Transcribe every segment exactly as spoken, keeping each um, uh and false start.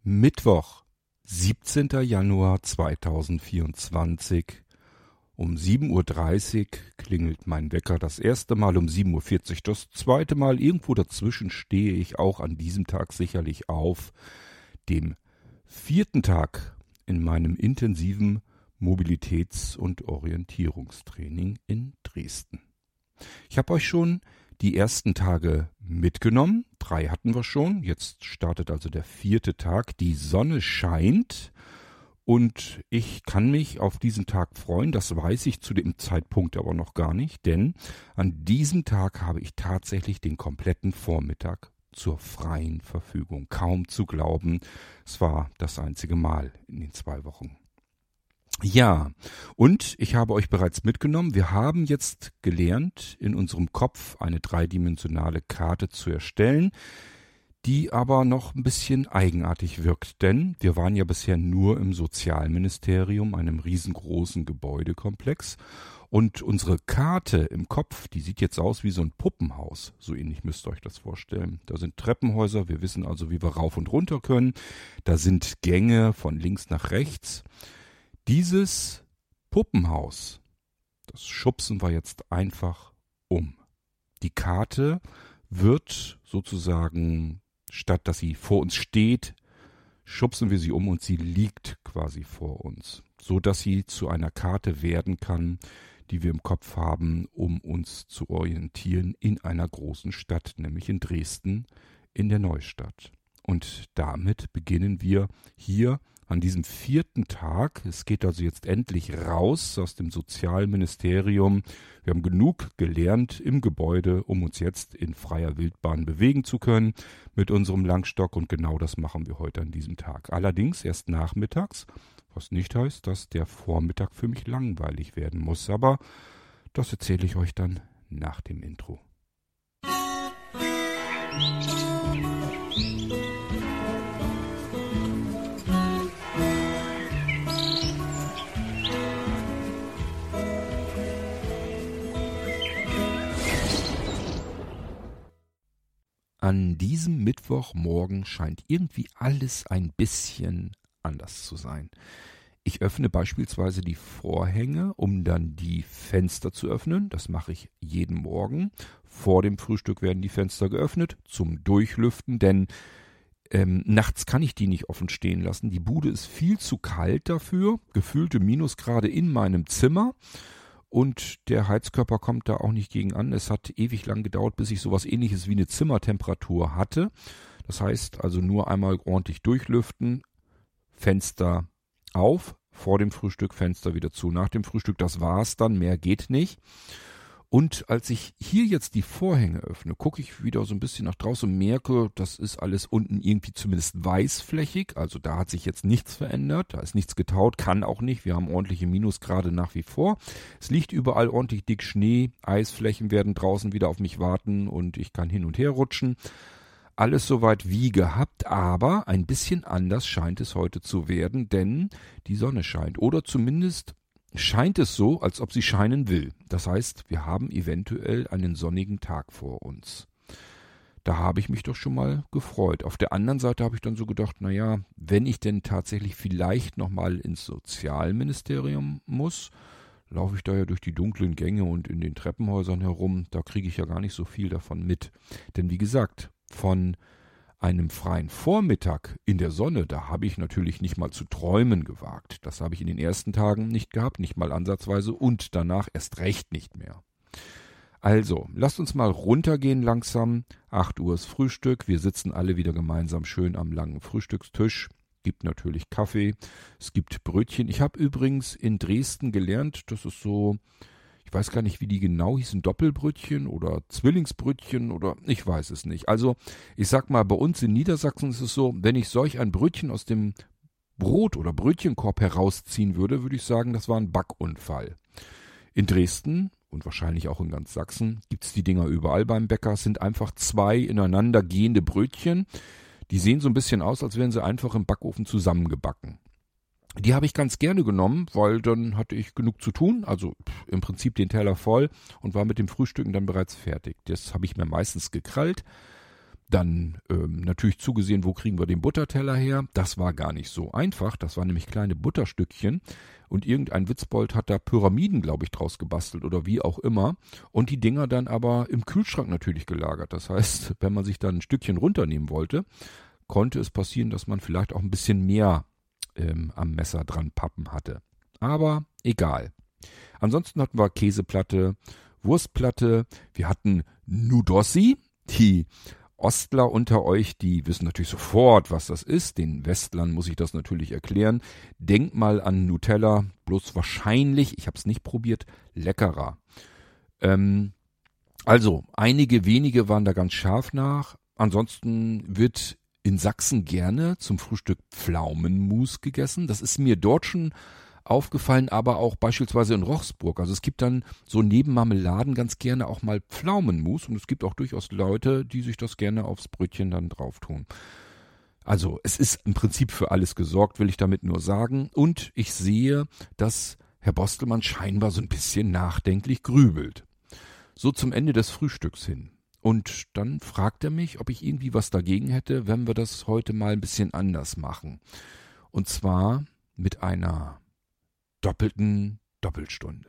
Mittwoch, siebzehnter Januar zweitausendvierundzwanzig. Um sieben Uhr dreißig klingelt mein Wecker das erste Mal, um sieben Uhr vierzig das zweite Mal. Irgendwo dazwischen stehe ich auch an diesem Tag sicherlich auf, dem vierten Tag in meinem intensiven Mobilitäts- und Orientierungstraining in Dresden. Ich habe euch schon die ersten Tage mitgenommen. Drei hatten wir schon. Jetzt startet also der vierte Tag. Die Sonne scheint und ich kann mich auf diesen Tag freuen. Das weiß ich zu dem Zeitpunkt aber noch gar nicht, denn an diesem Tag habe ich tatsächlich den kompletten Vormittag zur freien Verfügung. Kaum zu glauben, es war das einzige Mal in den zwei Wochen. Ja, und ich habe euch bereits mitgenommen, wir haben jetzt gelernt, in unserem Kopf eine dreidimensionale Karte zu erstellen, die aber noch ein bisschen eigenartig wirkt, denn wir waren ja bisher nur im Sozialministerium, einem riesengroßen Gebäudekomplex, und unsere Karte im Kopf, die sieht jetzt aus wie so ein Puppenhaus, so ähnlich müsst ihr euch das vorstellen. Da sind Treppenhäuser, wir wissen also, wie wir rauf und runter können, da sind Gänge von links nach rechts. Dieses Puppenhaus, das schubsen wir jetzt einfach um. Die Karte wird sozusagen, statt dass sie vor uns steht, schubsen wir sie um und sie liegt quasi vor uns, so dass sie zu einer Karte werden kann, die wir im Kopf haben, um uns zu orientieren in einer großen Stadt, nämlich in Dresden, in der Neustadt. Und damit beginnen wir hier an diesem vierten Tag. Es geht also jetzt endlich raus aus dem Sozialministerium. Wir haben genug gelernt im Gebäude, um uns jetzt in freier Wildbahn bewegen zu können mit unserem Langstock. Und genau das machen wir heute an diesem Tag. Allerdings erst nachmittags, was nicht heißt, dass der Vormittag für mich langweilig werden muss. Aber das erzähle ich euch dann nach dem Intro. An diesem Mittwochmorgen scheint irgendwie alles ein bisschen anders zu sein. Ich öffne beispielsweise die Vorhänge, um dann die Fenster zu öffnen. Das mache ich jeden Morgen. Vor dem Frühstück werden die Fenster geöffnet zum Durchlüften, denn ähm, nachts kann ich die nicht offen stehen lassen. Die Bude ist viel zu kalt dafür, gefühlte Minusgrade in meinem Zimmer. Und der Heizkörper kommt da auch nicht gegen an. Es hat ewig lang gedauert, bis ich sowas Ähnliches wie eine Zimmertemperatur hatte. Das heißt also nur einmal ordentlich durchlüften, Fenster auf, vor dem Frühstück Fenster wieder zu. Nach dem Frühstück, das war's dann, mehr geht nicht. Und als ich hier jetzt die Vorhänge öffne, gucke ich wieder so ein bisschen nach draußen und merke, das ist alles unten irgendwie zumindest weißflächig. Also da hat sich jetzt nichts verändert, da ist nichts getaut, kann auch nicht. Wir haben ordentliche Minusgrade nach wie vor. Es liegt überall ordentlich dick Schnee, Eisflächen werden draußen wieder auf mich warten und ich kann hin und her rutschen. Alles soweit wie gehabt, aber ein bisschen anders scheint es heute zu werden, denn die Sonne scheint. Oder zumindest scheint es so, als ob sie scheinen will. Das heißt, wir haben eventuell einen sonnigen Tag vor uns. Da habe ich mich doch schon mal gefreut. Auf der anderen Seite habe ich dann so gedacht, naja, wenn ich denn tatsächlich vielleicht nochmal ins Sozialministerium muss, laufe ich da ja durch die dunklen Gänge und in den Treppenhäusern herum, da kriege ich ja gar nicht so viel davon mit. Denn wie gesagt, von einem freien Vormittag in der Sonne, da habe ich natürlich nicht mal zu träumen gewagt. Das habe ich in den ersten Tagen nicht gehabt, nicht mal ansatzweise und danach erst recht nicht mehr. Also, lasst uns mal runtergehen langsam. acht Uhr ist Frühstück, wir sitzen alle wieder gemeinsam schön am langen Frühstückstisch. Gibt natürlich Kaffee, es gibt Brötchen. Ich habe übrigens in Dresden gelernt, das ist so, ich weiß gar nicht, wie die genau hießen, Doppelbrötchen oder Zwillingsbrötchen oder ich weiß es nicht. Also ich sag mal, bei uns in Niedersachsen ist es so, wenn ich solch ein Brötchen aus dem Brot- oder Brötchenkorb herausziehen würde, würde ich sagen, das war ein Backunfall. In Dresden und wahrscheinlich auch in ganz Sachsen gibt es die Dinger überall beim Bäcker. Es sind einfach zwei ineinander gehende Brötchen. Die sehen so ein bisschen aus, als wären sie einfach im Backofen zusammengebacken. Die habe ich ganz gerne genommen, weil dann hatte ich genug zu tun, also im Prinzip den Teller voll und war mit dem Frühstücken dann bereits fertig. Das habe ich mir meistens gekrallt, Dann ähm, natürlich zugesehen, wo kriegen wir den Butterteller her. Das war gar nicht so einfach. Das waren nämlich kleine Butterstückchen. Und irgendein Witzbold hat da Pyramiden, glaube ich, draus gebastelt oder wie auch immer. Und die Dinger dann aber im Kühlschrank natürlich gelagert. Das heißt, wenn man sich dann ein Stückchen runternehmen wollte, konnte es passieren, dass man vielleicht auch ein bisschen mehr ähm, am Messer dran pappen hatte. Aber egal. Ansonsten hatten wir Käseplatte, Wurstplatte, wir hatten Nudossi, die Ostler unter euch, die wissen natürlich sofort, was das ist. Den Westlern muss ich das natürlich erklären. Denkt mal an Nutella, bloß wahrscheinlich, ich habe es nicht probiert, leckerer. Ähm, also, einige wenige waren da ganz scharf nach. Ansonsten wird in Sachsen gerne zum Frühstück Pflaumenmus gegessen. Das ist mir dort schon aufgefallen, aber auch beispielsweise in Rochsburg. Also es gibt dann so neben Marmeladen ganz gerne auch mal Pflaumenmus und es gibt auch durchaus Leute, die sich das gerne aufs Brötchen dann drauf tun. Also es ist im Prinzip für alles gesorgt, will ich damit nur sagen. Und ich sehe, dass Herr Bostelmann scheinbar so ein bisschen nachdenklich grübelt. So zum Ende des Frühstücks hin. Und dann fragt er mich, ob ich irgendwie was dagegen hätte, wenn wir das heute mal ein bisschen anders machen. Und zwar mit einer doppelten Doppelstunde.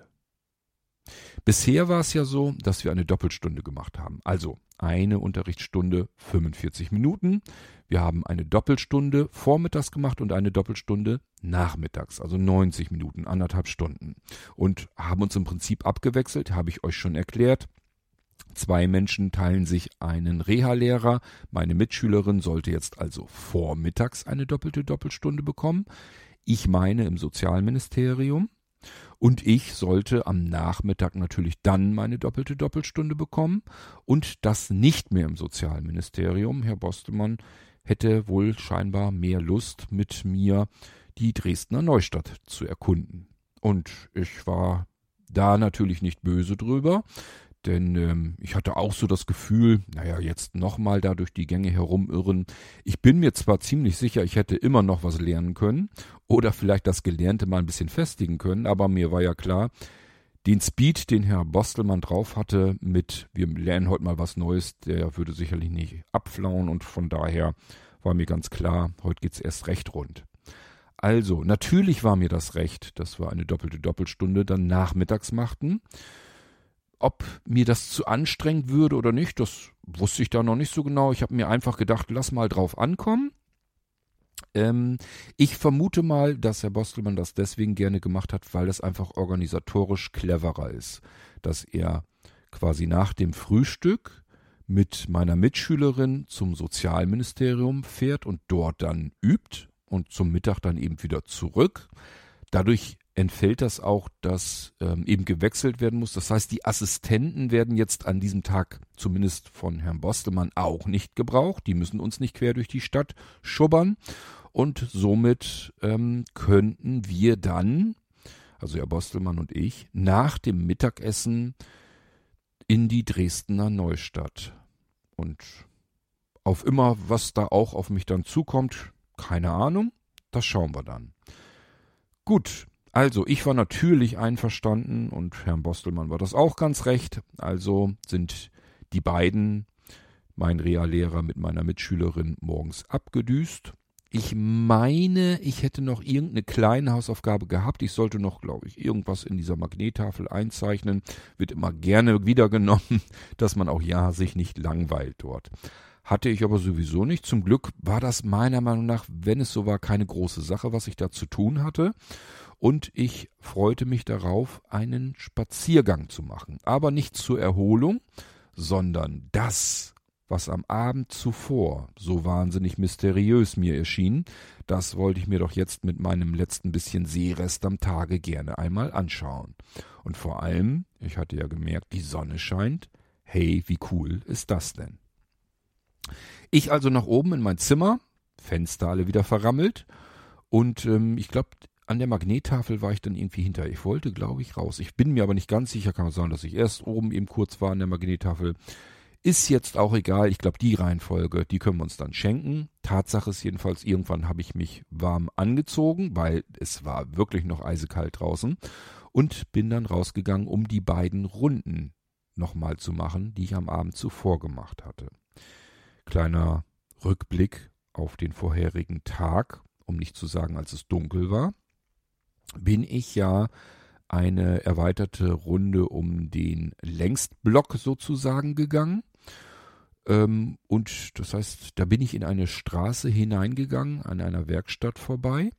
Bisher war es ja so, dass wir eine Doppelstunde gemacht haben. Also eine Unterrichtsstunde fünfundvierzig Minuten. Wir haben eine Doppelstunde vormittags gemacht und eine Doppelstunde nachmittags, also neunzig Minuten, anderthalb Stunden. Und haben uns im Prinzip abgewechselt, habe ich euch schon erklärt. Zwei Menschen teilen sich einen Reha-Lehrer. Meine Mitschülerin sollte jetzt also vormittags eine doppelte Doppelstunde bekommen. Ich meine im Sozialministerium. Und ich sollte am Nachmittag natürlich dann meine doppelte Doppelstunde bekommen. Und das nicht mehr im Sozialministerium. Herr Bostelmann hätte wohl scheinbar mehr Lust, mit mir die Dresdner Neustadt zu erkunden. Und ich war da natürlich nicht böse drüber. Denn ähm, ich hatte auch so das Gefühl, naja, jetzt nochmal da durch die Gänge herumirren. Ich bin mir zwar ziemlich sicher, ich hätte immer noch was lernen können oder vielleicht das Gelernte mal ein bisschen festigen können, aber mir war ja klar, den Speed, den Herr Bostelmann drauf hatte mit, wir lernen heute mal was Neues, der würde sicherlich nicht abflauen und von daher war mir ganz klar, heute geht's erst recht rund. Also, natürlich war mir das recht, dass wir eine doppelte Doppelstunde dann nachmittags machten. Ob mir das zu anstrengend würde oder nicht, das wusste ich da noch nicht so genau. Ich habe mir einfach gedacht, lass mal drauf ankommen. Ähm, ich vermute mal, dass Herr Bostelmann das deswegen gerne gemacht hat, weil das einfach organisatorisch cleverer ist. Dass er quasi nach dem Frühstück mit meiner Mitschülerin zum Sozialministerium fährt und dort dann übt und zum Mittag dann eben wieder zurück. Dadurch entfällt das auch, dass ähm, eben gewechselt werden muss. Das heißt, die Assistenten werden jetzt an diesem Tag zumindest von Herrn Bostelmann auch nicht gebraucht. Die müssen uns nicht quer durch die Stadt schubbern. Und somit ähm, könnten wir dann, also Herr Bostelmann und ich, nach dem Mittagessen in die Dresdner Neustadt. Und auf immer, was da auch auf mich dann zukommt, keine Ahnung, das schauen wir dann. Gut. Also, ich war natürlich einverstanden und Herrn Bostelmann war das auch ganz recht. Also sind die beiden, mein Reallehrer mit meiner Mitschülerin, morgens abgedüst. Ich meine, ich hätte noch irgendeine kleine Hausaufgabe gehabt. Ich sollte noch, glaube ich, irgendwas in dieser Magnettafel einzeichnen. Wird immer gerne wiedergenommen, dass man auch ja sich nicht langweilt dort. Hatte ich aber sowieso nicht. Zum Glück war das meiner Meinung nach, wenn es so war, keine große Sache, was ich da zu tun hatte. Und ich freute mich darauf, einen Spaziergang zu machen. Aber nicht zur Erholung, sondern das, was am Abend zuvor so wahnsinnig mysteriös mir erschien, das wollte ich mir doch jetzt mit meinem letzten bisschen Seerest am Tage gerne einmal anschauen. Und vor allem, ich hatte ja gemerkt, die Sonne scheint. Hey, wie cool ist das denn? Ich also nach oben in mein Zimmer, Fenster alle wieder verrammelt und ähm, ich glaube, an der Magnettafel war ich dann irgendwie hinter. Ich wollte, glaube ich, raus. Ich bin mir aber nicht ganz sicher, kann man sagen, dass ich erst oben eben kurz war an der Magnettafel. Ist jetzt auch egal. Ich glaube, die Reihenfolge, die können wir uns dann schenken. Tatsache ist jedenfalls, irgendwann habe ich mich warm angezogen, weil es war wirklich noch eisekalt draußen und bin dann rausgegangen, um die beiden Runden nochmal zu machen, die ich am Abend zuvor gemacht hatte. Kleiner Rückblick auf den vorherigen Tag, um nicht zu sagen, als es dunkel war, bin ich ja eine erweiterte Runde um den Längstblock sozusagen gegangen. Ähm, und das heißt, da bin ich in eine Straße hineingegangen, an einer Werkstatt vorbei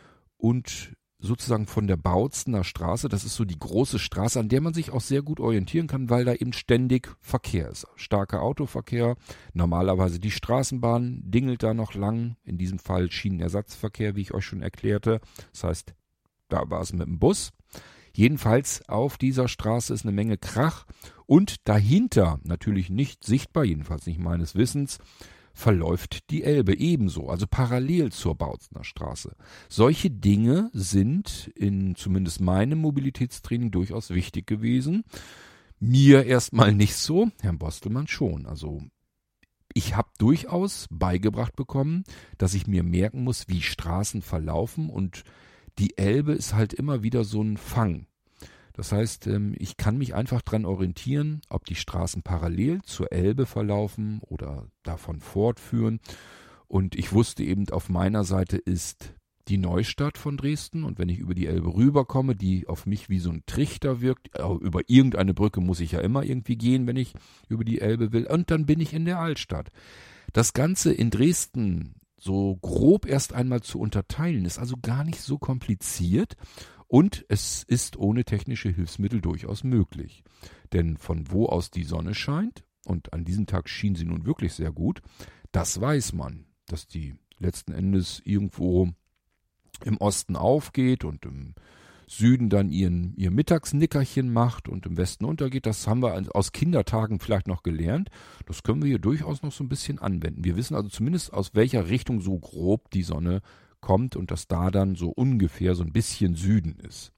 und sozusagen von der Bautzener Straße, das ist so die große Straße, an der man sich auch sehr gut orientieren kann, weil da eben ständig Verkehr ist. Starker Autoverkehr, normalerweise die Straßenbahn dingelt da noch lang, in diesem Fall Schienenersatzverkehr, wie ich euch schon erklärte. Das heißt, da war es mit dem Bus. Jedenfalls auf dieser Straße ist eine Menge Krach und dahinter, natürlich nicht sichtbar, jedenfalls nicht meines Wissens, verläuft die Elbe ebenso, also parallel zur Bautzener Straße. Solche Dinge sind in zumindest meinem Mobilitätstraining durchaus wichtig gewesen. Mir erstmal nicht so, Herrn Bostelmann schon. Also ich habe durchaus beigebracht bekommen, dass ich mir merken muss, wie Straßen verlaufen, und die Elbe ist halt immer wieder so ein Fang. Das heißt, ich kann mich einfach dran orientieren, ob die Straßen parallel zur Elbe verlaufen oder davon fortführen. Und ich wusste eben, auf meiner Seite ist die Neustadt von Dresden. Und wenn ich über die Elbe rüberkomme, die auf mich wie so ein Trichter wirkt, über irgendeine Brücke muss ich ja immer irgendwie gehen, wenn ich über die Elbe will. Und dann bin ich in der Altstadt. Das Ganze in Dresden so grob erst einmal zu unterteilen, ist also gar nicht so kompliziert. Und es ist ohne technische Hilfsmittel durchaus möglich. Denn von wo aus die Sonne scheint, und an diesem Tag schien sie nun wirklich sehr gut, das weiß man, dass die letzten Endes irgendwo im Osten aufgeht und im Süden dann ihren, ihr Mittagsnickerchen macht und im Westen untergeht. Das haben wir aus Kindertagen vielleicht noch gelernt. Das können wir hier durchaus noch so ein bisschen anwenden. Wir wissen also zumindest, aus welcher Richtung so grob die Sonne kommt und dass da dann so ungefähr so ein bisschen Süden ist.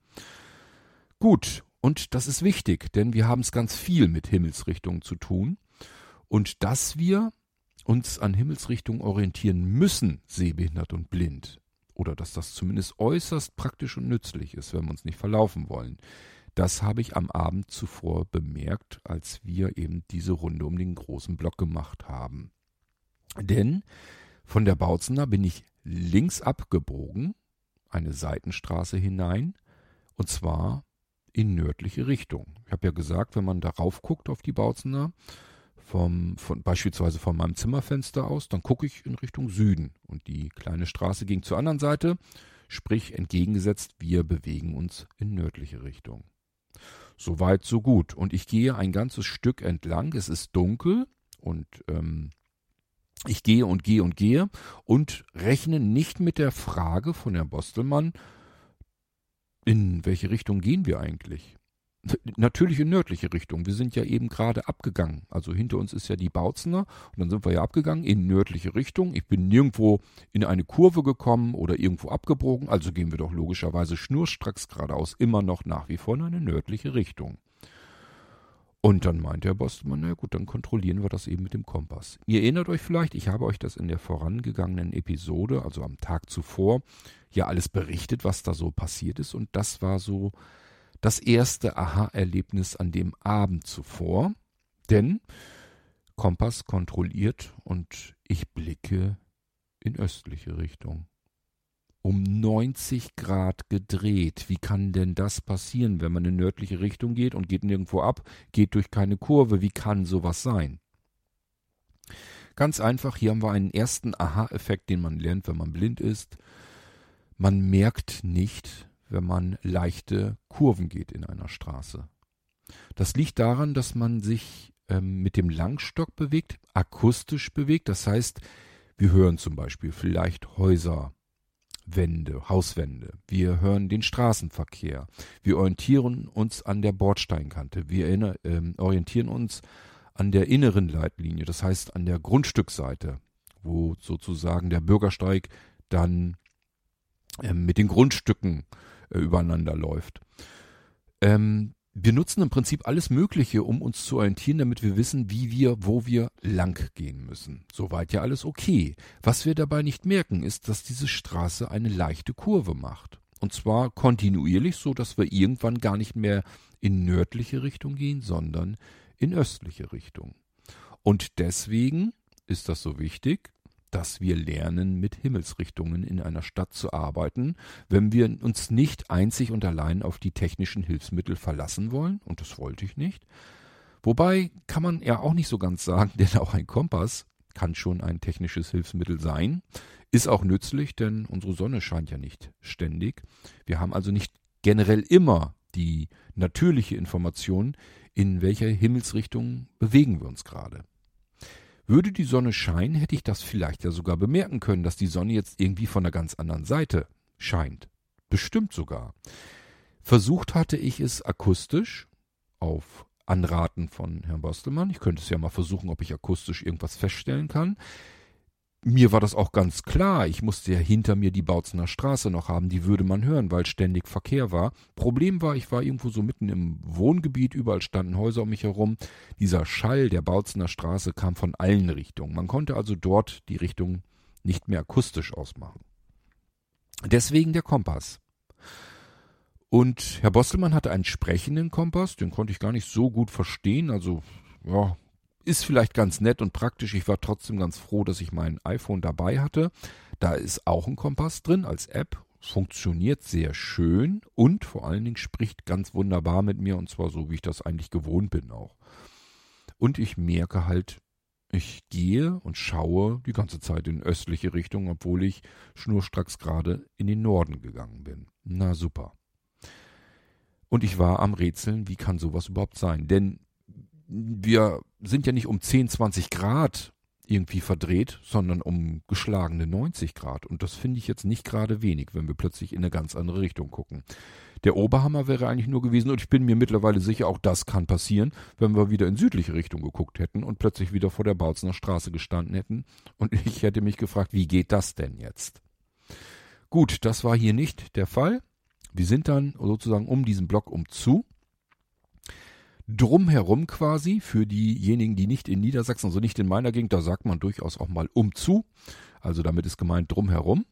Gut, und das ist wichtig, denn wir haben es ganz viel mit Himmelsrichtungen zu tun. Und dass wir uns an Himmelsrichtungen orientieren müssen, sehbehindert und blind, oder dass das zumindest äußerst praktisch und nützlich ist, wenn wir uns nicht verlaufen wollen, das habe ich am Abend zuvor bemerkt, als wir eben diese Runde um den großen Block gemacht haben. Denn von der Bautzener bin ich links abgebogen, eine Seitenstraße hinein, und zwar in nördliche Richtung. Ich habe ja gesagt, wenn man darauf guckt auf die Bautzener, vom, von, beispielsweise von meinem Zimmerfenster aus, dann gucke ich in Richtung Süden. Und die kleine Straße ging zur anderen Seite, sprich entgegengesetzt, wir bewegen uns in nördliche Richtung. Soweit, so gut. Und ich gehe ein ganzes Stück entlang, es ist dunkel und ähm, ich gehe und gehe und gehe und rechne nicht mit der Frage von Herrn Bostelmann, in welche Richtung gehen wir eigentlich? Natürlich in nördliche Richtung. Wir sind ja eben gerade abgegangen. Also hinter uns ist ja die Bautzener und dann sind wir ja abgegangen in nördliche Richtung. Ich bin nirgendwo in eine Kurve gekommen oder irgendwo abgebogen. Also gehen wir doch logischerweise schnurstracks geradeaus immer noch nach wie vor in eine nördliche Richtung. Und dann meinte Herr Bostelmann, na gut, dann kontrollieren wir das eben mit dem Kompass. Ihr erinnert euch vielleicht, ich habe euch das in der vorangegangenen Episode, also am Tag zuvor, ja alles berichtet, was da so passiert ist. Und das war so das erste Aha-Erlebnis an dem Abend zuvor. Denn Kompass kontrolliert und ich blicke in östliche Richtung. Um neunzig Grad gedreht. Wie kann denn das passieren, wenn man in nördliche Richtung geht und geht nirgendwo ab, geht durch keine Kurve? Wie kann sowas sein? Ganz einfach, hier haben wir einen ersten Aha-Effekt, den man lernt, wenn man blind ist. Man merkt nicht, wenn man leichte Kurven geht in einer Straße. Das liegt daran, dass man sich ähm, mit dem Langstock bewegt, akustisch bewegt. Das heißt, wir hören zum Beispiel vielleicht Häuser, Wände, Hauswände. Wir hören den Straßenverkehr. Wir orientieren uns an der Bordsteinkante. Wir erinner, äh, orientieren uns an der inneren Leitlinie, das heißt an der Grundstückseite, wo sozusagen der Bürgersteig dann äh, mit den Grundstücken äh, übereinander läuft. Ähm, wir nutzen im Prinzip alles Mögliche, um uns zu orientieren, damit wir wissen, wie wir, wo wir lang gehen müssen. Soweit ja alles okay. Was wir dabei nicht merken, ist, dass diese Straße eine leichte Kurve macht. Und zwar kontinuierlich, so dass wir irgendwann gar nicht mehr in nördliche Richtung gehen, sondern in östliche Richtung. Und deswegen ist das so wichtig, dass wir lernen, mit Himmelsrichtungen in einer Stadt zu arbeiten, wenn wir uns nicht einzig und allein auf die technischen Hilfsmittel verlassen wollen, und das wollte ich nicht. Wobei kann man ja auch nicht so ganz sagen, denn auch ein Kompass kann schon ein technisches Hilfsmittel sein, ist auch nützlich, denn unsere Sonne scheint ja nicht ständig. Wir haben also nicht generell immer die natürliche Information, in welcher Himmelsrichtung bewegen wir uns gerade. Würde die Sonne scheinen, hätte ich das vielleicht ja sogar bemerken können, dass die Sonne jetzt irgendwie von einer ganz anderen Seite scheint. Bestimmt sogar. Versucht hatte ich es akustisch auf Anraten von Herrn Bostelmann. Ich könnte es ja mal versuchen, ob ich akustisch irgendwas feststellen kann. Mir war das auch ganz klar. Ich musste ja hinter mir die Bautzener Straße noch haben. Die würde man hören, weil ständig Verkehr war. Problem war, ich war irgendwo so mitten im Wohngebiet. Überall standen Häuser um mich herum. Dieser Schall der Bautzener Straße kam von allen Richtungen. Man konnte also dort die Richtung nicht mehr akustisch ausmachen. Deswegen der Kompass. Und Herr Bostelmann hatte einen sprechenden Kompass. Den konnte ich gar nicht so gut verstehen. Also, ja... Ist vielleicht ganz nett und praktisch. Ich war trotzdem ganz froh, dass ich mein iPhone dabei hatte. Da ist auch ein Kompass drin als App. Funktioniert sehr schön und vor allen Dingen spricht ganz wunderbar mit mir und zwar so, wie ich das eigentlich gewohnt bin auch. Und ich merke halt, ich gehe und schaue die ganze Zeit in östliche Richtung, obwohl ich schnurstracks gerade in den Norden gegangen bin. Na super. Und ich war am Rätseln, wie kann sowas überhaupt sein? Denn wir sind ja nicht um zehn, zwanzig Grad irgendwie verdreht, sondern um geschlagene neunzig Grad. Und das finde ich jetzt nicht gerade wenig, wenn wir plötzlich in eine ganz andere Richtung gucken. Der Oberhammer wäre eigentlich nur gewesen, und ich bin mir mittlerweile sicher, auch das kann passieren, wenn wir wieder in südliche Richtung geguckt hätten und plötzlich wieder vor der Bautzener Straße gestanden hätten. Und ich hätte mich gefragt, wie geht das denn jetzt? Gut, das war hier nicht der Fall. Wir sind dann sozusagen um diesen Block umzu. Drumherum quasi, für diejenigen, die nicht in Niedersachsen, also nicht in meiner Gegend, da sagt man durchaus auch mal umzu. Also damit ist gemeint drumherum.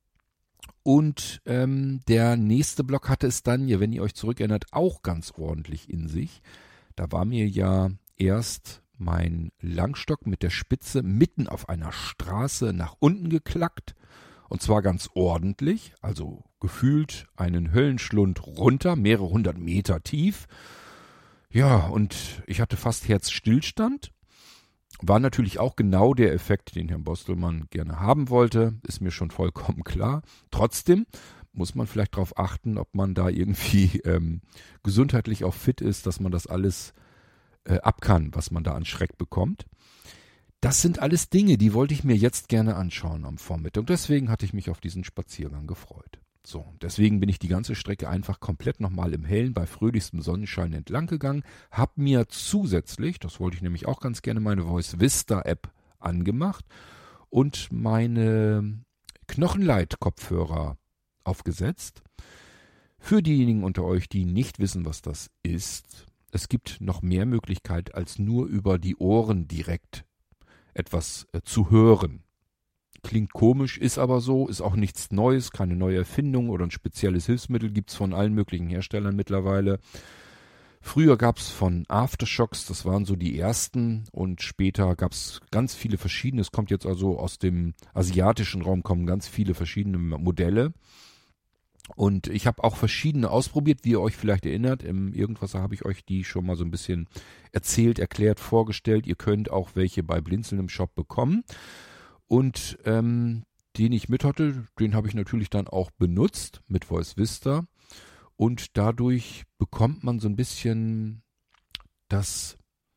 Und ähm, der nächste Block hatte es dann, ja, wenn ihr euch zurückerinnert, auch ganz ordentlich in sich. Da war mir ja erst mein Langstock mit der Spitze mitten auf einer Straße nach unten geklackt. Und zwar ganz ordentlich, also gefühlt einen Höllenschlund runter, mehrere hundert Meter tief. Ja, und ich hatte fast Herzstillstand. War natürlich auch genau der Effekt, den Herr Bostelmann gerne haben wollte. Ist mir schon vollkommen klar. Trotzdem muss man vielleicht darauf achten, ob man da irgendwie ähm, gesundheitlich auch fit ist, dass man das alles äh, ab kann, was man da an Schreck bekommt. Das sind alles Dinge, die wollte ich mir jetzt gerne anschauen am Vormittag. Und deswegen hatte ich mich auf diesen Spaziergang gefreut. So, deswegen bin ich die ganze Strecke einfach komplett nochmal im Hellen bei fröhlichstem Sonnenschein entlang gegangen, habe mir zusätzlich, das wollte ich nämlich auch ganz gerne, meine Voice Vista App angemacht und meine Knochenleit-Kopfhörer aufgesetzt. Für diejenigen unter euch, die nicht wissen, was das ist, es gibt noch mehr Möglichkeit, als nur über die Ohren direkt etwas äh, zu hören. Klingt komisch, ist aber so, ist auch nichts Neues, keine neue Erfindung oder ein spezielles Hilfsmittel, gibt's von allen möglichen Herstellern mittlerweile. Früher gab's von Aftershocks, das waren so die ersten, und später gab's ganz viele verschiedene. Es kommt jetzt also aus dem asiatischen Raum, kommen ganz viele verschiedene Modelle. Und ich habe auch verschiedene ausprobiert, wie ihr euch vielleicht erinnert. Im Irgendwas habe ich euch die schon mal so ein bisschen erzählt, erklärt, vorgestellt. Ihr könnt auch welche bei Blinzeln im Shop bekommen. Und ähm, den ich mit hatte, den habe ich natürlich dann auch benutzt mit Voice Vista. Und dadurch bekommt man so ein bisschen das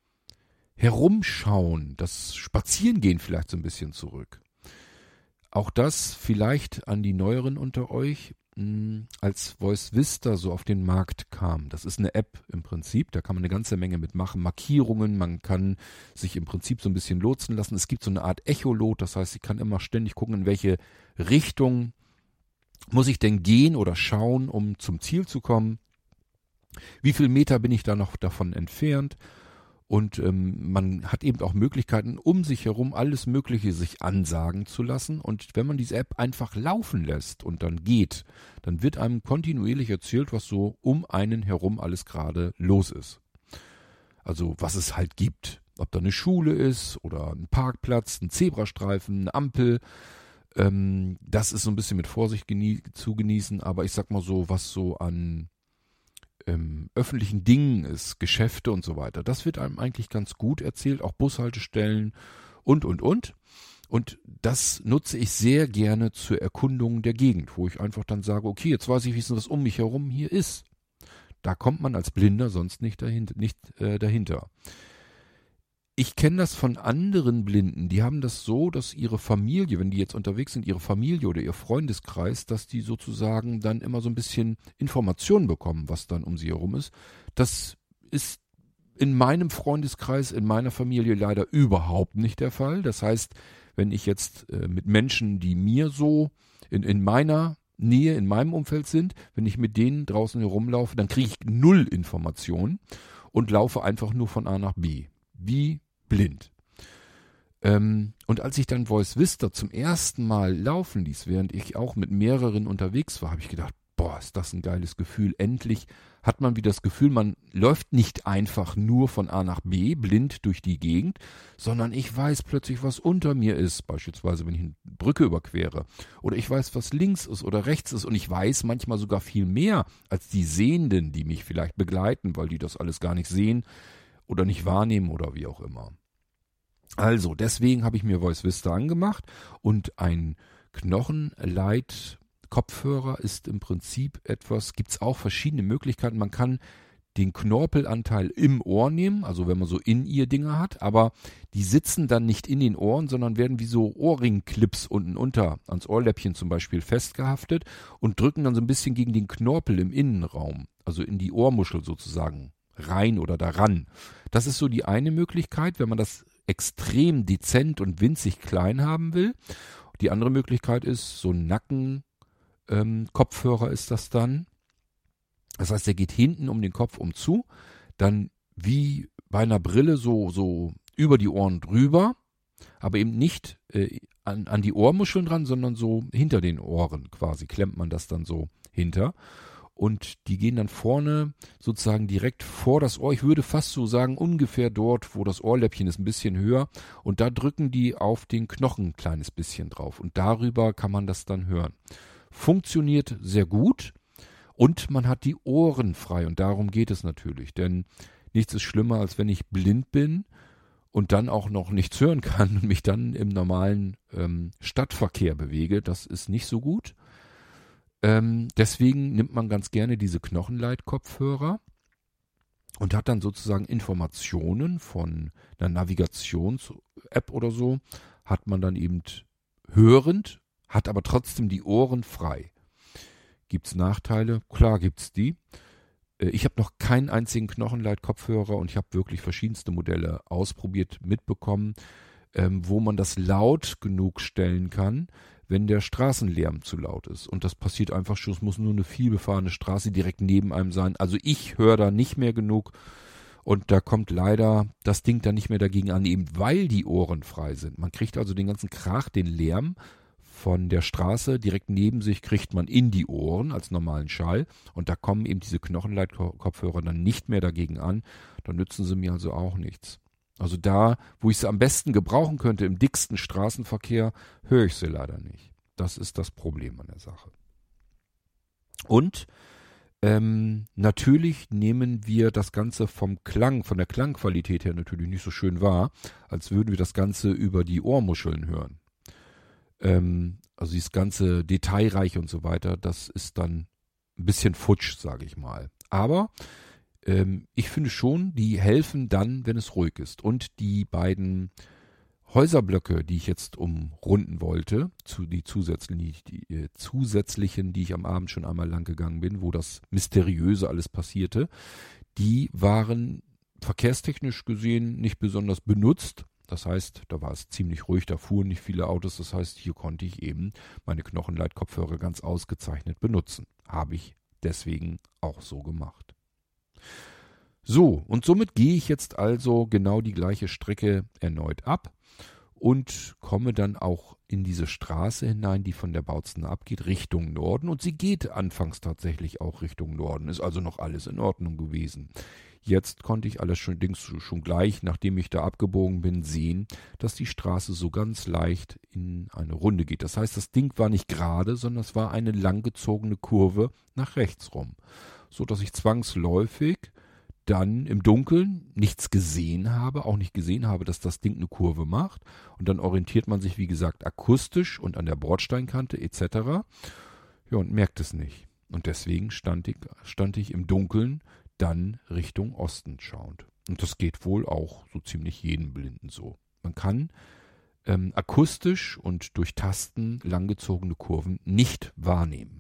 Herumschauen, das Spazierengehen vielleicht so ein bisschen zurück. Auch das vielleicht an die Neueren unter euch, mh, als Voice Vista so auf den Markt kam. Das ist eine App im Prinzip, da kann man eine ganze Menge mitmachen. Markierungen, man kann sich im Prinzip so ein bisschen lotsen lassen. Es gibt so eine Art Echolot, das heißt, ich kann immer ständig gucken, in welche Richtung muss ich denn gehen oder schauen, um zum Ziel zu kommen. Wie viel Meter bin ich da noch davon entfernt? Und ähm, man hat eben auch Möglichkeiten, um sich herum alles Mögliche sich ansagen zu lassen. Und wenn man diese App einfach laufen lässt und dann geht, dann wird einem kontinuierlich erzählt, was so um einen herum alles gerade los ist. Also was es halt gibt. ob da eine Schule ist oder ein Parkplatz, ein Zebrastreifen, eine Ampel. Ähm, das ist so ein bisschen mit Vorsicht genie- zu genießen, aber ich sag mal so, was so an ähm, öffentlichen Dingen ist, Geschäfte und so weiter, das wird einem eigentlich ganz gut erzählt, auch Bushaltestellen und, und, und. Und das nutze ich sehr gerne zur Erkundung der Gegend, wo ich einfach dann sage, okay, jetzt weiß ich, wie es was um mich herum hier ist. Da kommt man als Blinder sonst nicht dahinter. Nicht, äh, dahinter. Ich kenne das von anderen Blinden, die haben das so, dass ihre Familie, wenn die jetzt unterwegs sind, ihre Familie oder ihr Freundeskreis, dass die sozusagen dann immer so ein bisschen Informationen bekommen, was dann um sie herum ist. Das ist in meinem Freundeskreis, in meiner Familie leider überhaupt nicht der Fall. Das heißt, wenn ich jetzt äh, mit Menschen, die mir so in, in meiner Nähe, in meinem Umfeld sind, wenn ich mit denen draußen herumlaufe, dann kriege ich null Informationen und laufe einfach nur von A nach B. Wie blind. Ähm, und als ich dann Voice Vista zum ersten Mal laufen ließ, während ich auch mit mehreren unterwegs war, habe ich gedacht, boah, ist das ein geiles Gefühl. Endlich hat man wieder das Gefühl, man läuft nicht einfach nur von A nach B blind durch die Gegend, sondern ich weiß plötzlich, was unter mir ist. Beispielsweise, wenn ich eine Brücke überquere. Oder ich weiß, was links ist oder rechts ist. Und ich weiß manchmal sogar viel mehr als die Sehenden, die mich vielleicht begleiten, weil die das alles gar nicht sehen oder nicht wahrnehmen oder wie auch immer. Also, deswegen habe ich mir Voice Vista angemacht und ein Knochenleit Kopfhörer ist im Prinzip etwas, gibt es auch verschiedene Möglichkeiten. Man kann den Knorpelanteil im Ohr nehmen, also wenn man so In-Ear-Dinger hat, aber die sitzen dann nicht in den Ohren, sondern werden wie so Ohrring-Clips unten unter, ans Ohrläppchen zum Beispiel, festgehaftet und drücken dann so ein bisschen gegen den Knorpel im Innenraum, also in die Ohrmuschel sozusagen rein oder daran. Das ist so die eine Möglichkeit, wenn man das extrem dezent und winzig klein haben will. Die andere Möglichkeit ist, so ein Nacken Ähm, Kopfhörer ist das dann. Das heißt, der geht hinten um den Kopf um zu, dann wie bei einer Brille so, so über die Ohren drüber, aber eben nicht äh, an, an die Ohrmuscheln dran, sondern so hinter den Ohren quasi, klemmt man das dann so hinter. Und die gehen dann vorne sozusagen direkt vor das Ohr. Ich würde fast so sagen, ungefähr dort, wo das Ohrläppchen ist, ein bisschen höher. Und da drücken die auf den Knochen ein kleines bisschen drauf. Und darüber kann man das dann hören. Funktioniert sehr gut und man hat die Ohren frei und darum geht es natürlich, denn nichts ist schlimmer, als wenn ich blind bin und dann auch noch nichts hören kann und mich dann im normalen ähm, Stadtverkehr bewege. Das ist nicht so gut. Ähm, deswegen nimmt man ganz gerne diese Knochenleit-Kopfhörer und hat dann sozusagen Informationen von einer Navigations-App oder so, hat man dann eben hörend, hat aber trotzdem die Ohren frei. Gibt's Nachteile? Klar gibt's die. Ich habe noch keinen einzigen Knochenleit-Kopfhörer und ich habe wirklich verschiedenste Modelle ausprobiert, mitbekommen, ähm, wo man das laut genug stellen kann, wenn der Straßenlärm zu laut ist. Und das passiert einfach schon, es muss nur eine vielbefahrene Straße direkt neben einem sein. Also ich höre da nicht mehr genug und da kommt leider das Ding dann nicht mehr dagegen an, eben weil die Ohren frei sind. Man kriegt also den ganzen Krach, den Lärm von der Straße direkt neben sich kriegt man in die Ohren als normalen Schall und da kommen eben diese Knochenleit-Kopfhörer dann nicht mehr dagegen an. Da nützen sie mir also auch nichts. Also da, wo ich sie am besten gebrauchen könnte, im dicksten Straßenverkehr, höre ich sie leider nicht. Das ist das Problem an der Sache. Und ähm, natürlich nehmen wir das Ganze vom Klang, von der Klangqualität her natürlich nicht so schön wahr, als würden wir das Ganze über die Ohrmuscheln hören. Ähm, also dieses ganze Detailreich und so weiter, das ist dann ein bisschen futsch, sage ich mal. Aber ähm, ich finde schon, die helfen dann, wenn es ruhig ist. Und die beiden Häuserblöcke, die ich jetzt umrunden wollte, zu, die, zusätzlichen, die, die äh, zusätzlichen, die ich am Abend schon einmal lang gegangen bin, wo das Mysteriöse alles passierte, die waren verkehrstechnisch gesehen nicht besonders benutzt. Das heißt, da war es ziemlich ruhig, da fuhren nicht viele Autos. Das heißt, hier konnte ich eben meine Knochenleit-Kopfhörer ganz ausgezeichnet benutzen. Habe ich deswegen auch so gemacht. So, und somit gehe ich jetzt also genau die gleiche Strecke erneut ab und komme dann auch in diese Straße hinein, die von der Bautzner abgeht, Richtung Norden. Und sie geht anfangs tatsächlich auch Richtung Norden, ist also noch alles in Ordnung gewesen. Jetzt konnte ich alles schon, schon gleich, nachdem ich da abgebogen bin, sehen, dass die Straße so ganz leicht in eine Runde geht. Das heißt, das Ding war nicht gerade, sondern es war eine langgezogene Kurve nach rechts rum, so dass ich zwangsläufig dann im Dunkeln nichts gesehen habe, auch nicht gesehen habe, dass das Ding eine Kurve macht. Und dann orientiert man sich, wie gesagt, akustisch und an der Bordsteinkante et cetera. Ja, und merkt es nicht. Und deswegen stand ich, stand ich im Dunkeln dann Richtung Osten schauend. Und das geht wohl auch so ziemlich jedem Blinden so. Man kann ähm, akustisch und durch Tasten langgezogene Kurven nicht wahrnehmen.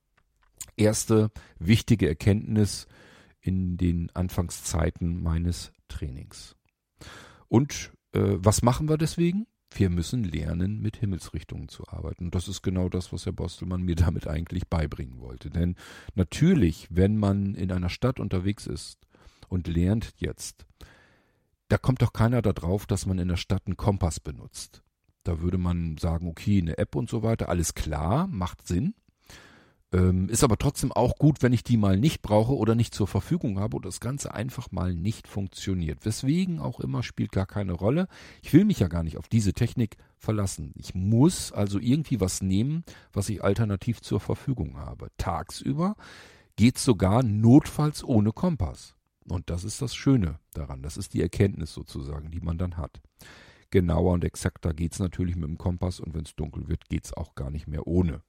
Erste wichtige Erkenntnis in den Anfangszeiten meines Trainings. Und äh, was machen wir deswegen? Wir müssen lernen, mit Himmelsrichtungen zu arbeiten. Und das ist genau das, was Herr Bostelmann mir damit eigentlich beibringen wollte. Denn natürlich, wenn man in einer Stadt unterwegs ist und lernt jetzt, da kommt doch keiner da drauf, dass man in der Stadt einen Kompass benutzt. Da würde man sagen, okay, eine App und so weiter, alles klar, macht Sinn. Ähm, ist aber trotzdem auch gut, wenn ich die mal nicht brauche oder nicht zur Verfügung habe oder das Ganze einfach mal nicht funktioniert. Weswegen auch immer, spielt gar keine Rolle. Ich will mich ja gar nicht auf diese Technik verlassen. Ich muss also irgendwie was nehmen, was ich alternativ zur Verfügung habe. Tagsüber geht sogar notfalls ohne Kompass. Und das ist das Schöne daran. Das ist die Erkenntnis sozusagen, die man dann hat. Genauer und exakter geht's natürlich mit dem Kompass und wenn es dunkel wird, geht's auch gar nicht mehr ohne.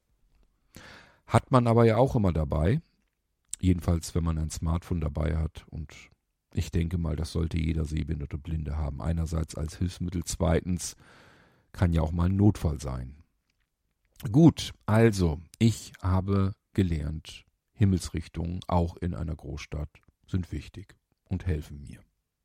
Hat man aber ja auch immer dabei, jedenfalls wenn man ein Smartphone dabei hat und ich denke mal, das sollte jeder sehbehinderte Blinde haben. Einerseits als Hilfsmittel, zweitens kann ja auch mal ein Notfall sein. Gut, also ich habe gelernt, Himmelsrichtungen auch in einer Großstadt sind wichtig und helfen mir.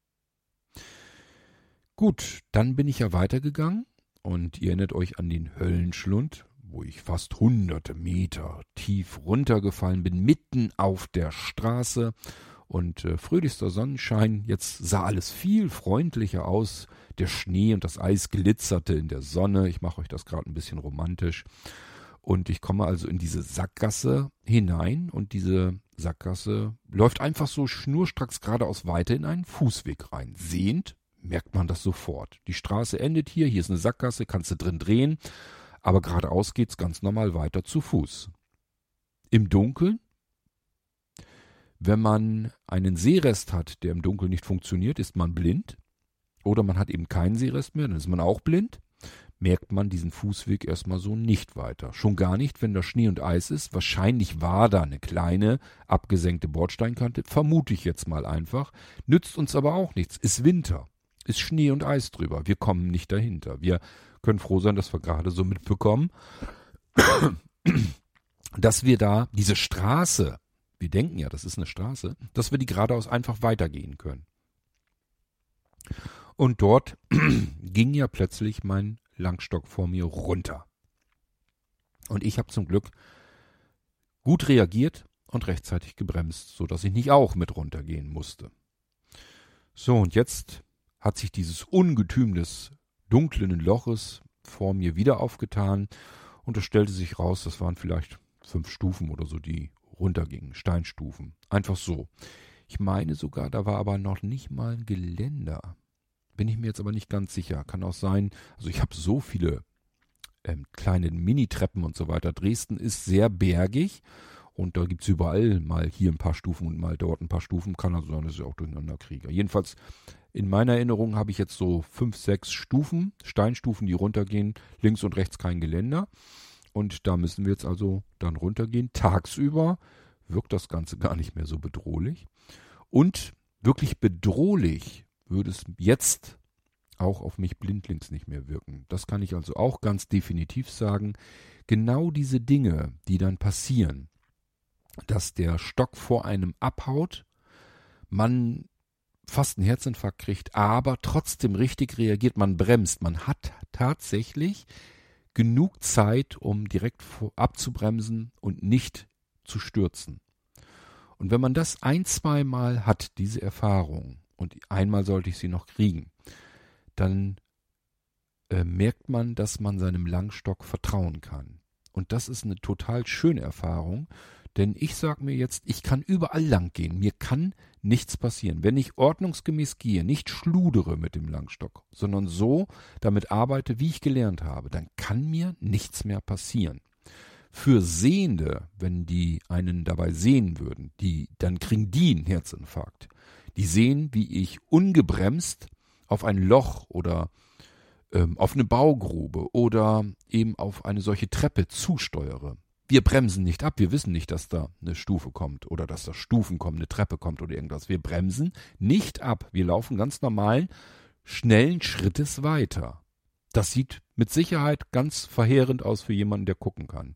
Gut, dann bin ich ja weitergegangen und ihr erinnert euch an den Höllenschlund, wo ich fast hunderte Meter tief runtergefallen bin, mitten auf der Straße und äh, fröhlichster Sonnenschein. Jetzt sah alles viel freundlicher aus. Der Schnee und das Eis glitzerte in der Sonne. Ich mache euch das gerade ein bisschen romantisch. Und ich komme also in diese Sackgasse hinein und diese Sackgasse läuft einfach so schnurstracks geradeaus weiter in einen Fußweg rein. Sehend merkt man das sofort. Die Straße endet hier, hier ist eine Sackgasse, kannst du drin drehen. Aber geradeaus geht's ganz normal weiter zu Fuß. Im Dunkeln, wenn man einen Sehrest hat, der im Dunkeln nicht funktioniert, ist man blind. Oder man hat eben keinen Sehrest mehr, dann ist man auch blind. Merkt man diesen Fußweg erstmal so nicht weiter. Schon gar nicht, wenn da Schnee und Eis ist. Wahrscheinlich war da eine kleine, abgesenkte Bordsteinkante. Vermute ich jetzt mal einfach. Nützt uns aber auch nichts. Ist Winter. Ist Schnee und Eis drüber. Wir kommen nicht dahinter. Wir können froh sein, dass wir gerade so mitbekommen, dass wir da diese Straße, wir denken ja, das ist eine Straße, dass wir die geradeaus einfach weitergehen können. Und dort ging ja plötzlich mein Langstock vor mir runter. Und ich habe zum Glück gut reagiert und rechtzeitig gebremst, sodass ich nicht auch mit runtergehen musste. So, und jetzt hat sich dieses Ungetüm des dunklen Loches vor mir wieder aufgetan und es stellte sich raus, das waren vielleicht fünf Stufen oder so, die runtergingen, Steinstufen. Einfach so. Ich meine sogar, da war aber noch nicht mal ein Geländer. Bin ich mir jetzt aber nicht ganz sicher. Kann auch sein, also ich habe so viele ähm, kleine Mini-Treppen und so weiter. Dresden ist sehr bergig und da gibt's überall mal hier ein paar Stufen und mal dort ein paar Stufen. Kann also sein, dass ich auch durcheinander kriege. Jedenfalls in meiner Erinnerung habe ich jetzt so fünf, sechs Stufen, Steinstufen, die runtergehen. Links und rechts kein Geländer. Und da müssen wir jetzt also dann runtergehen. Tagsüber wirkt das Ganze gar nicht mehr so bedrohlich. Und wirklich bedrohlich würde es jetzt auch auf mich blindlings nicht mehr wirken. Das kann ich also auch ganz definitiv sagen. Genau diese Dinge, die dann passieren, dass der Stock vor einem abhaut, man fast einen Herzinfarkt kriegt, aber trotzdem richtig reagiert, man bremst. Man hat tatsächlich genug Zeit, um direkt abzubremsen und nicht zu stürzen. Und wenn man das ein, zwei Mal hat, diese Erfahrung, und einmal sollte ich sie noch kriegen, dann äh, merkt man, dass man seinem Langstock vertrauen kann. Und das ist eine total schöne Erfahrung, denn ich sage mir jetzt, ich kann überall lang gehen. Mir kann nichts passieren. Wenn ich ordnungsgemäß gehe, nicht schludere mit dem Langstock, sondern so damit arbeite, wie ich gelernt habe, dann kann mir nichts mehr passieren. Für Sehende, wenn die einen dabei sehen würden, die, dann kriegen die einen Herzinfarkt. Die sehen, wie ich ungebremst auf ein Loch oder ähm, auf eine Baugrube oder eben auf eine solche Treppe zusteuere. Wir bremsen nicht ab, wir wissen nicht, dass da eine Stufe kommt oder dass da Stufen kommen, eine Treppe kommt oder irgendwas. Wir bremsen nicht ab, wir laufen ganz normalen, schnellen Schrittes weiter. Das sieht mit Sicherheit ganz verheerend aus für jemanden, der gucken kann.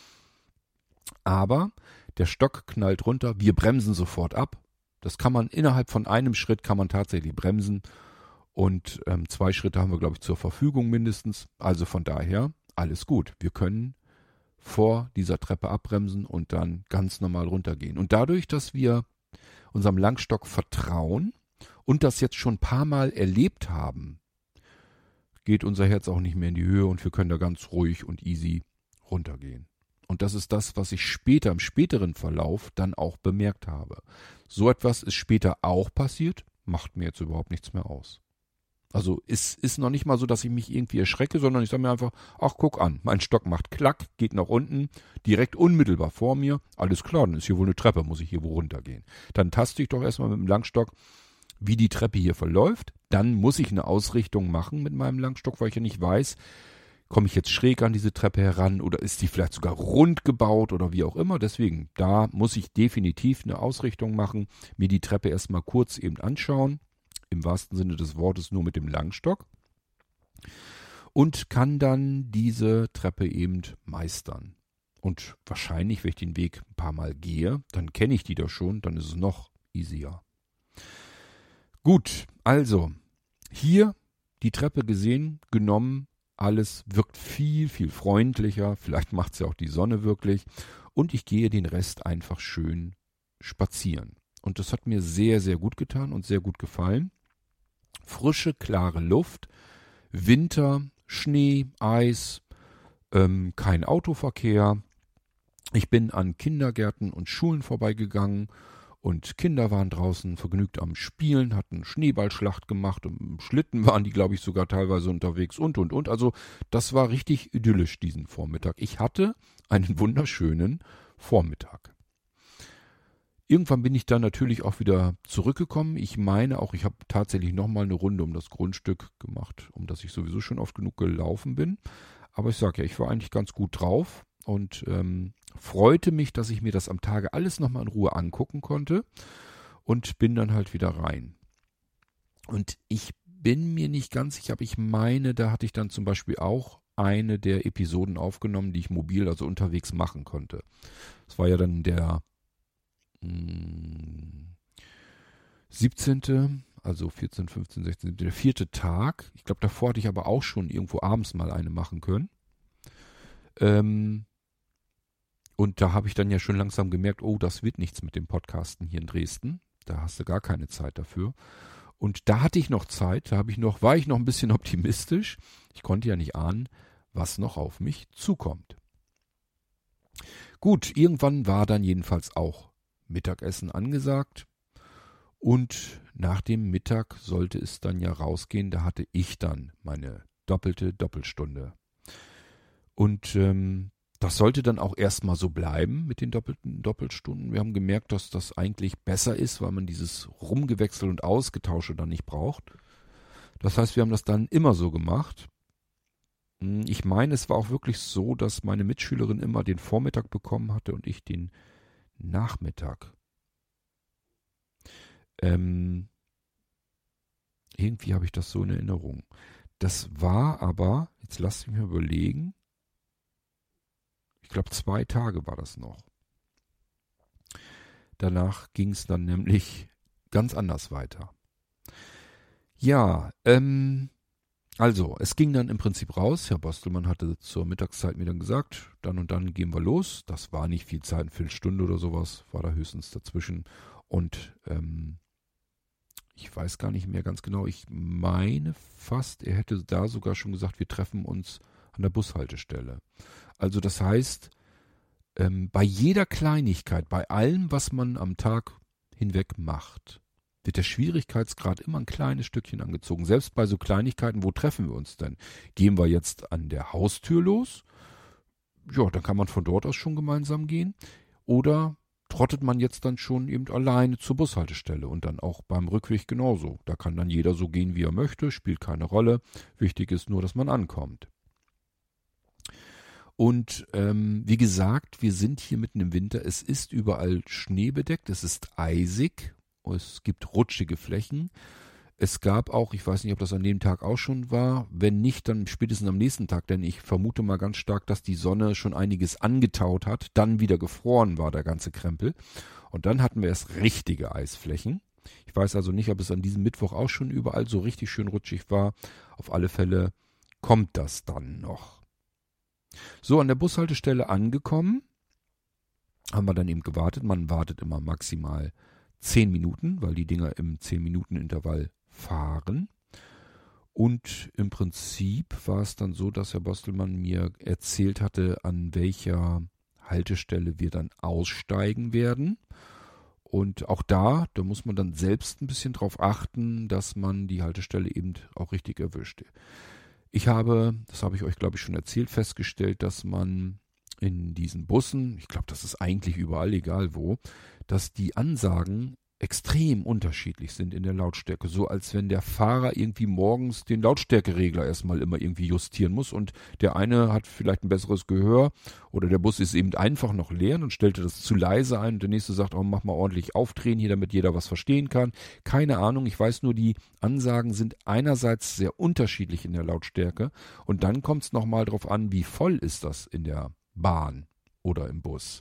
Aber der Stock knallt runter, wir bremsen sofort ab. Das kann man innerhalb von einem Schritt kann man tatsächlich bremsen und ähm, zwei Schritte haben wir, glaube ich, zur Verfügung mindestens. Also von daher alles gut. Wir können vor dieser Treppe abbremsen und dann ganz normal runtergehen. Und dadurch, dass wir unserem Langstock vertrauen und das jetzt schon ein paar Mal erlebt haben, geht unser Herz auch nicht mehr in die Höhe und wir können da ganz ruhig und easy runtergehen. Und das ist das, was ich später, im späteren Verlauf dann auch bemerkt habe. So etwas ist später auch passiert, macht mir jetzt überhaupt nichts mehr aus. Also es ist noch nicht mal so, dass ich mich irgendwie erschrecke, sondern ich sage mir einfach, ach guck an, mein Stock macht Klack, geht nach unten, direkt unmittelbar vor mir. Alles klar, dann ist hier wohl eine Treppe, muss ich hier wo runtergehen. Dann taste ich doch erstmal mit dem Langstock, wie die Treppe hier verläuft. Dann muss ich eine Ausrichtung machen mit meinem Langstock, weil ich ja nicht weiß, komme ich jetzt schräg an diese Treppe heran oder ist die vielleicht sogar rund gebaut oder wie auch immer. Deswegen, da muss ich definitiv eine Ausrichtung machen, mir die Treppe erstmal kurz eben anschauen. Im wahrsten Sinne des Wortes nur mit dem Langstock und kann dann diese Treppe eben meistern. Und wahrscheinlich, wenn ich den Weg ein paar Mal gehe, dann kenne ich die da schon, dann ist es noch easier. Gut, also hier die Treppe gesehen, genommen, alles wirkt viel, viel freundlicher, vielleicht macht es ja auch die Sonne wirklich und ich gehe den Rest einfach schön spazieren. Und das hat mir sehr, sehr gut getan und sehr gut gefallen. Frische, klare Luft, Winter, Schnee, Eis, ähm, kein Autoverkehr. Ich bin an Kindergärten und Schulen vorbeigegangen und Kinder waren draußen vergnügt am Spielen, hatten Schneeballschlacht gemacht und im Schlitten waren die, glaube ich, sogar teilweise unterwegs und, und, und. Also das war richtig idyllisch diesen Vormittag. Ich hatte einen wunderschönen Vormittag. Irgendwann bin ich dann natürlich auch wieder zurückgekommen. Ich meine auch, ich habe tatsächlich nochmal eine Runde um das Grundstück gemacht, um das ich sowieso schon oft genug gelaufen bin. Aber ich sage ja, ich war eigentlich ganz gut drauf und ähm, freute mich, dass ich mir das am Tage alles nochmal in Ruhe angucken konnte und bin dann halt wieder rein. Und ich bin mir nicht ganz sicher, aber ich meine, da hatte ich dann zum Beispiel auch eine der Episoden aufgenommen, die ich mobil, also unterwegs machen konnte. Das war ja dann der siebzehnte, also vierzehn, fünfzehn, sechzehn, siebzehn, der vierte Tag. Ich glaube, davor hatte ich aber auch schon irgendwo abends mal eine machen können. Ähm, und da habe ich dann ja schon langsam gemerkt, oh, das wird nichts mit dem Podcasten hier in Dresden. Da hast du gar keine Zeit dafür. Und da hatte ich noch Zeit, da habe ich noch, war ich noch ein bisschen optimistisch. Ich konnte ja nicht ahnen, was noch auf mich zukommt. Gut, irgendwann war dann jedenfalls auch Mittagessen angesagt und nach dem Mittag sollte es dann ja rausgehen, da hatte ich dann meine doppelte Doppelstunde. Und ähm, das sollte dann auch erstmal so bleiben mit den doppelten Doppelstunden. Wir haben gemerkt, dass das eigentlich besser ist, weil man dieses Rumgewechsel und Ausgetausche dann nicht braucht. Das heißt, wir haben das dann immer so gemacht. Ich meine, es war auch wirklich so, dass meine Mitschülerin immer den Vormittag bekommen hatte und ich den Nachmittag. Ähm, irgendwie habe ich das so in Erinnerung. Das war aber, jetzt lasst mich mal überlegen, ich glaube zwei Tage war das noch. Danach ging es dann nämlich ganz anders weiter. Ja, ähm, also, es ging dann im Prinzip raus. Herr Bostelmann hatte zur Mittagszeit mir dann gesagt, dann und dann gehen wir los. Das war nicht viel Zeit, eine Viertelstunde oder sowas, war da höchstens dazwischen. Und ähm, Ich weiß gar nicht mehr ganz genau. Ich meine fast, er hätte da sogar schon gesagt, wir treffen uns an der Bushaltestelle. Also das heißt, ähm, bei jeder Kleinigkeit, bei allem, was man am Tag hinweg macht, wird der Schwierigkeitsgrad immer ein kleines Stückchen angezogen. Selbst bei so Kleinigkeiten, wo treffen wir uns denn? Gehen wir jetzt an der Haustür los? Ja, dann kann man von dort aus schon gemeinsam gehen. Oder trottet man jetzt dann schon eben alleine zur Bushaltestelle und dann auch beim Rückweg genauso. Da kann dann jeder so gehen, wie er möchte, spielt keine Rolle. Wichtig ist nur, dass man ankommt. Und ähm, wie gesagt, wir sind hier mitten im Winter. Es ist überall schneebedeckt, es ist eisig, es gibt rutschige Flächen. Es gab auch, ich weiß nicht, ob das an dem Tag auch schon war, wenn nicht, dann spätestens am nächsten Tag, denn ich vermute mal ganz stark, dass die Sonne schon einiges angetaut hat, dann wieder gefroren war der ganze Krempel. Und dann hatten wir erst richtige Eisflächen. Ich weiß also nicht, ob es an diesem Mittwoch auch schon überall so richtig schön rutschig war. Auf alle Fälle kommt das dann noch. So, an der Bushaltestelle angekommen, haben wir dann eben gewartet. Man wartet immer maximal zehn Minuten, weil die Dinger im zehn Minuten Intervall fahren. Und im Prinzip war es dann so, dass Herr Bostelmann mir erzählt hatte, an welcher Haltestelle wir dann aussteigen werden. Und auch da, da muss man dann selbst ein bisschen drauf achten, dass man die Haltestelle eben auch richtig erwischt. Ich habe, das habe ich euch glaube ich schon erzählt, festgestellt, dass man in diesen Bussen, ich glaube, das ist eigentlich überall, egal wo, dass die Ansagen extrem unterschiedlich sind in der Lautstärke. So als wenn der Fahrer irgendwie morgens den Lautstärkeregler erstmal immer irgendwie justieren muss und der eine hat vielleicht ein besseres Gehör oder der Bus ist eben einfach noch leer und stellte das zu leise ein und der nächste sagt, oh, mach mal ordentlich aufdrehen hier, damit jeder was verstehen kann. Keine Ahnung, ich weiß nur, die Ansagen sind einerseits sehr unterschiedlich in der Lautstärke und dann kommt es nochmal drauf an, wie voll ist das in der Bahn oder im Bus.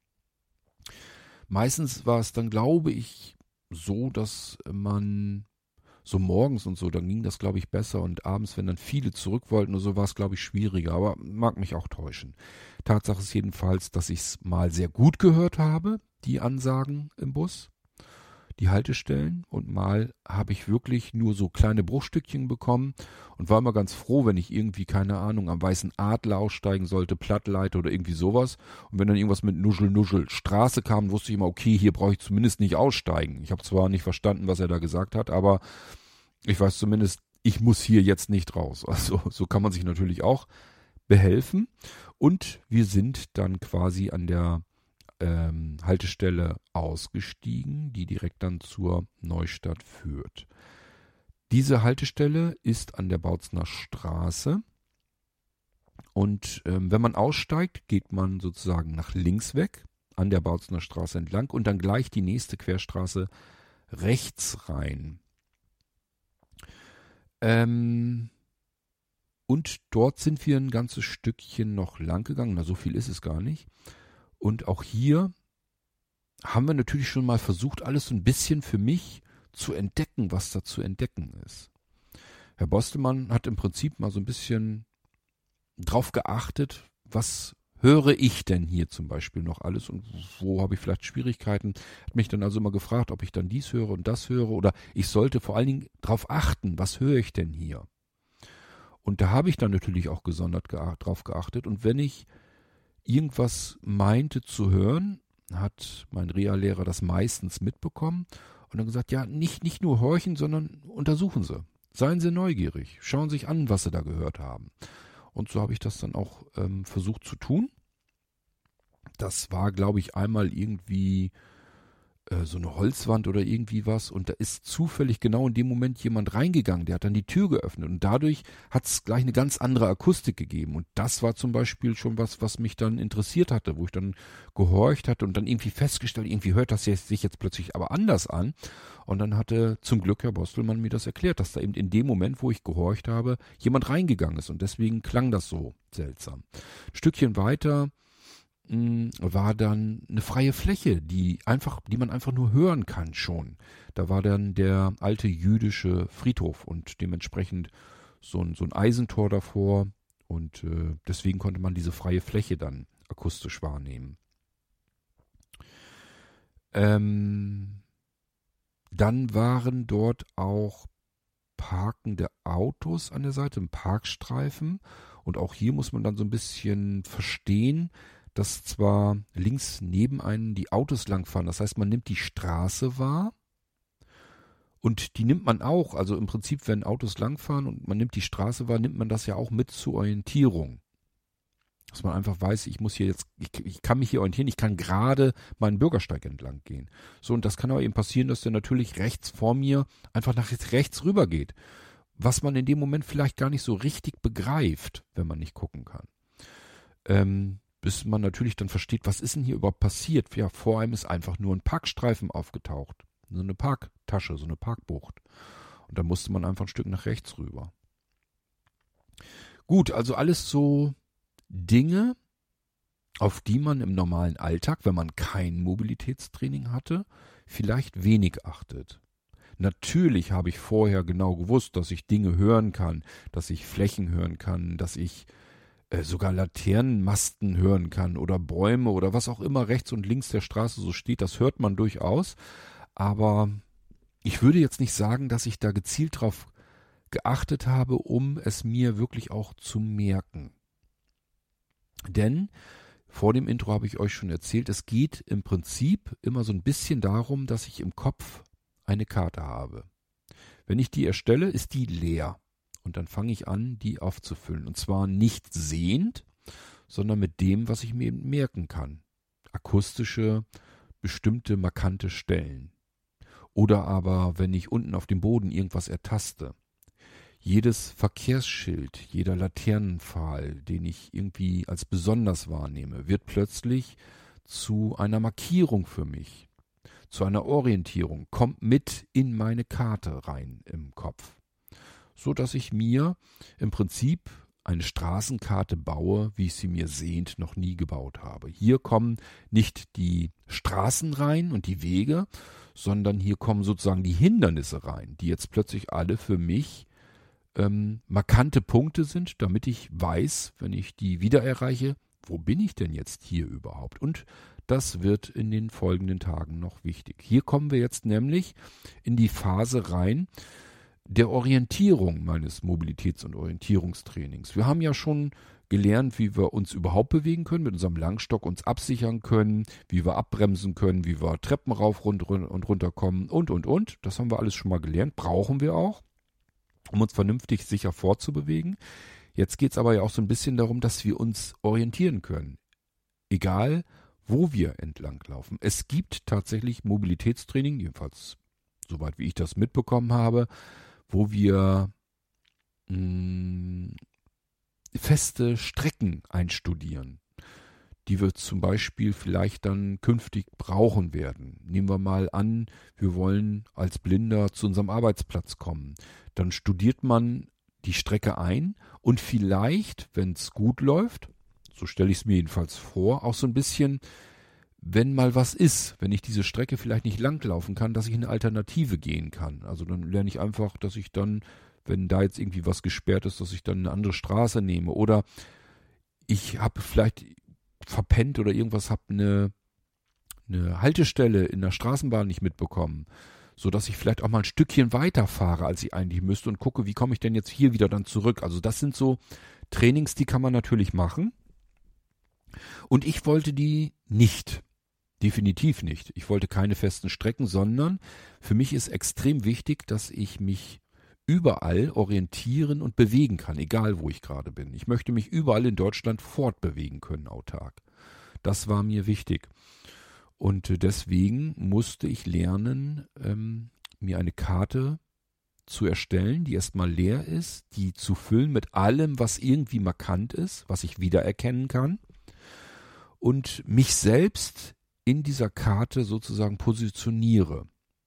Meistens war es dann, glaube ich, so, dass man so morgens und so, dann ging das, glaube ich, besser und abends, wenn dann viele zurück wollten oder so, war es, glaube ich, schwieriger, aber mag mich auch täuschen. Tatsache ist jedenfalls, dass ich es mal sehr gut gehört habe, die Ansagen im Bus, die Haltestellen und mal habe ich wirklich nur so kleine Bruchstückchen bekommen und war immer ganz froh, wenn ich irgendwie, keine Ahnung, am Weißen Adler aussteigen sollte, Plattleiter oder irgendwie sowas. Und wenn dann irgendwas mit Nuschel, Nuschel, Straße kam, wusste ich immer, okay, hier brauche ich zumindest nicht aussteigen. Ich habe zwar nicht verstanden, was er da gesagt hat, aber ich weiß zumindest, ich muss hier jetzt nicht raus. Also so kann man sich natürlich auch behelfen. Und wir sind dann quasi an der Ähm, Haltestelle ausgestiegen, die direkt dann zur Neustadt führt. Diese Haltestelle ist an der Bautzner Straße und ähm, wenn man aussteigt, geht man sozusagen nach links weg, an der Bautzner Straße entlang und dann gleich die nächste Querstraße rechts rein. Ähm, und dort sind wir ein ganzes Stückchen noch lang gegangen, na so viel ist es gar nicht. Und auch hier haben wir natürlich schon mal versucht, alles so ein bisschen für mich zu entdecken, was da zu entdecken ist. Herr Bostemann hat im Prinzip mal so ein bisschen drauf geachtet, was höre ich denn hier zum Beispiel noch alles und wo habe ich vielleicht Schwierigkeiten. Hat mich dann also immer gefragt, ob ich dann dies höre und das höre oder ich sollte vor allen Dingen drauf achten, was höre ich denn hier. Und da habe ich dann natürlich auch gesondert geach- drauf geachtet und wenn ich irgendwas meinte zu hören, hat mein Reallehrer das meistens mitbekommen und dann gesagt, ja, nicht, nicht nur horchen, sondern untersuchen Sie. Seien Sie neugierig, schauen Sie sich an, was Sie da gehört haben. Und so habe ich das dann auch ähm, versucht zu tun. Das war, glaube ich, einmal irgendwie äh, so eine Holzwand oder irgendwie was und da ist zufällig genau in dem Moment jemand reingegangen, der hat dann die Tür geöffnet und dadurch hat es gleich eine ganz andere Akustik gegeben und das war zum Beispiel schon was, was mich dann interessiert hatte, wo ich dann gehorcht hatte und dann irgendwie festgestellt, irgendwie hört das jetzt, sich jetzt plötzlich aber anders an und dann hatte zum Glück Herr Bostelmann mir das erklärt, dass da eben in dem Moment, wo ich gehorcht habe, jemand reingegangen ist und deswegen klang das so seltsam. Ein Stückchen weiter war dann eine freie Fläche, die einfach, die man einfach nur hören kann schon. Da war dann der alte jüdische Friedhof und dementsprechend so ein, so ein Eisentor davor und äh, deswegen konnte man diese freie Fläche dann akustisch wahrnehmen. Ähm, Dann waren dort auch parkende Autos an der Seite, ein Parkstreifen. Und auch hier muss man dann so ein bisschen verstehen, dass zwar links neben einem die Autos langfahren. Das heißt, man nimmt die Straße wahr und die nimmt man auch. Also im Prinzip, wenn Autos langfahren und man nimmt die Straße wahr, nimmt man das ja auch mit zur Orientierung. Dass man einfach weiß, ich muss hier jetzt, ich, ich kann mich hier orientieren, ich kann gerade meinen Bürgersteig entlang gehen. So, und das kann aber eben passieren, dass der natürlich rechts vor mir einfach nach rechts rüber geht. Was man in dem Moment vielleicht gar nicht so richtig begreift, wenn man nicht gucken kann. Ähm, bis man natürlich dann versteht, was ist denn hier überhaupt passiert? Ja, vor einem ist einfach nur ein Parkstreifen aufgetaucht. So eine Parktasche, so eine Parkbucht. Und da musste man einfach ein Stück nach rechts rüber. Gut, also alles so Dinge, auf die man im normalen Alltag, wenn man kein Mobilitätstraining hatte, vielleicht wenig achtet. Natürlich habe ich vorher genau gewusst, dass ich Dinge hören kann, dass ich Flächen hören kann, dass ich äh, sogar Laternenmasten hören kann oder Bäume oder was auch immer rechts und links der Straße so steht. Das hört man durchaus. Aber ich würde jetzt nicht sagen, dass ich da gezielt drauf geachtet habe, um es mir wirklich auch zu merken. Denn vor dem Intro habe ich euch schon erzählt, es geht im Prinzip immer so ein bisschen darum, dass ich im Kopf eine Karte habe. Wenn ich die erstelle, ist die leer. Und dann fange ich an, die aufzufüllen. Und zwar nicht sehend, sondern mit dem, was ich mir eben merken kann. Akustische, bestimmte, markante Stellen. Oder aber, wenn ich unten auf dem Boden irgendwas ertaste. Jedes Verkehrsschild, jeder Laternenpfahl, den ich irgendwie als besonders wahrnehme, wird plötzlich zu einer Markierung für mich, zu einer Orientierung, kommt mit in meine Karte rein im Kopf. So dass ich mir im Prinzip eine Straßenkarte baue, wie ich sie mir sehend noch nie gebaut habe. Hier kommen nicht die Straßen rein und die Wege, sondern hier kommen sozusagen die Hindernisse rein, die jetzt plötzlich alle für mich ähm, markante Punkte sind, damit ich weiß, wenn ich die wieder erreiche, wo bin ich denn jetzt hier überhaupt? Und das wird in den folgenden Tagen noch wichtig. Hier kommen wir jetzt nämlich in die Phase rein der Orientierung meines Mobilitäts- und Orientierungstrainings. Wir haben ja schon gelernt, wie wir uns überhaupt bewegen können, mit unserem Langstock uns absichern können, wie wir abbremsen können, wie wir Treppen rauf und runter kommen und, und, und. Das haben wir alles schon mal gelernt, brauchen wir auch, um uns vernünftig sicher fortzubewegen. Jetzt geht es aber ja auch so ein bisschen darum, dass wir uns orientieren können. Egal, wo wir entlang laufen. Es gibt tatsächlich Mobilitätstraining, jedenfalls soweit wie ich das mitbekommen habe, wo wir mh, feste Strecken einstudieren, die wir zum Beispiel vielleicht dann künftig brauchen werden. Nehmen wir mal an, wir wollen als Blinder zu unserem Arbeitsplatz kommen. Dann studiert man die Strecke ein und vielleicht, wenn es gut läuft, so stelle ich es mir jedenfalls vor, auch so ein bisschen, wenn mal was ist, wenn ich diese Strecke vielleicht nicht langlaufen kann, dass ich eine Alternative gehen kann. Also dann lerne ich einfach, dass ich dann, wenn da jetzt irgendwie was gesperrt ist, dass ich dann eine andere Straße nehme. Oder ich habe vielleicht verpennt oder irgendwas, habe eine, eine Haltestelle in der Straßenbahn nicht mitbekommen, sodass ich vielleicht auch mal ein Stückchen weiter fahre, als ich eigentlich müsste und gucke, wie komme ich denn jetzt hier wieder dann zurück. Also das sind so Trainings, die kann man natürlich machen. Und ich wollte die nicht. Definitiv nicht. Ich wollte keine festen Strecken, sondern für mich ist extrem wichtig, dass ich mich überall orientieren und bewegen kann, egal wo ich gerade bin. Ich möchte mich überall in Deutschland fortbewegen können, autark. Das war mir wichtig. Und deswegen musste ich lernen, ähm, mir eine Karte zu erstellen, die erstmal leer ist, die zu füllen mit allem, was irgendwie markant ist, was ich wiedererkennen kann. Und mich selbst in dieser Karte sozusagen positioniere.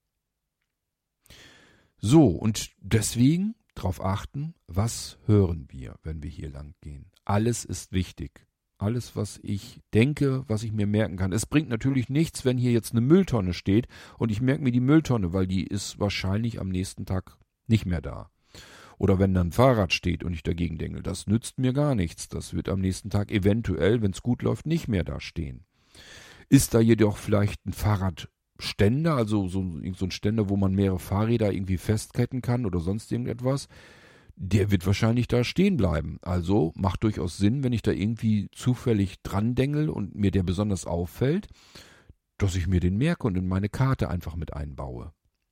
So, und deswegen darauf achten, was hören wir, wenn wir hier lang gehen. Alles ist wichtig. Alles, was ich denke, was ich mir merken kann. Es bringt natürlich nichts, wenn hier jetzt eine Mülltonne steht und ich merke mir die Mülltonne, weil die ist wahrscheinlich am nächsten Tag nicht mehr da. Oder wenn da ein Fahrrad steht und ich dagegen denke, das nützt mir gar nichts. Das wird am nächsten Tag eventuell, wenn es gut läuft, nicht mehr da stehen. Ist da jedoch vielleicht ein Fahrrad Ständer, also so, so ein Ständer, wo man mehrere Fahrräder irgendwie festketten kann oder sonst irgendetwas, der wird wahrscheinlich da stehen bleiben. Also macht durchaus Sinn, wenn ich da irgendwie zufällig dran dengel und mir der besonders auffällt, dass ich mir den merke und in meine Karte einfach mit einbaue.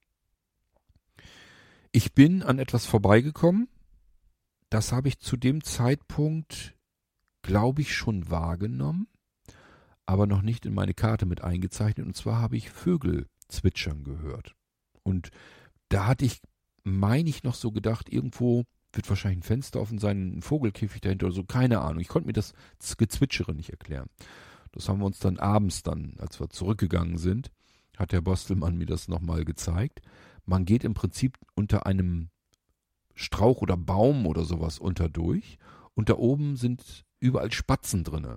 Ich bin an etwas vorbeigekommen. Das habe ich zu dem Zeitpunkt, glaube ich, schon wahrgenommen, aber noch nicht in meine Karte mit eingezeichnet. Und zwar habe ich Vögel zwitschern gehört. Und da hatte ich, meine ich, noch so gedacht, irgendwo wird wahrscheinlich ein Fenster offen sein, ein Vogelkäfig dahinter oder so, keine Ahnung. Ich konnte mir das Gezwitschere nicht erklären. Das haben wir uns dann abends dann, als wir zurückgegangen sind, hat der Bostelmann mir das nochmal gezeigt. Man geht im Prinzip unter einem Strauch oder Baum oder sowas unter durch und da oben sind überall Spatzen drinne.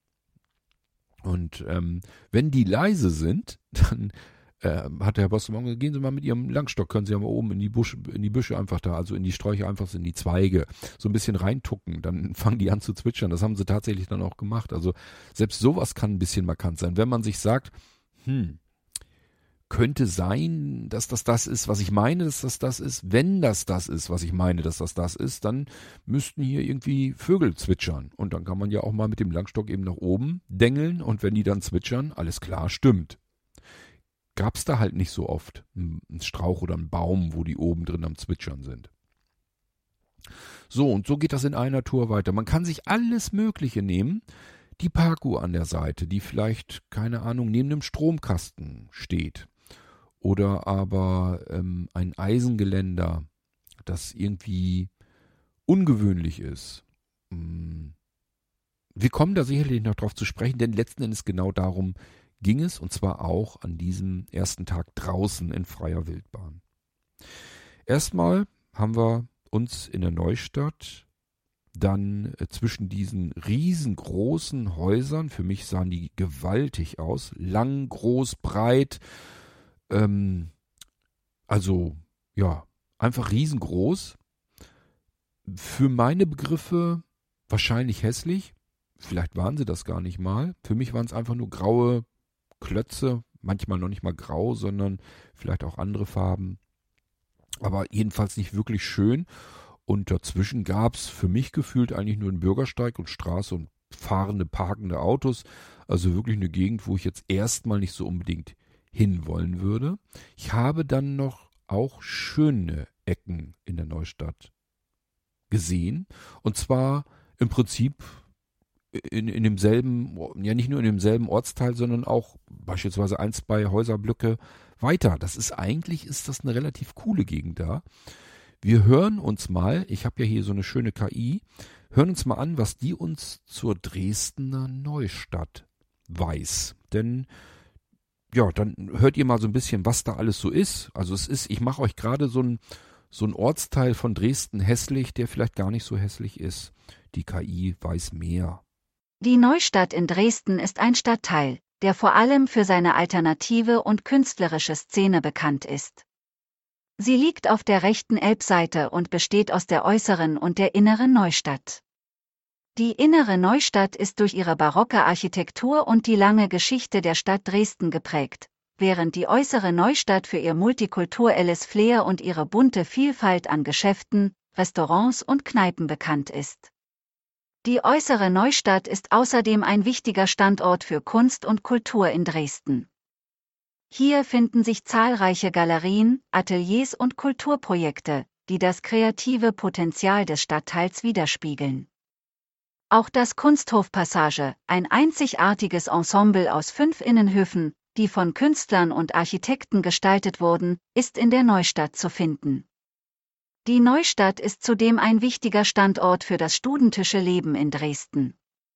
Und ähm, wenn die leise sind, dann äh, hat der Herr Bostelmann gesagt, gehen Sie mal mit Ihrem Langstock, können Sie ja mal oben in die, Busch, in die Büsche einfach da, also in die Sträucher einfach in die Zweige, so ein bisschen reintucken, dann fangen die an zu zwitschern. Das haben sie tatsächlich dann auch gemacht. Also selbst sowas kann ein bisschen markant sein. Wenn man sich sagt, hm, könnte sein, dass das das ist, was ich meine, dass das das ist. Wenn das das ist, was ich meine, dass das das ist, dann müssten hier irgendwie Vögel zwitschern. Und dann kann man ja auch mal mit dem Langstock eben nach oben dengeln und wenn die dann zwitschern, alles klar, stimmt. Gab's da halt nicht so oft. Ein Strauch oder ein Baum, wo die oben drin am Zwitschern sind. So, und so geht das in einer Tour weiter. Man kann sich alles Mögliche nehmen. Die Parkuhr an der Seite, die vielleicht, keine Ahnung, neben einem Stromkasten steht. Oder aber ähm, ein Eisengeländer, das irgendwie ungewöhnlich ist. Wir kommen da sicherlich noch drauf zu sprechen, denn letzten Endes genau darum ging es, und zwar auch an diesem ersten Tag draußen in freier Wildbahn. Erstmal haben wir uns in der Neustadt dann äh, zwischen diesen riesengroßen Häusern, für mich sahen die gewaltig aus, lang, groß, breit, ähm, also ja, einfach riesengroß, für meine Begriffe wahrscheinlich hässlich, vielleicht waren sie das gar nicht mal, für mich waren es einfach nur graue Klötze, manchmal noch nicht mal grau, sondern vielleicht auch andere Farben, aber jedenfalls nicht wirklich schön. Und dazwischen gab es für mich gefühlt eigentlich nur einen Bürgersteig und Straße und fahrende, parkende Autos. Also wirklich eine Gegend, wo ich jetzt erstmal nicht so unbedingt hinwollen würde. Ich habe dann noch auch schöne Ecken in der Neustadt gesehen. Und zwar im Prinzip in, in demselben, ja nicht nur in demselben Ortsteil, sondern auch beispielsweise ein, zwei Häuserblöcke weiter. Das ist eigentlich, ist das eine relativ coole Gegend da. Wir hören uns mal, ich habe ja hier so eine schöne K I, hören uns mal an, was die uns zur Dresdner Neustadt weiß. Denn, ja, dann hört ihr mal so ein bisschen, was da alles so ist. Also es ist, ich mache euch gerade so ein, so ein Ortsteil von Dresden hässlich, der vielleicht gar nicht so hässlich ist. Die K I weiß mehr. Die Neustadt in Dresden ist ein Stadtteil, der vor allem für seine alternative und künstlerische Szene bekannt ist. Sie liegt auf der rechten Elbseite und besteht aus der äußeren und der inneren Neustadt. Die innere Neustadt ist durch ihre barocke Architektur und die lange Geschichte der Stadt Dresden geprägt, während die äußere Neustadt für ihr multikulturelles Flair und ihre bunte Vielfalt an Geschäften, Restaurants und Kneipen bekannt ist. Die äußere Neustadt ist außerdem ein wichtiger Standort für Kunst und Kultur in Dresden. Hier finden sich zahlreiche Galerien, Ateliers und Kulturprojekte, die das kreative Potenzial des Stadtteils widerspiegeln. Auch das Kunsthof-Passage, ein einzigartiges Ensemble aus fünf Innenhöfen, die von Künstlern und Architekten gestaltet wurden, ist in der Neustadt zu finden. Die Neustadt ist zudem ein wichtiger Standort für das studentische Leben in Dresden.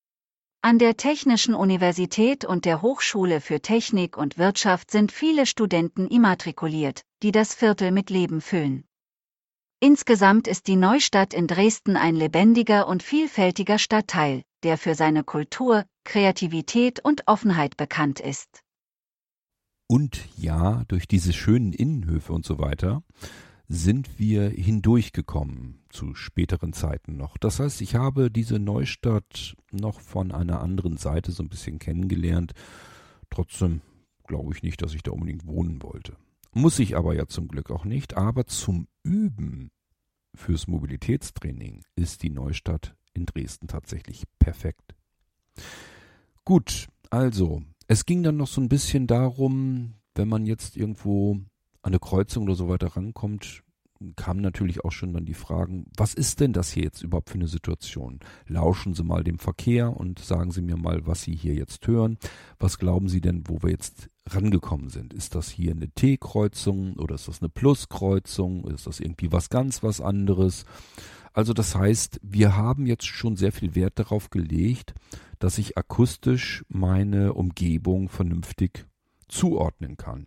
An der Technischen Universität und der Hochschule für Technik und Wirtschaft sind viele Studenten immatrikuliert, die das Viertel mit Leben füllen. Insgesamt ist die Neustadt in Dresden ein lebendiger und vielfältiger Stadtteil, der für seine Kultur, Kreativität und Offenheit bekannt ist. Und ja, durch diese schönen Innenhöfe und so weiter sind wir hindurchgekommen zu späteren Zeiten noch. Das heißt, ich habe diese Neustadt noch von einer anderen Seite so ein bisschen kennengelernt. Trotzdem glaube ich nicht, dass ich da unbedingt wohnen wollte. Muss ich aber ja zum Glück auch nicht. Aber zum Üben fürs Mobilitätstraining ist die Neustadt in Dresden tatsächlich perfekt. Gut, also, es ging dann noch so ein bisschen darum, wenn man jetzt irgendwo an eine Kreuzung oder so weiter rankommt, kamen natürlich auch schon dann die Fragen, was ist denn das hier jetzt überhaupt für eine Situation? Lauschen Sie mal dem Verkehr und sagen Sie mir mal, was Sie hier jetzt hören. Was glauben Sie denn, wo wir jetzt rangekommen sind? Ist das hier eine T-Kreuzung oder ist das eine Plus-Kreuzung? Ist das irgendwie was ganz was anderes? Also das heißt, wir haben jetzt schon sehr viel Wert darauf gelegt, dass ich akustisch meine Umgebung vernünftig zuordnen kann.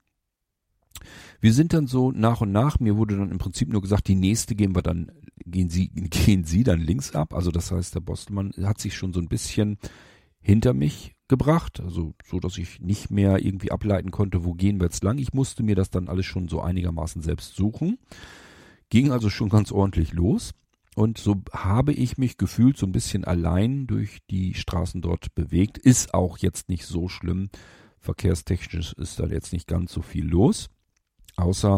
Wir sind dann so nach und nach, mir wurde dann im Prinzip nur gesagt, die nächste gehen wir dann, gehen Sie, gehen Sie dann links ab. Also das heißt, der Bostelmann hat sich schon so ein bisschen hinter mich gebracht, also so, dass ich nicht mehr irgendwie ableiten konnte, wo gehen wir jetzt lang. Ich musste mir das dann alles schon so einigermaßen selbst suchen. Ging also schon ganz ordentlich los. Und so habe ich mich gefühlt so ein bisschen allein durch die Straßen dort bewegt. Ist auch jetzt nicht so schlimm. Verkehrstechnisch ist da jetzt nicht ganz so viel los. Außer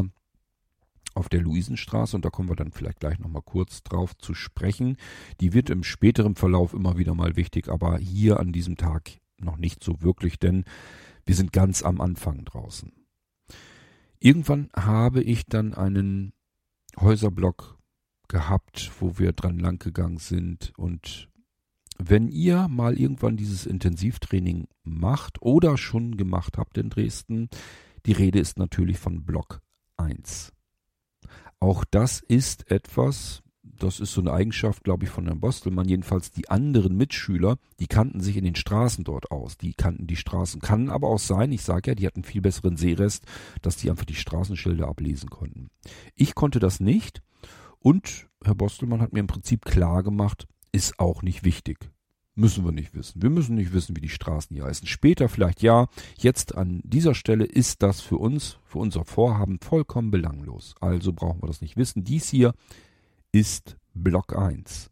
auf der Luisenstraße, und da kommen wir dann vielleicht gleich nochmal kurz drauf zu sprechen. Die wird im späteren Verlauf immer wieder mal wichtig, aber hier an diesem Tag noch nicht so wirklich, denn wir sind ganz am Anfang draußen. Irgendwann habe ich dann einen Häuserblock gehabt, wo wir dran lang gegangen sind, und wenn ihr mal irgendwann dieses Intensivtraining macht oder schon gemacht habt in Dresden, die Rede ist natürlich von Block eins. Auch das ist etwas, das ist so eine Eigenschaft, glaube ich, von Herrn Bostelmann. Jedenfalls die anderen Mitschüler, die kannten sich in den Straßen dort aus. Die kannten die Straßen. Kann aber auch sein, ich sage ja, die hatten viel besseren Sehrest, dass die einfach die Straßenschilder ablesen konnten. Ich konnte das nicht, und Herr Bostelmann hat mir im Prinzip klar gemacht, ist auch nicht wichtig. Müssen wir nicht wissen. Wir müssen nicht wissen, wie die Straßen hier heißen. Später vielleicht ja. Jetzt an dieser Stelle ist das für uns, für unser Vorhaben vollkommen belanglos. Also brauchen wir das nicht wissen. Dies hier ist Block eins.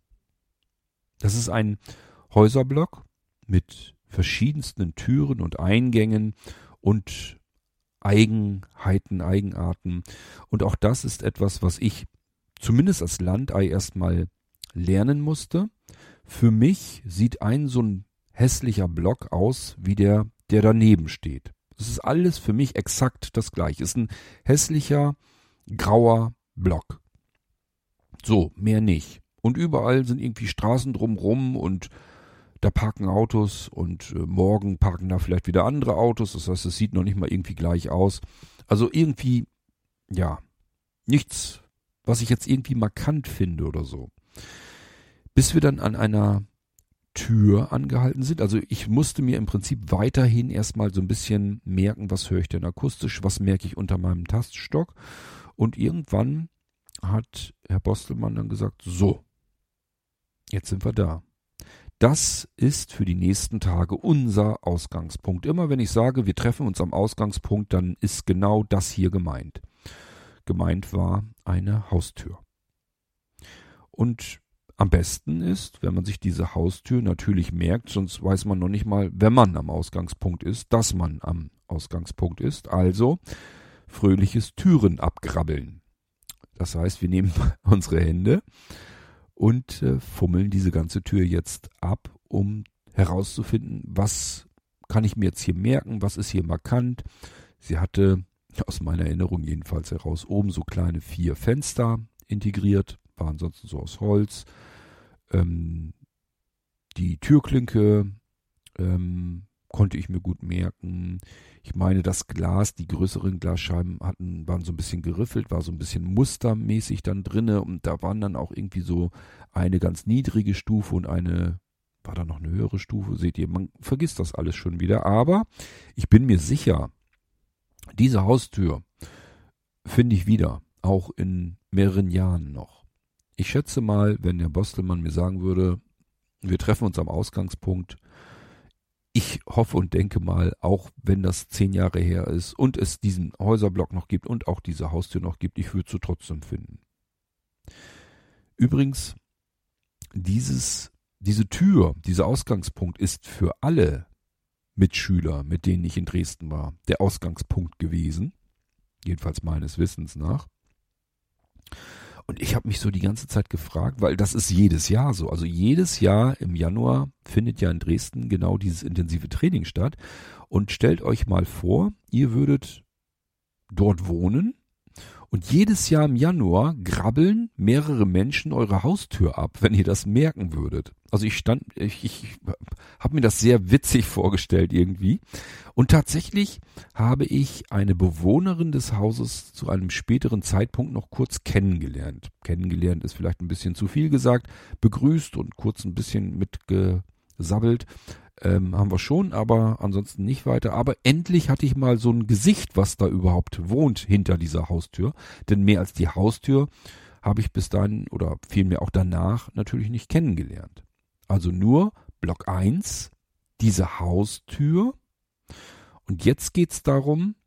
Das ist ein Häuserblock mit verschiedensten Türen und Eingängen und Eigenheiten, Eigenarten. Und auch das ist etwas, was ich zumindest als Landei erstmal lernen musste. Für mich sieht ein so ein hässlicher Block aus, wie der, der daneben steht. Es ist alles für mich exakt das gleiche. Es ist ein hässlicher, grauer Block. So, mehr nicht. Und überall sind irgendwie Straßen drumrum und da parken Autos, und äh, morgen parken da vielleicht wieder andere Autos. Das heißt, es sieht noch nicht mal irgendwie gleich aus. Also irgendwie, ja, nichts, was ich jetzt irgendwie markant finde oder so. Bis wir dann an einer Tür angehalten sind. Also ich musste mir im Prinzip weiterhin erstmal so ein bisschen merken, was höre ich denn akustisch, was merke ich unter meinem Taststock. Und irgendwann hat Herr Bostelmann dann gesagt, so, jetzt sind wir da. Das ist für die nächsten Tage unser Ausgangspunkt. Immer wenn ich sage, wir treffen uns am Ausgangspunkt, dann ist genau das hier gemeint. Gemeint war eine Haustür. Und am besten ist, wenn man sich diese Haustür natürlich merkt, sonst weiß man noch nicht mal, wenn man am Ausgangspunkt ist, dass man am Ausgangspunkt ist. Also fröhliches Türen abgrabbeln. Das heißt, wir nehmen unsere Hände und äh, fummeln diese ganze Tür jetzt ab, um herauszufinden, was kann ich mir jetzt hier merken, was ist hier markant. Sie hatte, aus meiner Erinnerung jedenfalls heraus, oben so kleine vier Fenster integriert, war ansonsten so aus Holz. Ähm, die Türklinke ähm, konnte ich mir gut merken. Ich meine, das Glas, die größeren Glasscheiben hatten, waren so ein bisschen geriffelt, war so ein bisschen mustermäßig dann drinne, und da waren dann auch irgendwie so eine ganz niedrige Stufe und eine, war da noch eine höhere Stufe, seht ihr, man vergisst das alles schon wieder, aber ich bin mir sicher, diese Haustür finde ich wieder, auch in mehreren Jahren noch. Ich schätze mal, wenn der Bostelmann mir sagen würde, wir treffen uns am Ausgangspunkt, ich hoffe und denke mal, auch wenn das zehn Jahre her ist und es diesen Häuserblock noch gibt und auch diese Haustür noch gibt, ich würde sie trotzdem finden. Übrigens, dieses, diese Tür, dieser Ausgangspunkt ist für alle Mitschüler, mit denen ich in Dresden war, der Ausgangspunkt gewesen. Jedenfalls meines Wissens nach. Und ich habe mich so die ganze Zeit gefragt, weil das ist jedes Jahr so. Also jedes Jahr im Januar findet ja in Dresden genau dieses intensive Training statt. Und stellt euch mal vor, ihr würdet dort wohnen und jedes Jahr im Januar grabbeln mehrere Menschen eure Haustür ab, wenn ihr das merken würdet. Also ich stand, ich, ich habe mir das sehr witzig vorgestellt irgendwie. Und tatsächlich habe ich eine Bewohnerin des Hauses zu einem späteren Zeitpunkt noch kurz kennengelernt. Kennengelernt ist vielleicht ein bisschen zu viel gesagt, begrüßt und kurz ein bisschen mitgesabbelt. Ähm, haben wir schon, aber ansonsten nicht weiter. Aber endlich hatte ich mal so ein Gesicht, was da überhaupt wohnt hinter dieser Haustür. Denn mehr als die Haustür habe ich bis dahin oder vielmehr auch danach natürlich nicht kennengelernt. Also nur Block eins, diese Haustür. Und jetzt geht's darum,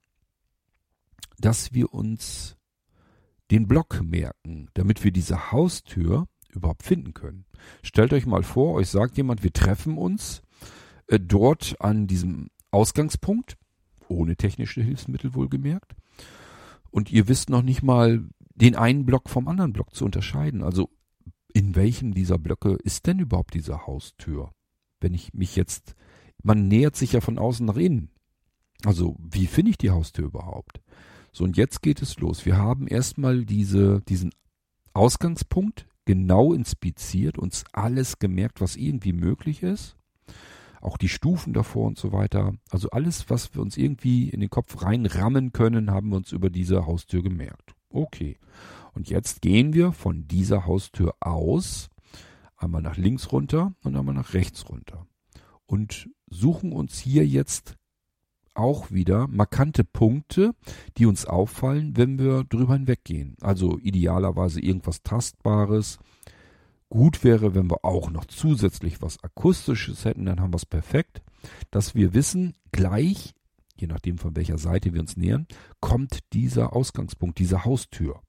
dass wir uns den Block merken, damit wir diese Haustür überhaupt finden können. Stellt euch mal vor, euch sagt jemand, wir treffen uns äh, dort an diesem Ausgangspunkt, ohne technische Hilfsmittel wohlgemerkt. Und ihr wisst noch nicht mal, den einen Block vom anderen Block zu unterscheiden. Also in welchem dieser Blöcke ist denn überhaupt diese Haustür? Wenn ich mich jetzt, man nähert sich ja von außen nach innen. Also wie finde ich die Haustür überhaupt? So, und jetzt geht es los. Wir haben erstmal diese, diesen Ausgangspunkt genau inspiziert, uns alles gemerkt, was irgendwie möglich ist. Auch die Stufen davor und so weiter. Also alles, was wir uns irgendwie in den Kopf reinrammen können, haben wir uns über diese Haustür gemerkt. Okay. Und jetzt gehen wir von dieser Haustür aus, einmal nach links runter und einmal nach rechts runter. Und suchen uns hier jetzt auch wieder markante Punkte, die uns auffallen, wenn wir drüber hinweggehen. Also idealerweise irgendwas Tastbares. Gut wäre, wenn wir auch noch zusätzlich was Akustisches hätten, dann haben wir es perfekt. Dass wir wissen, gleich, je nachdem von welcher Seite wir uns nähern, kommt dieser Ausgangspunkt, diese Haustür.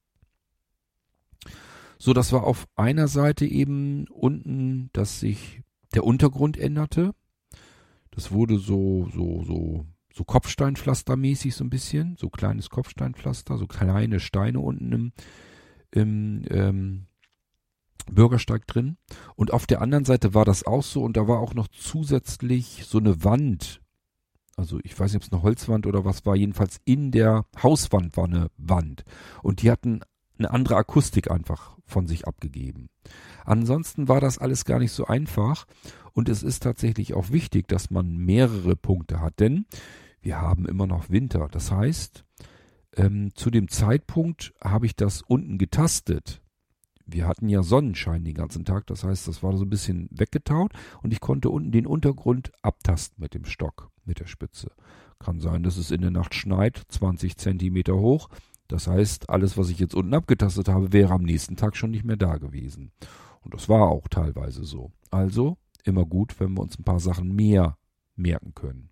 So, dass wir auf einer Seite eben unten, dass sich der Untergrund änderte. Das wurde so, so, so, so Kopfsteinpflastermäßig so ein bisschen, so kleines Kopfsteinpflaster, so kleine Steine unten im, im ähm, Bürgersteig drin. Und auf der anderen Seite war das auch so und da war auch noch zusätzlich so eine Wand. Also ich weiß nicht, ob es eine Holzwand oder was war. Jedenfalls in der Hauswand war eine Wand. Und die hatten eine andere Akustik einfach von sich abgegeben. Ansonsten war das alles gar nicht so einfach. Und es ist tatsächlich auch wichtig, dass man mehrere Punkte hat. Denn wir haben immer noch Winter. Das heißt, ähm, zu dem Zeitpunkt habe ich das unten getastet. Wir hatten ja Sonnenschein den ganzen Tag, das heißt, das war so ein bisschen weggetaut und ich konnte unten den Untergrund abtasten mit dem Stock, mit der Spitze. Kann sein, dass es in der Nacht schneit, zwanzig Zentimeter hoch. Das heißt, alles, was ich jetzt unten abgetastet habe, wäre am nächsten Tag schon nicht mehr da gewesen. Und das war auch teilweise so. Also immer gut, wenn wir uns ein paar Sachen mehr merken können.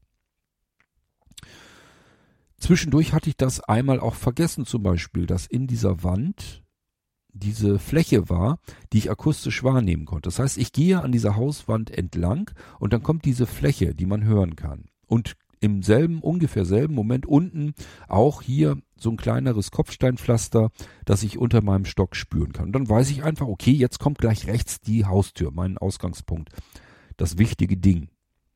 Zwischendurch hatte ich das einmal auch vergessen, zum Beispiel, dass in dieser Wand diese Fläche war, die ich akustisch wahrnehmen konnte. Das heißt, ich gehe an dieser Hauswand entlang und dann kommt diese Fläche, die man hören kann. Und im selben, ungefähr selben Moment unten auch hier so ein kleineres Kopfsteinpflaster, das ich unter meinem Stock spüren kann. Und dann weiß ich einfach, okay, jetzt kommt gleich rechts die Haustür, mein Ausgangspunkt. Das wichtige Ding.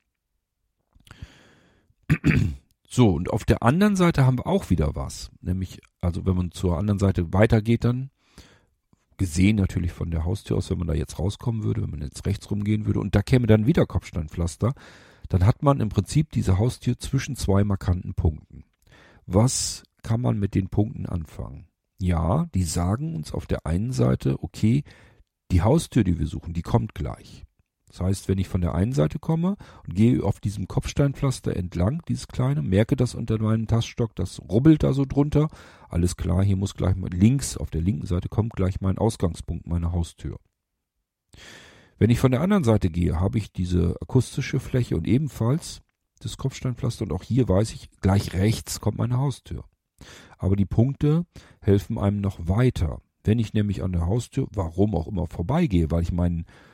So, und auf der anderen Seite haben wir auch wieder was. Nämlich, also wenn man zur anderen Seite weitergeht, dann gesehen natürlich von der Haustür aus, wenn man da jetzt rauskommen würde, wenn man jetzt rechts rumgehen würde und da käme dann wieder Kopfsteinpflaster, dann hat man im Prinzip diese Haustür zwischen zwei markanten Punkten. Was kann man mit den Punkten anfangen? Ja, die sagen uns auf der einen Seite, okay, die Haustür, die wir suchen, die kommt gleich. Das heißt, wenn ich von der einen Seite komme und gehe auf diesem Kopfsteinpflaster entlang, dieses kleine, merke das unter meinem Taststock, das rubbelt da so drunter. Alles klar, hier muss gleich mal links, auf der linken Seite kommt gleich mein Ausgangspunkt, meine Haustür. Wenn ich von der anderen Seite gehe, habe ich diese akustische Fläche und ebenfalls das Kopfsteinpflaster und auch hier weiß ich, gleich rechts kommt meine Haustür. Aber die Punkte helfen einem noch weiter. Wenn ich nämlich an der Haustür, warum auch immer, vorbeigehe, weil ich meinen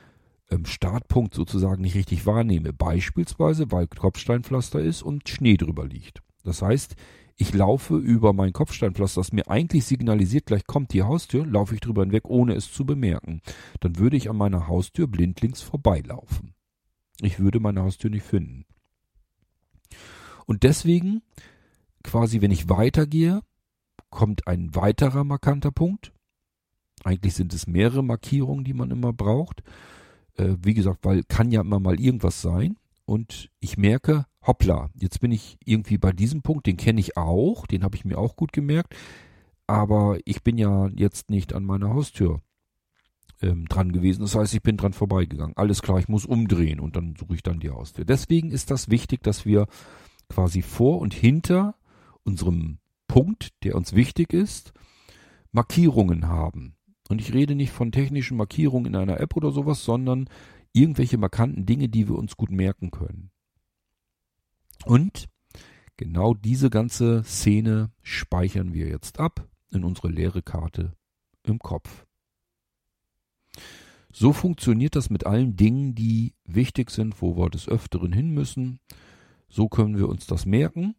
ähm, Startpunkt sozusagen nicht richtig wahrnehme. Beispielsweise, weil Kopfsteinpflaster ist und Schnee drüber liegt. Das heißt, ich laufe über mein Kopfsteinpflaster, das mir eigentlich signalisiert, gleich kommt die Haustür, laufe ich drüber hinweg, ohne es zu bemerken. Dann würde ich an meiner Haustür blindlings vorbeilaufen. Ich würde meine Haustür nicht finden. Und deswegen, quasi wenn ich weitergehe, kommt ein weiterer markanter Punkt. Eigentlich sind es mehrere Markierungen, die man immer braucht. Äh, wie gesagt, weil kann ja immer mal irgendwas sein. Und ich merke, hoppla, jetzt bin ich irgendwie bei diesem Punkt, den kenne ich auch, den habe ich mir auch gut gemerkt, aber ich bin ja jetzt nicht an meiner Haustür ähm, dran gewesen. Das heißt, ich bin dran vorbeigegangen. Alles klar, ich muss umdrehen und dann suche ich dann die Haustür. Deswegen ist das wichtig, dass wir quasi vor und hinter unserem Punkt, der uns wichtig ist, Markierungen haben. Und ich rede nicht von technischen Markierungen in einer App oder sowas, sondern irgendwelche markanten Dinge, die wir uns gut merken können. Und genau diese ganze Szene speichern wir jetzt ab in unsere leere Karte im Kopf. So funktioniert das mit allen Dingen, die wichtig sind, wo wir des Öfteren hin müssen. So können wir uns das merken.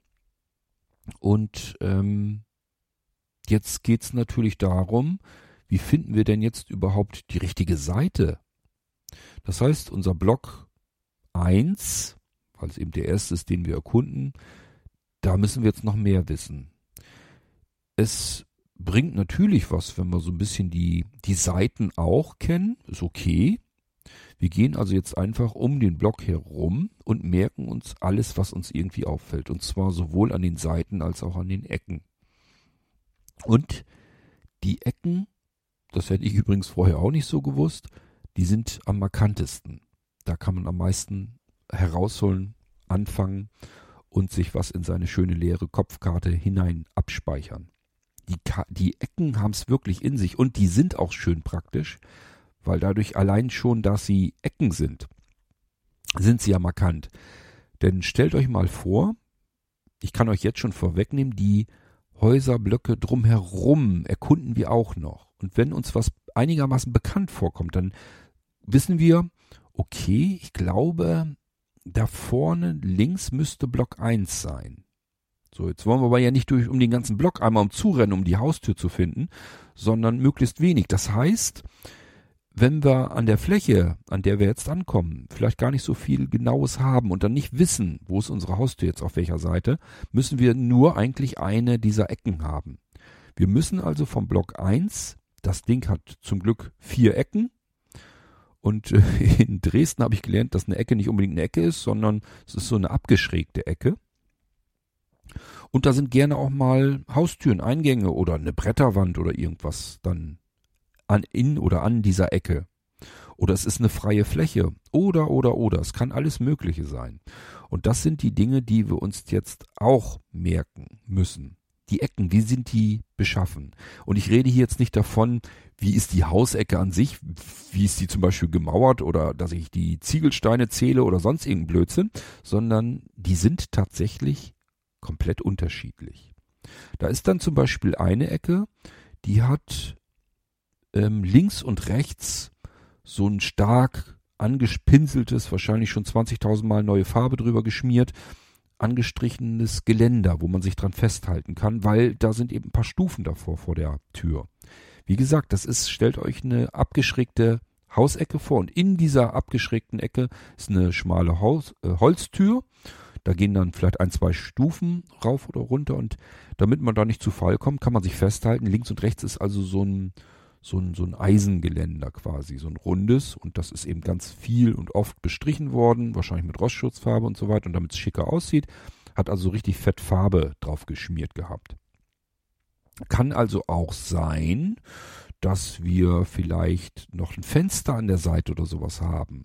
Und ähm, jetzt geht es natürlich darum, wie finden wir denn jetzt überhaupt die richtige Seite? Das heißt, unser Block eins, weil es eben der erste ist, den wir erkunden, da müssen wir jetzt noch mehr wissen. Es bringt natürlich was, wenn wir so ein bisschen die, die Seiten auch kennen, ist okay. Wir gehen also jetzt einfach um den Block herum und merken uns alles, was uns irgendwie auffällt. Und zwar sowohl an den Seiten als auch an den Ecken. Und die Ecken, das hätte ich übrigens vorher auch nicht so gewusst, die sind am markantesten. Da kann man am meisten herausholen, anfangen und sich was in seine schöne leere Kopfkarte hinein abspeichern. Die, Ka- die Ecken haben es wirklich in sich und die sind auch schön praktisch, weil dadurch allein schon, dass sie Ecken sind, sind sie ja markant. Denn stellt euch mal vor, ich kann euch jetzt schon vorwegnehmen, die Häuserblöcke drumherum erkunden wir auch noch. Und wenn uns was einigermaßen bekannt vorkommt, dann wissen wir, okay, ich glaube, da vorne links müsste Block eins sein. So, jetzt wollen wir aber ja nicht durch um den ganzen Block einmal umzurennen, um die Haustür zu finden, sondern möglichst wenig. Das heißt, wenn wir an der Fläche, an der wir jetzt ankommen, vielleicht gar nicht so viel Genaues haben und dann nicht wissen, wo ist unsere Haustür jetzt auf welcher Seite, müssen wir nur eigentlich eine dieser Ecken haben. Wir müssen also vom Block eins, das Ding hat zum Glück vier Ecken und in Dresden habe ich gelernt, dass eine Ecke nicht unbedingt eine Ecke ist, sondern es ist so eine abgeschrägte Ecke. Und da sind gerne auch mal Haustüren, Eingänge oder eine Bretterwand oder irgendwas dann an in oder an dieser Ecke. Oder es ist eine freie Fläche. Oder, oder, oder. Es kann alles Mögliche sein. Und das sind die Dinge, die wir uns jetzt auch merken müssen. Die Ecken, wie sind die beschaffen? Und ich rede hier jetzt nicht davon, wie ist die Hausecke an sich, wie ist die zum Beispiel gemauert oder dass ich die Ziegelsteine zähle oder sonst irgendein Blödsinn, sondern die sind tatsächlich komplett unterschiedlich. Da ist dann zum Beispiel eine Ecke, die hat ähm, links und rechts so ein stark angespinseltes, wahrscheinlich schon zwanzigtausend Mal neue Farbe drüber geschmiert, angestrichenes Geländer, wo man sich dran festhalten kann, weil da sind eben ein paar Stufen davor vor der Tür. Wie gesagt, das ist, stellt euch eine abgeschrägte Hausecke vor und in dieser abgeschrägten Ecke ist eine schmale Haus, äh, Holztür. Da gehen dann vielleicht ein, zwei Stufen rauf oder runter und damit man da nicht zu Fall kommt, kann man sich festhalten. Links und rechts ist also so ein, so ein, so ein Eisengeländer quasi, so ein rundes und das ist eben ganz viel und oft bestrichen worden, wahrscheinlich mit Rostschutzfarbe und so weiter und damit es schicker aussieht, hat also richtig fett Farbe drauf geschmiert gehabt. Kann also auch sein, dass wir vielleicht noch ein Fenster an der Seite oder sowas haben.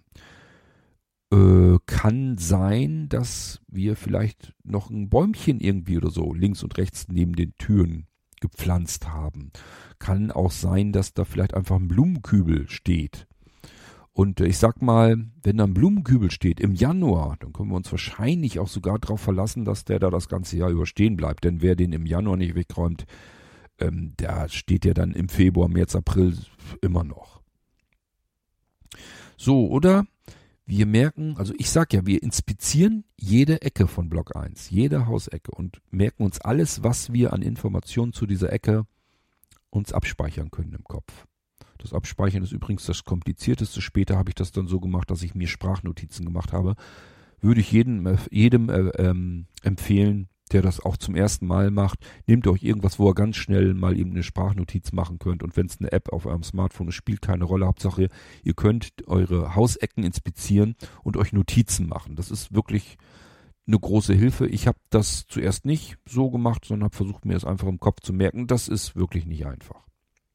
Äh, kann sein, dass wir vielleicht noch ein Bäumchen irgendwie oder so links und rechts neben den Türen gepflanzt haben. Kann auch sein, dass da vielleicht einfach ein Blumenkübel steht. Und äh, ich sag mal, wenn da ein Blumenkübel steht im Januar, dann können wir uns wahrscheinlich auch sogar darauf verlassen, dass der da das ganze Jahr überstehen bleibt. Denn wer den im Januar nicht wegräumt, ähm, der steht ja dann im Februar, März, April immer noch. So, oder wir merken, also ich sag ja, wir inspizieren jede Ecke von Block eins, jede Hausecke und merken uns alles, was wir an Informationen zu dieser Ecke uns abspeichern können im Kopf. Das Abspeichern ist übrigens das Komplizierteste. Später habe ich das dann so gemacht, dass ich mir Sprachnotizen gemacht habe. Würde ich jedem, jedem äh, ähm, empfehlen, der das auch zum ersten Mal macht. Nehmt euch irgendwas, wo ihr ganz schnell mal eben eine Sprachnotiz machen könnt. Und wenn es eine App auf eurem Smartphone ist, spielt keine Rolle. Hauptsache, ihr könnt eure Hausecken inspizieren und euch Notizen machen. Das ist wirklich eine große Hilfe. Ich habe das zuerst nicht so gemacht, sondern habe versucht, mir das einfach im Kopf zu merken. Das ist wirklich nicht einfach.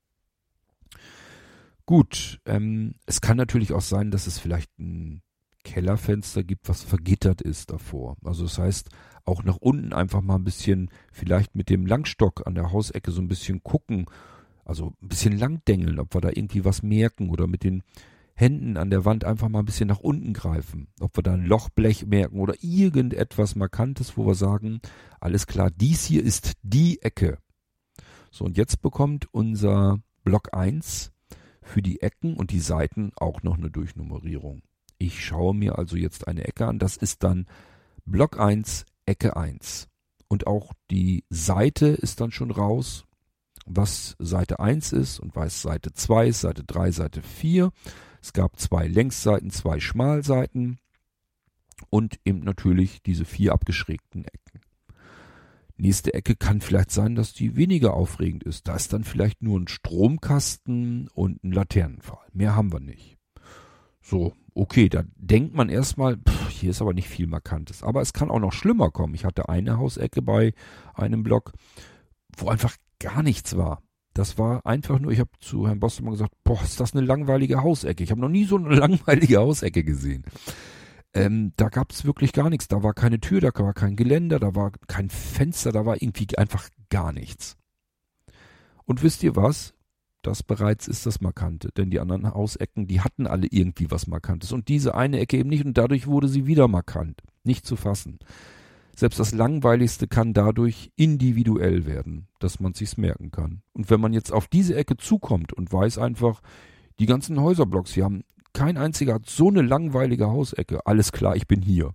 Gut, ähm, es kann natürlich auch sein, dass es vielleicht ein Kellerfenster gibt, was vergittert ist davor. Also das heißt, auch nach unten einfach mal ein bisschen, vielleicht mit dem Langstock an der Hausecke so ein bisschen gucken, also ein bisschen langdengeln, ob wir da irgendwie was merken oder mit den Händen an der Wand einfach mal ein bisschen nach unten greifen, ob wir da ein Lochblech merken oder irgendetwas Markantes, wo wir sagen, alles klar, dies hier ist die Ecke. So, und jetzt bekommt unser Block eins für die Ecken und die Seiten auch noch eine Durchnummerierung. Ich schaue mir also jetzt eine Ecke an, das ist dann Block eins, Ecke eins. Und auch die Seite ist dann schon raus, was Seite eins ist und was Seite zwei ist, Seite drei, Seite vier. Es gab zwei Längsseiten, zwei Schmalseiten und eben natürlich diese vier abgeschrägten Ecken. Nächste Ecke kann vielleicht sein, dass die weniger aufregend ist. Da ist dann vielleicht nur ein Stromkasten und ein Laternenpfahl. Mehr haben wir nicht. So, okay, da denkt man erstmal, pff, hier ist aber nicht viel Markantes. Aber es kann auch noch schlimmer kommen. Ich hatte eine Hausecke bei einem Block, wo einfach gar nichts war. Das war einfach nur, ich habe zu Herrn Bostelmann gesagt, boah, ist das eine langweilige Hausecke. Ich habe noch nie so eine langweilige Hausecke gesehen. Ähm, da gab es wirklich gar nichts. Da war keine Tür, da war kein Geländer, da war kein Fenster, da war irgendwie einfach gar nichts. Und wisst ihr was? Das bereits ist das Markante. Denn die anderen Hausecken, die hatten alle irgendwie was Markantes. Und diese eine Ecke eben nicht. Und dadurch wurde sie wieder markant. Nicht zu fassen. Selbst das Langweiligste kann dadurch individuell werden, dass man sich's merken kann. Und wenn man jetzt auf diese Ecke zukommt und weiß einfach, die ganzen Häuserblocks hier haben, kein einziger hat so eine langweilige Hausecke. Alles klar, ich bin hier.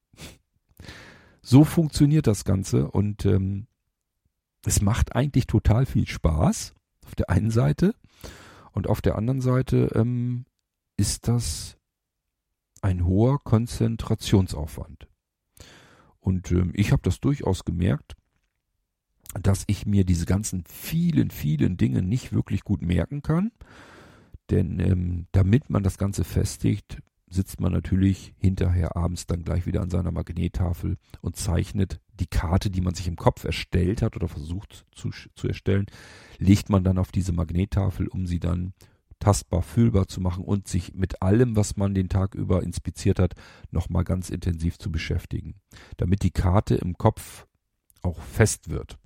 So funktioniert das Ganze und ähm, es macht eigentlich total viel Spaß auf der einen Seite und auf der anderen Seite ähm, ist das ein hoher Konzentrationsaufwand. Und ähm, ich habe das durchaus gemerkt, dass ich mir diese ganzen vielen, vielen Dinge nicht wirklich gut merken kann. Denn ähm, damit man das Ganze festigt, sitzt man natürlich hinterher abends dann gleich wieder an seiner Magnettafel und zeichnet die Karte, die man sich im Kopf erstellt hat oder versucht zu, zu erstellen, legt man dann auf diese Magnettafel, um sie dann tastbar, fühlbar zu machen und sich mit allem, was man den Tag über inspiziert hat, nochmal ganz intensiv zu beschäftigen, damit die Karte im Kopf auch fest wird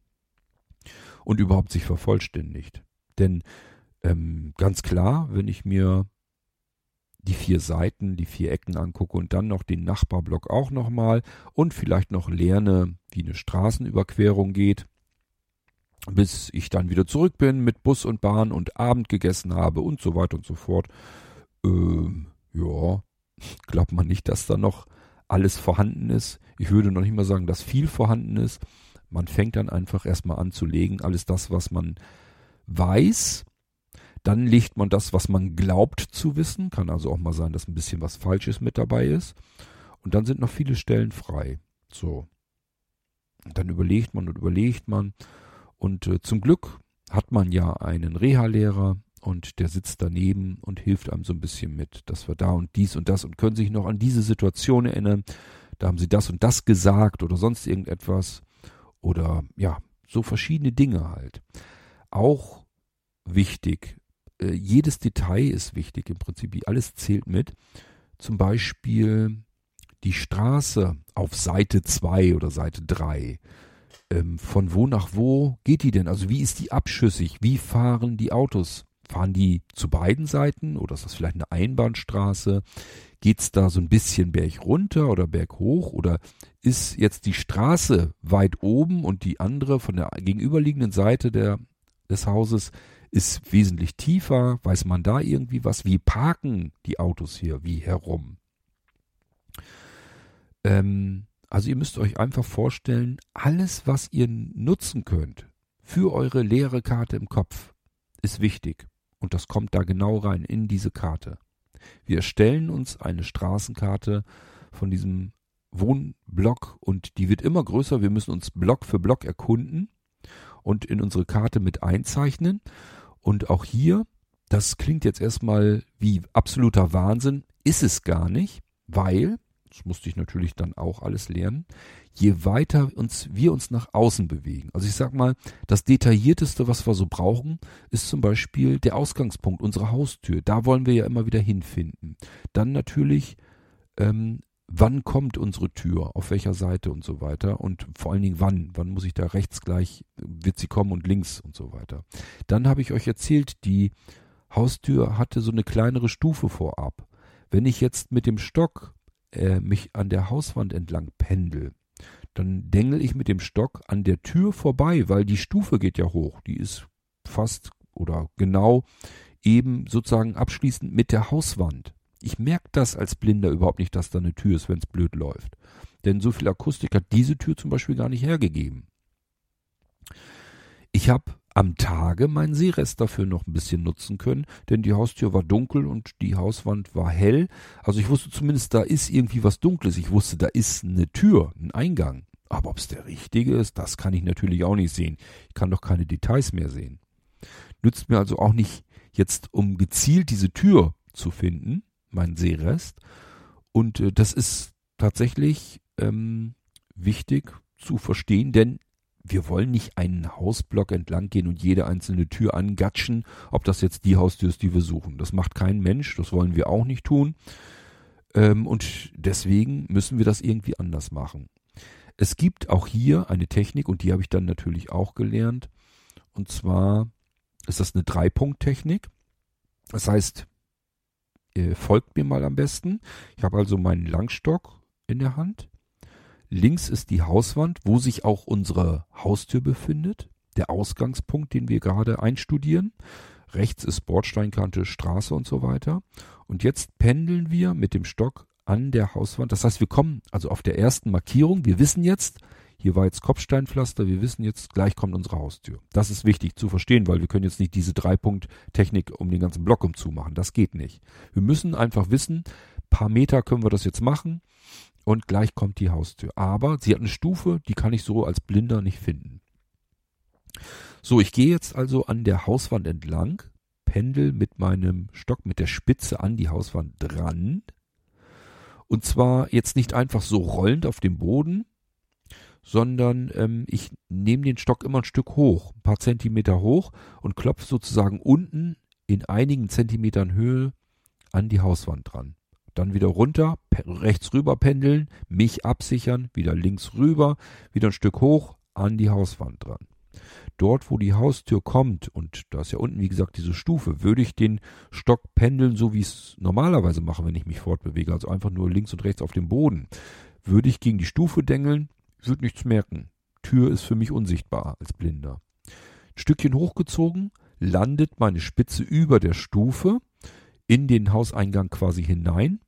und überhaupt sich vervollständigt. Denn ähm, ganz klar, wenn ich mir die vier Seiten, die vier Ecken angucke und dann noch den Nachbarblock auch nochmal und vielleicht noch lerne, wie eine Straßenüberquerung geht, bis ich dann wieder zurück bin mit Bus und Bahn und Abend gegessen habe und so weiter und so fort. Ähm, ja, glaubt man nicht, dass da noch alles vorhanden ist. Ich würde noch nicht mal sagen, dass viel vorhanden ist. Man fängt dann einfach erstmal an zu legen, alles das, was man weiß. Dann legt man das, was man glaubt zu wissen. Kann also auch mal sein, dass ein bisschen was Falsches mit dabei ist. Und dann sind noch viele Stellen frei. So. Und dann überlegt man und überlegt man. Und äh, zum Glück hat man ja einen Reha-Lehrer und der sitzt daneben und hilft einem so ein bisschen mit, dass wir da und dies und das und können sich noch an diese Situation erinnern. Da haben sie das und das gesagt oder sonst irgendetwas. Oder ja, so verschiedene Dinge halt. Auch wichtig, äh, jedes Detail ist wichtig im Prinzip, alles zählt mit. Zum Beispiel die Straße auf Seite zwei oder Seite drei. Ähm, von wo nach wo geht die denn? Also wie ist die abschüssig? Wie fahren die Autos? Fahren die zu beiden Seiten oder ist das vielleicht eine Einbahnstraße? Geht's da so ein bisschen berg runter oder berg hoch oder ist jetzt die Straße weit oben und die andere von der gegenüberliegenden Seite der des Hauses ist wesentlich tiefer. Weiß man da irgendwie was? Wie parken die Autos hier? Wie herum? Ähm, also ihr müsst euch einfach vorstellen, alles, was ihr nutzen könnt für eure leere Karte im Kopf, ist wichtig. Und das kommt da genau rein in diese Karte. Wir erstellen uns eine Straßenkarte von diesem Wohnblock und die wird immer größer. Wir müssen uns Block für Block erkunden und in unsere Karte mit einzeichnen. Und auch hier, das klingt jetzt erstmal wie absoluter Wahnsinn, ist es gar nicht, weil, das musste ich natürlich dann auch alles lernen, je weiter uns, wir uns nach außen bewegen. Also ich sag mal, das Detaillierteste, was wir so brauchen, ist zum Beispiel der Ausgangspunkt, unsere Haustür. Da wollen wir ja immer wieder hinfinden. Dann natürlich, ähm, wann kommt unsere Tür, auf welcher Seite und so weiter. Und vor allen Dingen wann. Wann muss ich da rechts gleich, wird sie kommen und links und so weiter. Dann habe ich euch erzählt, die Haustür hatte so eine kleinere Stufe vorab. Wenn ich jetzt mit dem Stock äh, mich an der Hauswand entlang pendel, dann dengel ich mit dem Stock an der Tür vorbei, weil die Stufe geht ja hoch. Die ist fast oder genau eben sozusagen abschließend mit der Hauswand. Ich merke das als Blinder überhaupt nicht, dass da eine Tür ist, wenn es blöd läuft. Denn so viel Akustik hat diese Tür zum Beispiel gar nicht hergegeben. Ich habe am Tage meinen Sehrest dafür noch ein bisschen nutzen können, denn die Haustür war dunkel und die Hauswand war hell. Also ich wusste zumindest, da ist irgendwie was Dunkles. Ich wusste, da ist eine Tür, ein Eingang. Aber ob es der richtige ist, das kann ich natürlich auch nicht sehen. Ich kann doch keine Details mehr sehen. Nützt mir also auch nicht jetzt, um gezielt diese Tür zu finden, mein Sehrest. Und äh, das ist tatsächlich ähm, wichtig zu verstehen, denn wir wollen nicht einen Hausblock entlang gehen und jede einzelne Tür angatschen, ob das jetzt die Haustür ist, die wir suchen. Das macht kein Mensch, das wollen wir auch nicht tun. Ähm, und deswegen müssen wir das irgendwie anders machen. Es gibt auch hier eine Technik und die habe ich dann natürlich auch gelernt. Und zwar ist das eine Dreipunkt-Technik. Das heißt, äh, folgt mir mal am besten. Ich habe also meinen Langstock in der Hand. Links ist die Hauswand, wo sich auch unsere Haustür befindet. Der Ausgangspunkt, den wir gerade einstudieren. Rechts ist Bordsteinkante, Straße und so weiter. Und jetzt pendeln wir mit dem Stock an der Hauswand. Das heißt, wir kommen also auf der ersten Markierung. Wir wissen jetzt, hier war jetzt Kopfsteinpflaster. Wir wissen jetzt, gleich kommt unsere Haustür. Das ist wichtig zu verstehen, weil wir können jetzt nicht diese Dreipunkt-Technik um den ganzen Block umzumachen. Das geht nicht. Wir müssen einfach wissen, paar Meter können wir das jetzt machen. Und gleich kommt die Haustür. Aber sie hat eine Stufe, die kann ich so als Blinder nicht finden. So, ich gehe jetzt also an der Hauswand entlang, pendel mit meinem Stock, mit der Spitze an die Hauswand dran. Und zwar jetzt nicht einfach so rollend auf dem Boden, sondern ähm, ich nehme den Stock immer ein Stück hoch, ein paar Zentimeter hoch und klopfe sozusagen unten in einigen Zentimetern Höhe an die Hauswand dran. Dann wieder runter, rechts rüber pendeln, mich absichern, wieder links rüber, wieder ein Stück hoch, an die Hauswand dran. Dort, wo die Haustür kommt, und da ist ja unten, wie gesagt, diese Stufe, würde ich den Stock pendeln, so wie ich es normalerweise mache, wenn ich mich fortbewege, also einfach nur links und rechts auf dem Boden. Würde ich gegen die Stufe dengeln, würde nichts merken. Tür ist für mich unsichtbar als Blinder. Ein Stückchen hochgezogen, landet meine Spitze über der Stufe, in den Hauseingang quasi hinein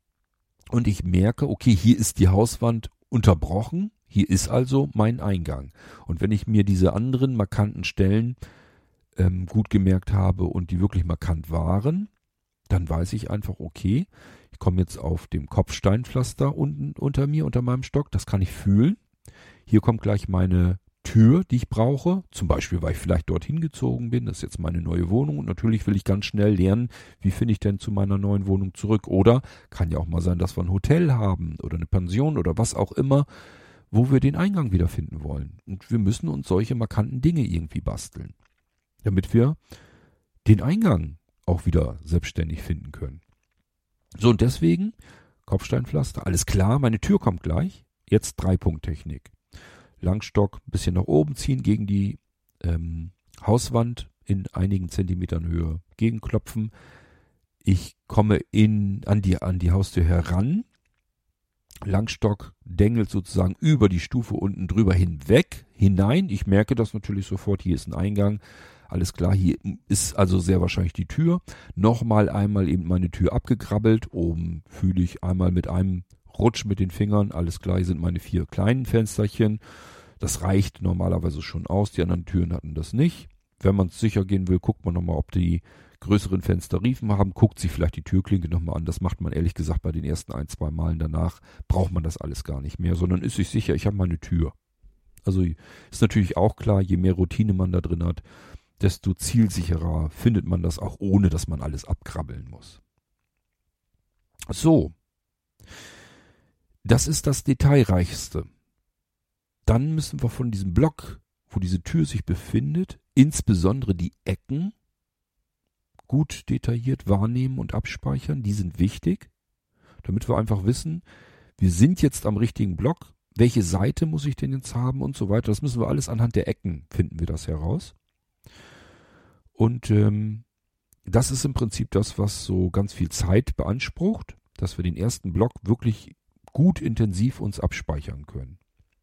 und ich merke, okay, hier ist die Hauswand unterbrochen, hier ist also mein Eingang. Und wenn ich mir diese anderen markanten Stellen ähm, gut gemerkt habe und die wirklich markant waren, dann weiß ich einfach, okay, ich komme jetzt auf dem Kopfsteinpflaster unten unter mir, unter meinem Stock, das kann ich fühlen. Hier kommt gleich meine Tür, die ich brauche, zum Beispiel, weil ich vielleicht dorthin gezogen bin, das ist jetzt meine neue Wohnung und natürlich will ich ganz schnell lernen, wie finde ich denn zu meiner neuen Wohnung zurück, oder kann ja auch mal sein, dass wir ein Hotel haben oder eine Pension oder was auch immer, wo wir den Eingang wiederfinden wollen und wir müssen uns solche markanten Dinge irgendwie basteln, damit wir den Eingang auch wieder selbstständig finden können. So und deswegen Kopfsteinpflaster, alles klar, meine Tür kommt gleich, jetzt Dreipunkt-Technik. Langstock ein bisschen nach oben ziehen, gegen die ähm, Hauswand in einigen Zentimetern Höhe gegenklopfen. Ich komme in, an, die, an die Haustür heran. Langstock dengelt sozusagen über die Stufe unten drüber hinweg, hinein. Ich merke das natürlich sofort, hier ist ein Eingang. Alles klar, hier ist also sehr wahrscheinlich die Tür. Nochmal einmal eben meine Tür abgekrabbelt. Oben fühle ich einmal mit einem Rutsch mit den Fingern. Alles klar, hier sind meine vier kleinen Fensterchen. Das reicht normalerweise schon aus. Die anderen Türen hatten das nicht. Wenn man sicher gehen will, guckt man nochmal, ob die größeren Fenster Riefen haben. Guckt sich vielleicht die Türklinke nochmal an. Das macht man ehrlich gesagt bei den ersten ein, zwei Malen. Danach braucht man das alles gar nicht mehr, sondern ist sich sicher, ich habe meine Tür. Also ist natürlich auch klar, je mehr Routine man da drin hat, desto zielsicherer findet man das auch, ohne dass man alles abkrabbeln muss. So, das ist das Detailreichste. Dann müssen wir von diesem Block, wo diese Tür sich befindet, insbesondere die Ecken, gut detailliert wahrnehmen und abspeichern. Die sind wichtig, damit wir einfach wissen, wir sind jetzt am richtigen Block. Welche Seite muss ich denn jetzt haben und so weiter. Das müssen wir alles anhand der Ecken, finden wir das heraus. Und ähm, das ist im Prinzip das, was so ganz viel Zeit beansprucht, dass wir den ersten Block wirklich gut intensiv uns abspeichern können.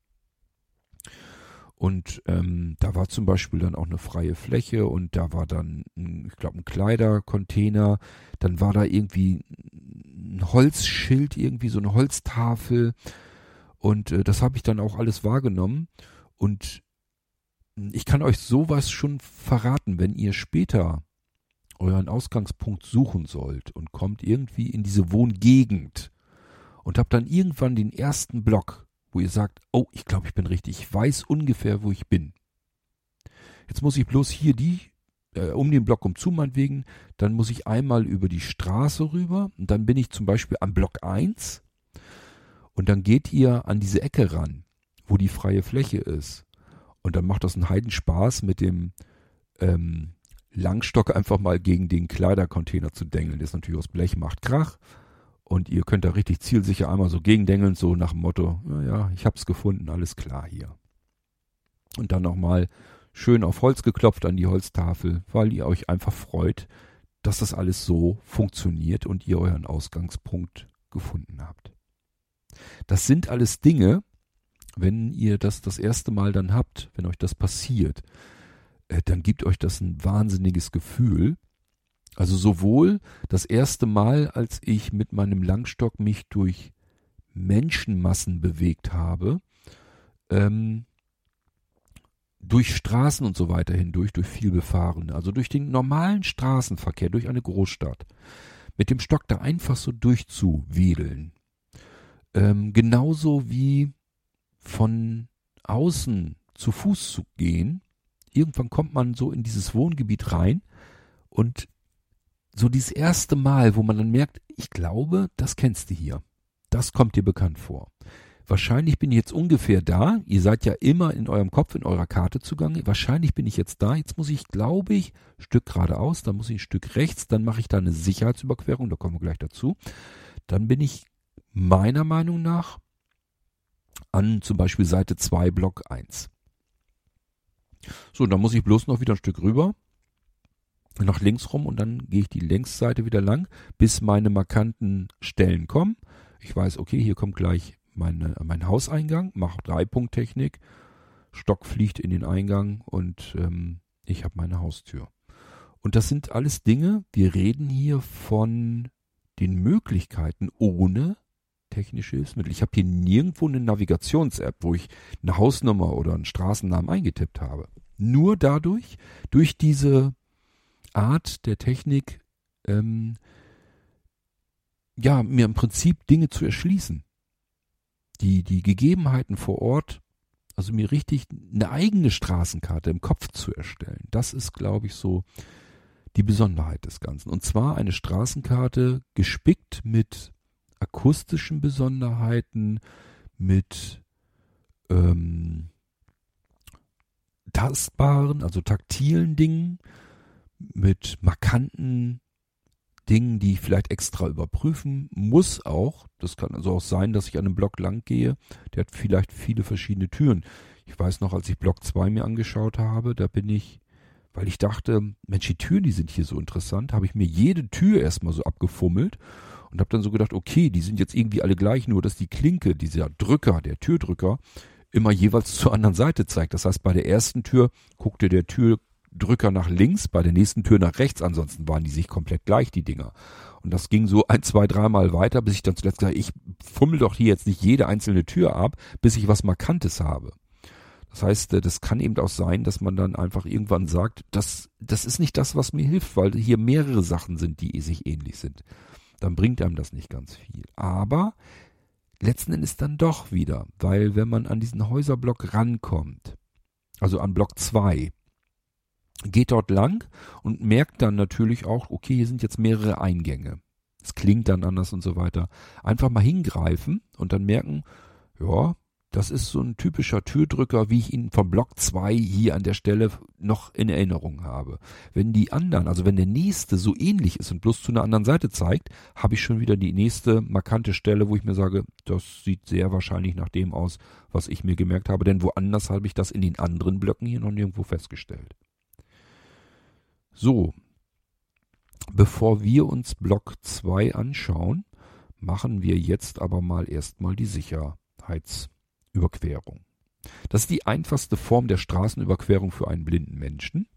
Und ähm, da war zum Beispiel dann auch eine freie Fläche und da war dann, ein, ich glaube, ein Kleidercontainer. Dann war da irgendwie ein Holzschild, irgendwie so eine Holztafel. Und äh, das habe ich dann auch alles wahrgenommen. Und ich kann euch sowas schon verraten, wenn ihr später euren Ausgangspunkt suchen sollt und kommt irgendwie in diese Wohngegend und habt dann irgendwann den ersten Block, wo ihr sagt, oh, ich glaube, ich bin richtig, ich weiß ungefähr, wo ich bin. Jetzt muss ich bloß hier die, äh, um den Block umzu meinetwegen, dann muss ich einmal über die Straße rüber und dann bin ich zum Beispiel am Block eins und dann geht ihr an diese Ecke ran, wo die freie Fläche ist. Und dann macht das einen Heidenspaß, mit dem ähm, Langstock einfach mal gegen den Kleidercontainer zu dengeln. Das ist natürlich aus Blech, macht Krach. Und ihr könnt da richtig zielsicher einmal so gegendengeln, so nach dem Motto, ja, ich hab's gefunden, alles klar hier. Und dann nochmal schön auf Holz geklopft an die Holztafel, weil ihr euch einfach freut, dass das alles so funktioniert und ihr euren Ausgangspunkt gefunden habt. Das sind alles Dinge, wenn ihr das das erste Mal dann habt, wenn euch das passiert, äh, dann gibt euch das ein wahnsinniges Gefühl. Also sowohl das erste Mal, als ich mit meinem Langstock mich durch Menschenmassen bewegt habe, ähm, durch Straßen und so weiter hindurch, durch viel Befahrene, also durch den normalen Straßenverkehr, durch eine Großstadt, mit dem Stock da einfach so durchzuwedeln. Ähm, genauso wie von außen zu Fuß zu gehen. Irgendwann kommt man so in dieses Wohngebiet rein und so dieses erste Mal, wo man dann merkt, ich glaube, das kennst du hier. Das kommt dir bekannt vor. Wahrscheinlich bin ich jetzt ungefähr da. Ihr seid ja immer in eurem Kopf, in eurer Karte zugange. Wahrscheinlich bin ich jetzt da. Jetzt muss ich, glaube ich, ein Stück geradeaus, dann muss ich ein Stück rechts, dann mache ich da eine Sicherheitsüberquerung, da kommen wir gleich dazu. Dann bin ich meiner Meinung nach an zum Beispiel Seite zwei, Block eins. So, dann muss ich bloß noch wieder ein Stück rüber, nach links rum und dann gehe ich die Längsseite wieder lang, bis meine markanten Stellen kommen. Ich weiß, okay, hier kommt gleich meine, mein Hauseingang, mache Dreipunkttechnik, Stock fliegt in den Eingang und ähm, ich habe meine Haustür. Und das sind alles Dinge, wir reden hier von den Möglichkeiten ohne technische Hilfsmittel. Ich habe hier nirgendwo eine Navigations-App, wo ich eine Hausnummer oder einen Straßennamen eingetippt habe. Nur dadurch, durch diese Art der Technik, ähm, ja, mir im Prinzip Dinge zu erschließen. Die, die Gegebenheiten vor Ort, also mir richtig eine eigene Straßenkarte im Kopf zu erstellen. Das ist, glaube ich, so die Besonderheit des Ganzen. Und zwar eine Straßenkarte gespickt mit akustischen Besonderheiten, mit ähm, tastbaren, also taktilen Dingen, mit markanten Dingen, die ich vielleicht extra überprüfen muss auch. Das kann also auch sein, dass ich an einem Block lang gehe. Der hat vielleicht viele verschiedene Türen. Ich weiß noch, als ich Block zwei mir angeschaut habe, da bin ich, weil ich dachte, Mensch, die Türen, die sind hier so interessant, habe ich mir jede Tür erstmal so abgefummelt und habe dann so gedacht, okay, die sind jetzt irgendwie alle gleich, nur dass die Klinke, dieser Drücker, der Türdrücker, immer jeweils zur anderen Seite zeigt. Das heißt, bei der ersten Tür guckte der Tür Drücker nach links, bei der nächsten Tür nach rechts, ansonsten waren die sich komplett gleich, die Dinger. Und das ging so ein, zwei, dreimal weiter, bis ich dann zuletzt gesagt habe, ich fummel doch hier jetzt nicht jede einzelne Tür ab, bis ich was Markantes habe. Das heißt, das kann eben auch sein, dass man dann einfach irgendwann sagt, das, das ist nicht das, was mir hilft, weil hier mehrere Sachen sind, die sich ähnlich sind. Dann bringt einem das nicht ganz viel. Aber letzten Endes dann doch wieder, weil wenn man an diesen Häuserblock rankommt, also an Block zwei, geht dort lang und merkt dann natürlich auch, okay, hier sind jetzt mehrere Eingänge. Es klingt dann anders und so weiter. Einfach mal hingreifen und dann merken, ja, das ist so ein typischer Türdrücker, wie ich ihn vom Block zwei hier an der Stelle noch in Erinnerung habe. Wenn die anderen, also wenn der nächste so ähnlich ist und bloß zu einer anderen Seite zeigt, habe ich schon wieder die nächste markante Stelle, wo ich mir sage, das sieht sehr wahrscheinlich nach dem aus, was ich mir gemerkt habe, denn woanders habe ich das in den anderen Blöcken hier noch nirgendwo festgestellt. So, bevor wir uns Block zwei anschauen, machen wir jetzt aber mal erstmal die Sicherheitsüberquerung. Das ist die einfachste Form der Straßenüberquerung für einen blinden Menschen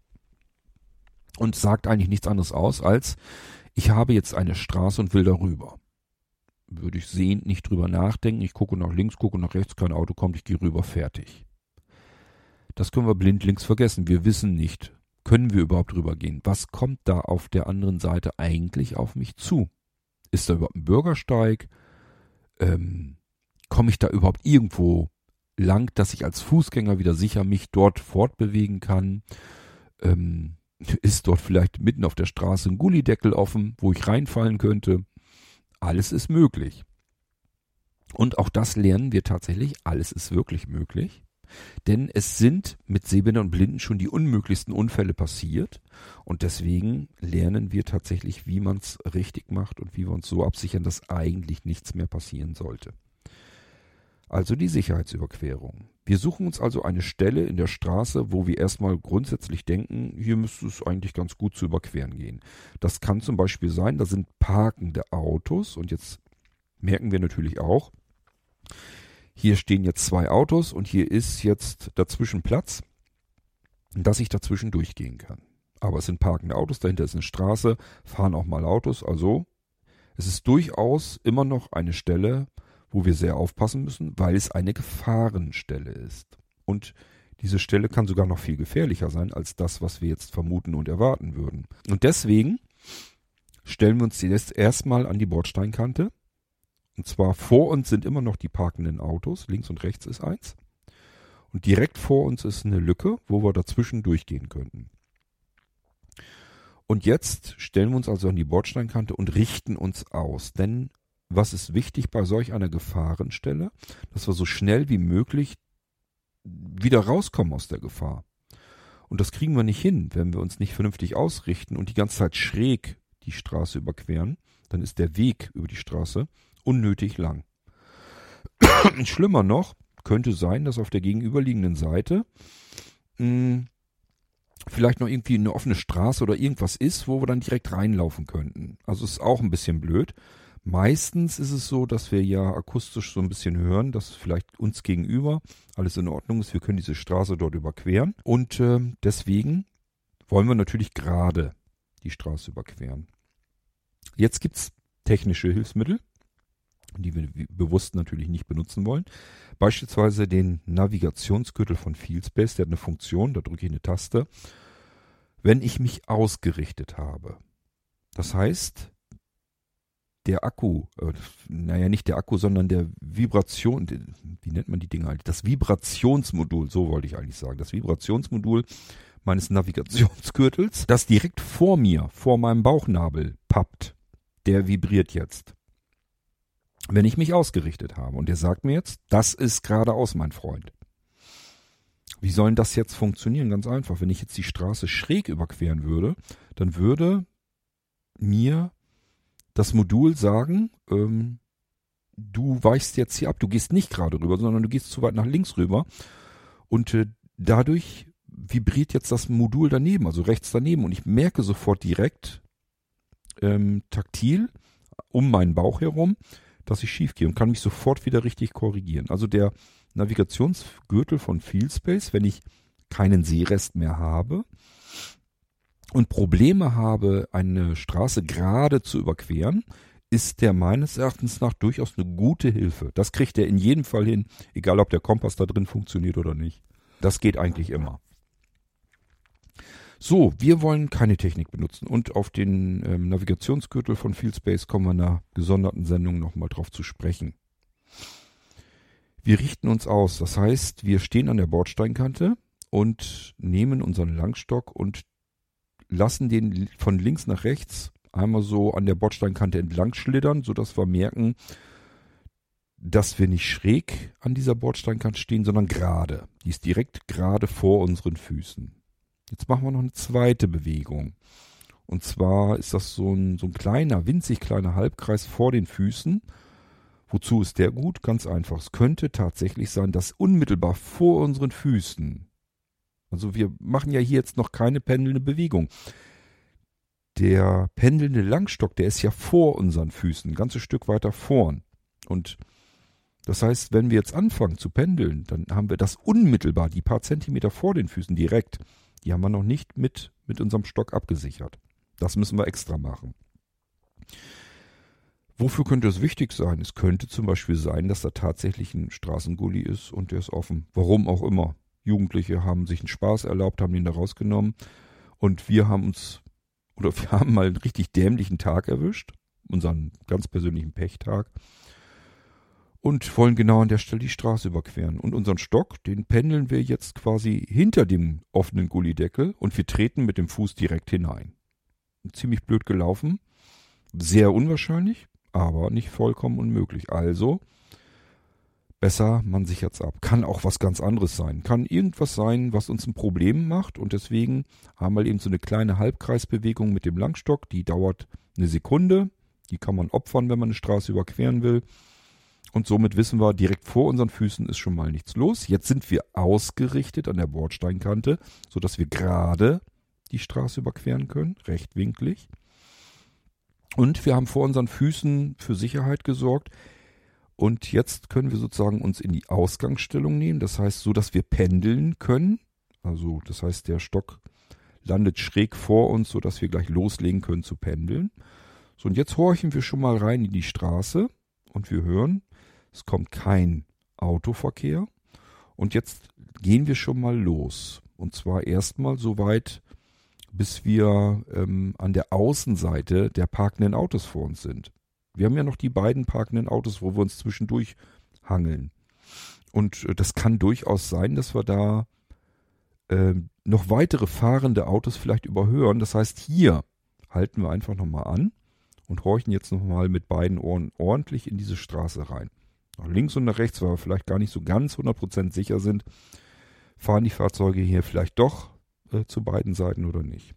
und sagt eigentlich nichts anderes aus, als ich habe jetzt eine Straße und will darüber. Würde ich sehend nicht drüber nachdenken, ich gucke nach links, gucke nach rechts, kein Auto kommt, ich gehe rüber, fertig. Das können wir blindlings vergessen, wir wissen nicht, können wir überhaupt drüber gehen? Was kommt da auf der anderen Seite eigentlich auf mich zu? Ist da überhaupt ein Bürgersteig? Ähm, komme ich da überhaupt irgendwo lang, dass ich als Fußgänger wieder sicher mich dort fortbewegen kann? Ähm, ist dort vielleicht mitten auf der Straße ein Gullideckel offen, wo ich reinfallen könnte? Alles ist möglich. Und auch das lernen wir tatsächlich. Alles ist wirklich möglich. Denn es sind mit Sehbehindern und Blinden schon die unmöglichsten Unfälle passiert. Und deswegen lernen wir tatsächlich, wie man es richtig macht und wie wir uns so absichern, dass eigentlich nichts mehr passieren sollte. Also die Sicherheitsüberquerung. Wir suchen uns also eine Stelle in der Straße, wo wir erstmal grundsätzlich denken, hier müsste es eigentlich ganz gut zu überqueren gehen. Das kann zum Beispiel sein, da sind parkende Autos und jetzt merken wir natürlich auch, hier stehen jetzt zwei Autos und hier ist jetzt dazwischen Platz, dass ich dazwischen durchgehen kann. Aber es sind parkende Autos, dahinter ist eine Straße, fahren auch mal Autos. Also es ist durchaus immer noch eine Stelle, wo wir sehr aufpassen müssen, weil es eine Gefahrenstelle ist. Und diese Stelle kann sogar noch viel gefährlicher sein als das, was wir jetzt vermuten und erwarten würden. Und deswegen stellen wir uns jetzt erstmal an die Bordsteinkante. Und zwar vor uns sind immer noch die parkenden Autos, links und rechts ist eins. Und direkt vor uns ist eine Lücke, wo wir dazwischen durchgehen könnten. Und jetzt stellen wir uns also an die Bordsteinkante und richten uns aus. Denn was ist wichtig bei solch einer Gefahrenstelle? Dass wir so schnell wie möglich wieder rauskommen aus der Gefahr. Und das kriegen wir nicht hin, wenn wir uns nicht vernünftig ausrichten und die ganze Zeit schräg die Straße überqueren. Dann ist der Weg über die Straße unnötig lang. Schlimmer noch, könnte sein, dass auf der gegenüberliegenden Seite mh, vielleicht noch irgendwie eine offene Straße oder irgendwas ist, wo wir dann direkt reinlaufen könnten. Also ist auch ein bisschen blöd. Meistens ist es so, dass wir ja akustisch so ein bisschen hören, dass vielleicht uns gegenüber alles in Ordnung ist. Wir können diese Straße dort überqueren und äh, deswegen wollen wir natürlich gerade die Straße überqueren. Jetzt gibt's technische Hilfsmittel, die wir bewusst natürlich nicht benutzen wollen. Beispielsweise den Navigationsgürtel von Feelspace, der hat eine Funktion, da drücke ich eine Taste, wenn ich mich ausgerichtet habe. Das heißt, der Akku, äh, naja nicht der Akku, sondern der Vibration, wie nennt man die Dinger eigentlich? Das Vibrationsmodul, so wollte ich eigentlich sagen. Das Vibrationsmodul meines Navigationsgürtels, das direkt vor mir, vor meinem Bauchnabel pappt, der vibriert jetzt. Wenn ich mich ausgerichtet habe und der sagt mir jetzt, das ist geradeaus, mein Freund. Wie soll denn das jetzt funktionieren? Ganz einfach. Wenn ich jetzt die Straße schräg überqueren würde, dann würde mir das Modul sagen, ähm, du weichst jetzt hier ab, du gehst nicht gerade rüber, sondern du gehst zu weit nach links rüber und äh, dadurch vibriert jetzt das Modul daneben, also rechts daneben und ich merke sofort direkt ähm, taktil um meinen Bauch herum, dass ich schief gehe und kann mich sofort wieder richtig korrigieren. Also der Navigationsgürtel von Feelspace, wenn ich keinen Sehrest mehr habe, und Probleme habe, eine Straße gerade zu überqueren, ist der meines Erachtens nach durchaus eine gute Hilfe. Das kriegt er in jedem Fall hin, egal ob der Kompass da drin funktioniert oder nicht. Das geht eigentlich immer. So, wir wollen keine Technik benutzen und auf den ähm, Navigationsgürtel von FieldSpace kommen wir in einer gesonderten Sendung nochmal drauf zu sprechen. Wir richten uns aus, das heißt, wir stehen an der Bordsteinkante und nehmen unseren Langstock und lassen den von links nach rechts einmal so an der Bordsteinkante entlang schlittern, sodass wir merken, dass wir nicht schräg an dieser Bordsteinkante stehen, sondern gerade. Die ist direkt gerade vor unseren Füßen. Jetzt machen wir noch eine zweite Bewegung. Und zwar ist das so ein, so ein kleiner, winzig kleiner Halbkreis vor den Füßen. Wozu ist der gut? Ganz einfach. Es könnte tatsächlich sein, dass unmittelbar vor unseren Füßen, also wir machen ja hier jetzt noch keine pendelnde Bewegung. Der pendelnde Langstock, der ist ja vor unseren Füßen, ein ganzes Stück weiter vorn. Und das heißt, wenn wir jetzt anfangen zu pendeln, dann haben wir das unmittelbar, die paar Zentimeter vor den Füßen direkt. Die haben wir noch nicht mit, mit unserem Stock abgesichert. Das müssen wir extra machen. Wofür könnte es wichtig sein? Es könnte zum Beispiel sein, dass da tatsächlich ein Straßengully ist und der ist offen. Warum auch immer. Jugendliche haben sich einen Spaß erlaubt, haben den da rausgenommen und wir haben uns, oder wir haben mal einen richtig dämlichen Tag erwischt, unseren ganz persönlichen Pechtag und wollen genau an der Stelle die Straße überqueren. Und unseren Stock, den pendeln wir jetzt quasi hinter dem offenen Gullydeckel und wir treten mit dem Fuß direkt hinein. Ziemlich blöd gelaufen, sehr unwahrscheinlich, aber nicht vollkommen unmöglich. Also besser, man sichert's ab. Kann auch was ganz anderes sein. Kann irgendwas sein, was uns ein Problem macht und deswegen haben wir eben so eine kleine Halbkreisbewegung mit dem Langstock, die dauert eine Sekunde. Die kann man opfern, wenn man eine Straße überqueren will. Und somit wissen wir, direkt vor unseren Füßen ist schon mal nichts los. Jetzt sind wir ausgerichtet an der Bordsteinkante, sodass wir gerade die Straße überqueren können, rechtwinklig. Und wir haben vor unseren Füßen für Sicherheit gesorgt. Und jetzt können wir sozusagen uns in die Ausgangsstellung nehmen. Das heißt, so dass wir pendeln können. Also das heißt, der Stock landet schräg vor uns, sodass wir gleich loslegen können zu pendeln. So, und jetzt horchen wir schon mal rein in die Straße und wir hören, es kommt kein Autoverkehr. Und jetzt gehen wir schon mal los. Und zwar erstmal so weit, bis wir ähm, an der Außenseite der parkenden Autos vor uns sind. Wir haben ja noch die beiden parkenden Autos, wo wir uns zwischendurch hangeln. Und äh, das kann durchaus sein, dass wir da äh, noch weitere fahrende Autos vielleicht überhören. Das heißt, hier halten wir einfach nochmal an und horchen jetzt nochmal mit beiden Ohren ordentlich in diese Straße rein. Nach links und nach rechts, weil wir vielleicht gar nicht so ganz hundert Prozent sicher sind, fahren die Fahrzeuge hier vielleicht doch äh, zu beiden Seiten oder nicht.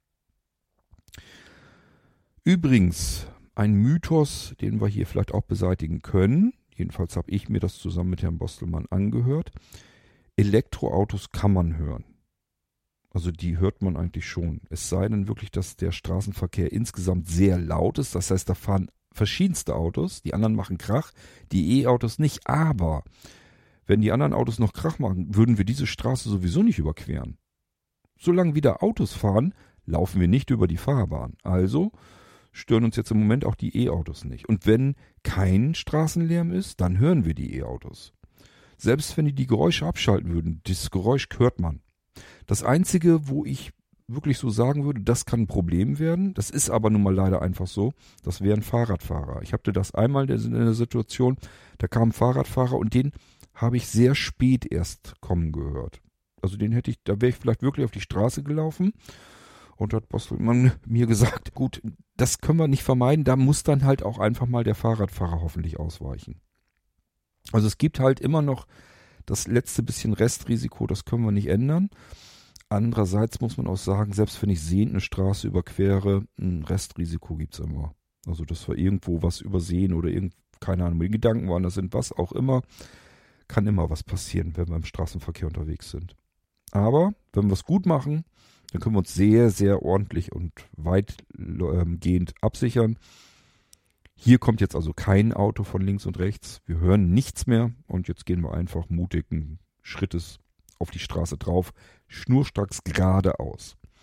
Übrigens, ein Mythos, den wir hier vielleicht auch beseitigen können, jedenfalls habe ich mir das zusammen mit Herrn Bostelmann angehört, Elektroautos kann man hören. Also die hört man eigentlich schon. Es sei denn wirklich, dass der Straßenverkehr insgesamt sehr laut ist. Das heißt, da fahren verschiedenste Autos, die anderen machen Krach, die E-Autos nicht. Aber wenn die anderen Autos noch Krach machen, würden wir diese Straße sowieso nicht überqueren. Solange wieder Autos fahren, laufen wir nicht über die Fahrbahn. Also stören uns jetzt im Moment auch die E-Autos nicht. Und wenn kein Straßenlärm ist, dann hören wir die E-Autos. Selbst wenn die die Geräusche abschalten würden, das Geräusch hört man. Das Einzige, wo ich wirklich so sagen würde, das kann ein Problem werden, das ist aber nun mal leider einfach so, das wären Fahrradfahrer. Ich hatte das einmal in der Situation, da kam ein Fahrradfahrer und den habe ich sehr spät erst kommen gehört. Also den hätte ich, da wäre ich vielleicht wirklich auf die Straße gelaufen und hat Bostelmann mir gesagt, gut, das können wir nicht vermeiden, da muss dann halt auch einfach mal der Fahrradfahrer hoffentlich ausweichen. Also es gibt halt immer noch das letzte bisschen Restrisiko, das können wir nicht ändern. Andererseits muss man auch sagen, selbst wenn ich sehend eine Straße überquere, ein Restrisiko gibt's immer. Also dass wir irgendwo was übersehen oder irgend, keine Ahnung, die Gedanken woanders sind, was auch immer, kann immer was passieren, wenn wir im Straßenverkehr unterwegs sind. Aber wenn wir es gut machen, dann können wir uns sehr, sehr ordentlich und weitgehend absichern. Hier kommt jetzt also kein Auto von links und rechts. Wir hören nichts mehr und jetzt gehen wir einfach mutigen Schrittes auf die Straße drauf, schnurstracks geradeaus.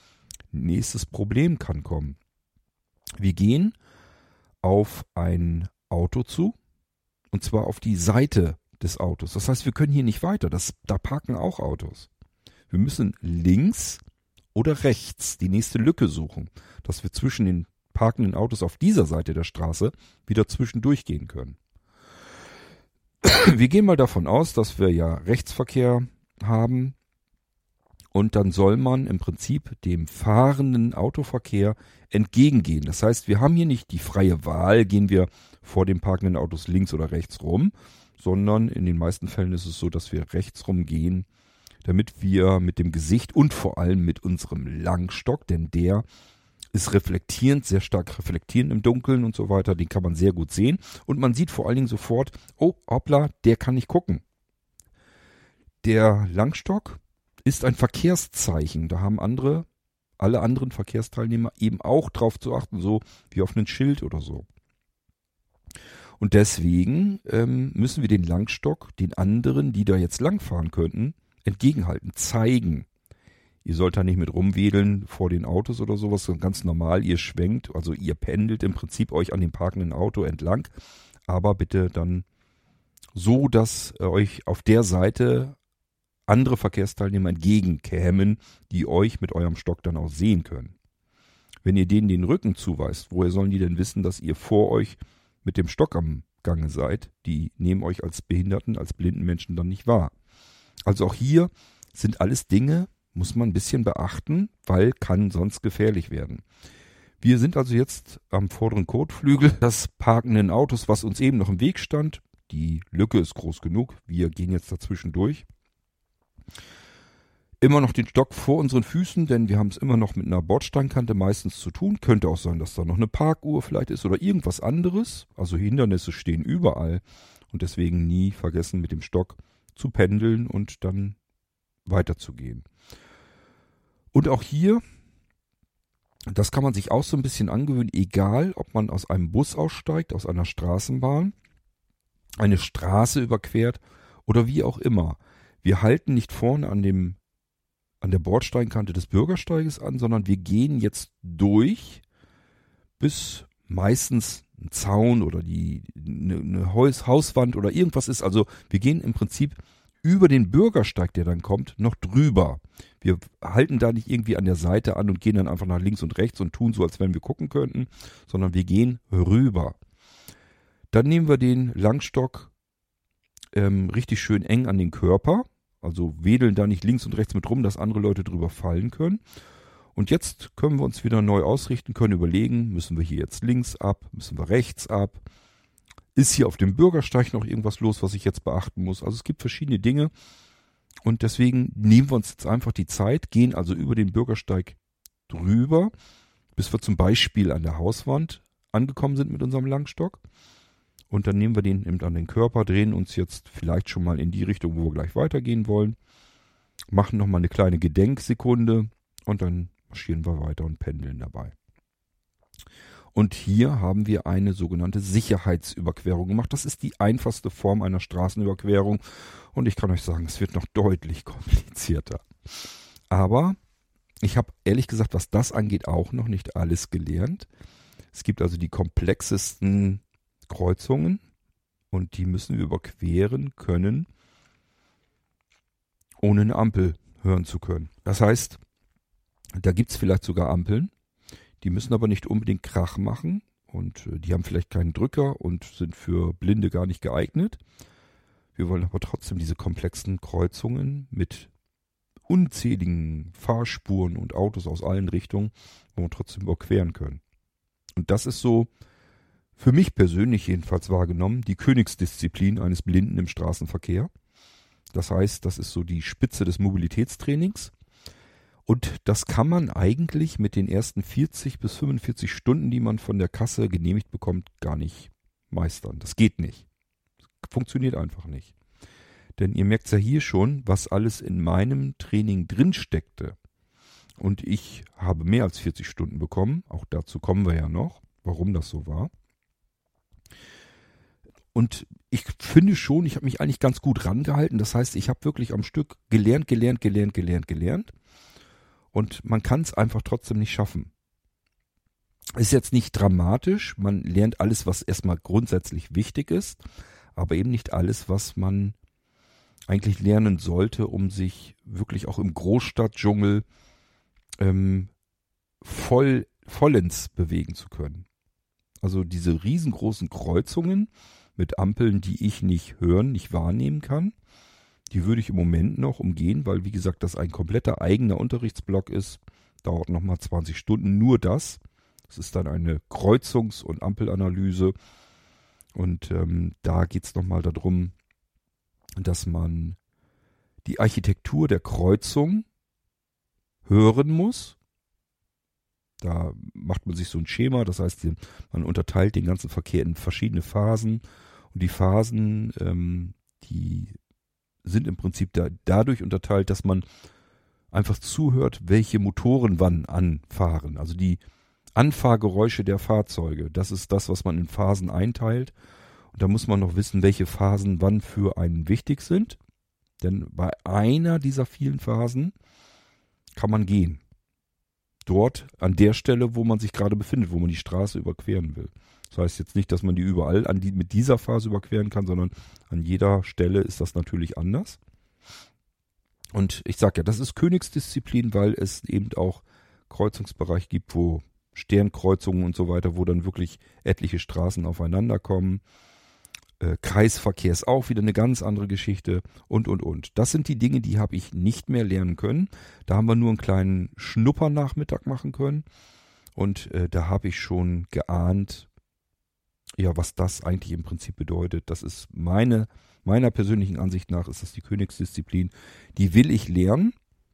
nächstes Problem kann kommen. Wir gehen auf ein Auto zu, und zwar auf die Seite des Autos. Das heißt, wir können hier nicht weiter. Das, da parken auch Autos. Wir müssen links oder rechts die nächste Lücke suchen, dass wir zwischen den parkenden Autos auf dieser Seite der Straße wieder zwischendurch gehen können. Wir gehen mal davon aus, dass wir ja Rechtsverkehr haben und dann soll man im Prinzip dem fahrenden Autoverkehr entgegengehen. Das heißt, wir haben hier nicht die freie Wahl, gehen wir vor den parkenden Autos links oder rechts rum, sondern in den meisten Fällen ist es so, dass wir rechts rumgehen, damit wir mit dem Gesicht und vor allem mit unserem Langstock, denn der ist reflektierend, sehr stark reflektierend im Dunkeln und so weiter, den kann man sehr gut sehen und man sieht vor allen Dingen sofort, oh, hoppla, der kann nicht gucken. Der Langstock ist ein Verkehrszeichen, da haben andere, alle anderen Verkehrsteilnehmer eben auch drauf zu achten, so wie auf ein Schild oder so. Und deswegen ähm, müssen wir den Langstock den anderen, die da jetzt langfahren könnten, entgegenhalten, zeigen. Ihr sollt da nicht mit rumwedeln vor den Autos oder sowas, sondern ganz normal, ihr schwenkt, also ihr pendelt im Prinzip euch an dem parkenden Auto entlang, aber bitte dann so, dass euch auf der Seite andere Verkehrsteilnehmer entgegenkämen, die euch mit eurem Stock dann auch sehen können. Wenn ihr denen den Rücken zuweist, woher sollen die denn wissen, dass ihr vor euch mit dem Stock am Gange seid? Die nehmen euch als Behinderten, als blinden Menschen dann nicht wahr. Also auch hier sind alles Dinge, muss man ein bisschen beachten, weil kann sonst gefährlich werden. Wir sind also jetzt am vorderen Kotflügel des parkenden Autos, was uns eben noch im Weg stand. Die Lücke ist groß genug, wir gehen jetzt dazwischen durch. Immer noch den Stock vor unseren Füßen, denn wir haben es immer noch mit einer Bordsteinkante meistens zu tun. Könnte auch sein, dass da noch eine Parkuhr vielleicht ist oder irgendwas anderes. Also Hindernisse stehen überall und deswegen nie vergessen, mit dem Stock zu pendeln und dann weiterzugehen. Und auch hier, das kann man sich auch so ein bisschen angewöhnen, egal ob man aus einem Bus aussteigt, aus einer Straßenbahn, eine Straße überquert oder wie auch immer. Wir halten nicht vorne an dem an der Bordsteinkante des Bürgersteiges an, sondern wir gehen jetzt durch, bis meistens ein Zaun oder die eine, eine Haus, Hauswand oder irgendwas ist. Also wir gehen im Prinzip über den Bürgersteig, der dann kommt, noch drüber. Wir halten da nicht irgendwie an der Seite an und gehen dann einfach nach links und rechts und tun so, als wenn wir gucken könnten, sondern wir gehen rüber. Dann nehmen wir den Langstock ähm, richtig schön eng an den Körper. Also wedeln da nicht links und rechts mit rum, dass andere Leute drüber fallen können. Und jetzt können wir uns wieder neu ausrichten, können überlegen, müssen wir hier jetzt links ab, müssen wir rechts ab. Ist hier auf dem Bürgersteig noch irgendwas los, was ich jetzt beachten muss? Also es gibt verschiedene Dinge und deswegen nehmen wir uns jetzt einfach die Zeit, gehen also über den Bürgersteig drüber, bis wir zum Beispiel an der Hauswand angekommen sind mit unserem Langstock. Und dann nehmen wir den eben an den Körper, drehen uns jetzt vielleicht schon mal in die Richtung, wo wir gleich weitergehen wollen, machen nochmal eine kleine Gedenksekunde und dann marschieren wir weiter und pendeln dabei. Und hier haben wir eine sogenannte Sicherheitsüberquerung gemacht. Das ist die einfachste Form einer Straßenüberquerung und ich kann euch sagen, es wird noch deutlich komplizierter. Aber ich habe ehrlich gesagt, was das angeht, auch noch nicht alles gelernt. Es gibt also die komplexesten Kreuzungen und die müssen wir überqueren können, ohne eine Ampel hören zu können. Das heißt, da gibt es vielleicht sogar Ampeln, die müssen aber nicht unbedingt Krach machen und äh, die haben vielleicht keinen Drücker und sind für Blinde gar nicht geeignet. Wir wollen aber trotzdem diese komplexen Kreuzungen mit unzähligen Fahrspuren und Autos aus allen Richtungen, wo wir trotzdem überqueren können. Und das ist so, für mich persönlich jedenfalls wahrgenommen, die Königsdisziplin eines Blinden im Straßenverkehr. Das heißt, das ist so die Spitze des Mobilitätstrainings. Und das kann man eigentlich mit den ersten vierzig bis fünfundvierzig Stunden, die man von der Kasse genehmigt bekommt, gar nicht meistern. Das geht nicht. Funktioniert einfach nicht. Denn ihr merkt ja hier schon, was alles in meinem Training drin steckte. Und ich habe mehr als vierzig Stunden bekommen. Auch dazu kommen wir ja noch, warum das so war. Und ich finde schon, ich habe mich eigentlich ganz gut rangehalten. Das heißt, ich habe wirklich am Stück gelernt, gelernt, gelernt, gelernt, gelernt. und man kann es einfach trotzdem nicht schaffen. Ist jetzt nicht dramatisch, man lernt alles, was erstmal grundsätzlich wichtig ist, aber eben nicht alles, was man eigentlich lernen sollte, um sich wirklich auch im Großstadtdschungel ähm, voll, vollends bewegen zu können. Also diese riesengroßen Kreuzungen mit Ampeln, die ich nicht hören, nicht wahrnehmen kann, die würde ich im Moment noch umgehen, weil wie gesagt, das ein kompletter eigener Unterrichtsblock ist. Dauert nochmal zwanzig Stunden, nur das. Das ist dann eine Kreuzungs- und Ampelanalyse. Und ähm, da geht es nochmal darum, dass man die Architektur der Kreuzung hören muss. Da macht man sich so ein Schema, das heißt, man unterteilt den ganzen Verkehr in verschiedene Phasen. Und die Phasen, ähm, die sind im Prinzip da, dadurch unterteilt, dass man einfach zuhört, welche Motoren wann anfahren. Also die Anfahrgeräusche der Fahrzeuge, das ist das, was man in Phasen einteilt. Und da muss man noch wissen, welche Phasen wann für einen wichtig sind. Denn bei einer dieser vielen Phasen kann man gehen. Dort an der Stelle, wo man sich gerade befindet, wo man die Straße überqueren will. Das heißt jetzt nicht, dass man die überall an die, mit dieser Phase überqueren kann, sondern an jeder Stelle ist das natürlich anders. Und ich sage ja, das ist Königsdisziplin, weil es eben auch Kreuzungsbereich gibt, wo Sternkreuzungen und so weiter, wo dann wirklich etliche Straßen aufeinander kommen. Äh, Kreisverkehr ist auch wieder eine ganz andere Geschichte und, und, und. Das sind die Dinge, die habe ich nicht mehr lernen können. Da haben wir nur einen kleinen Schnuppernachmittag machen können. Und äh, da habe ich schon geahnt, ja, was das eigentlich im Prinzip bedeutet. Das ist meine, meiner persönlichen Ansicht nach ist das die Königsdisziplin. Die will ich lernen,